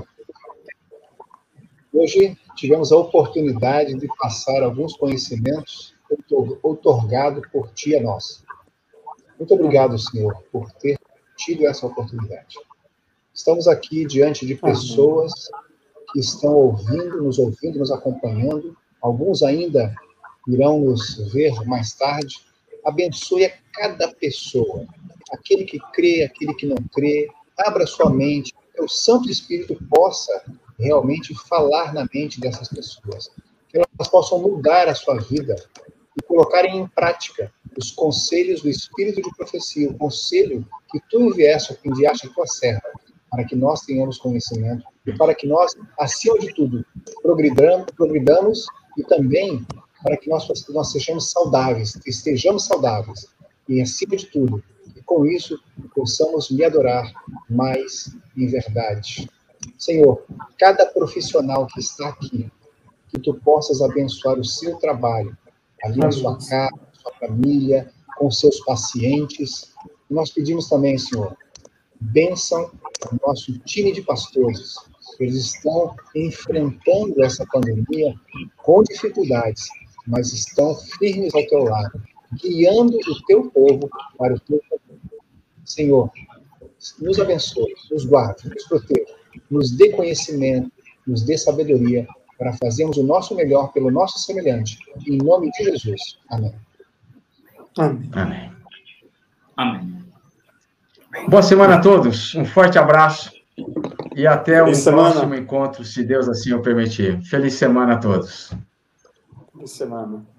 hoje tivemos a oportunidade de passar alguns conhecimentos outorgados por Ti a nós. Muito obrigado, Senhor, por ter tido essa oportunidade. Estamos aqui diante de pessoas que estão ouvindo, nos ouvindo, nos acompanhando. Alguns ainda irão nos ver mais tarde. Abençoe a cada pessoa, aquele que crê, aquele que não crê. Abra sua mente, que o Santo Espírito possa realmente falar na mente dessas pessoas. Que elas possam mudar a sua vida e colocarem em prática os conselhos do Espírito de profecia, o conselho que tu enviaste, enviaste a tua serva, para que nós tenhamos conhecimento e para que nós, acima de tudo, progridamos, progridamos e também para que nós, nós sejamos saudáveis, estejamos saudáveis e, acima de tudo, e com isso, possamos me adorar mais em verdade. Senhor, cada profissional que está aqui, que tu possas abençoar o seu trabalho, ali na sua casa, na sua família, com seus pacientes. Nós pedimos também, Senhor, bênção ao nosso time de pastores. Eles estão enfrentando essa pandemia com dificuldades, mas estão firmes ao teu lado, guiando o teu povo para o teu caminho. Senhor, nos abençoe, nos guarde, nos proteja, nos dê conhecimento, nos dê sabedoria para fazermos o nosso melhor pelo nosso semelhante. Em nome de Jesus. Amém. Amém. Amém. Amém. Boa semana a todos. Um forte abraço e até Feliz um semana. próximo encontro, se Deus assim o permitir. Feliz semana a todos. Feliz semana.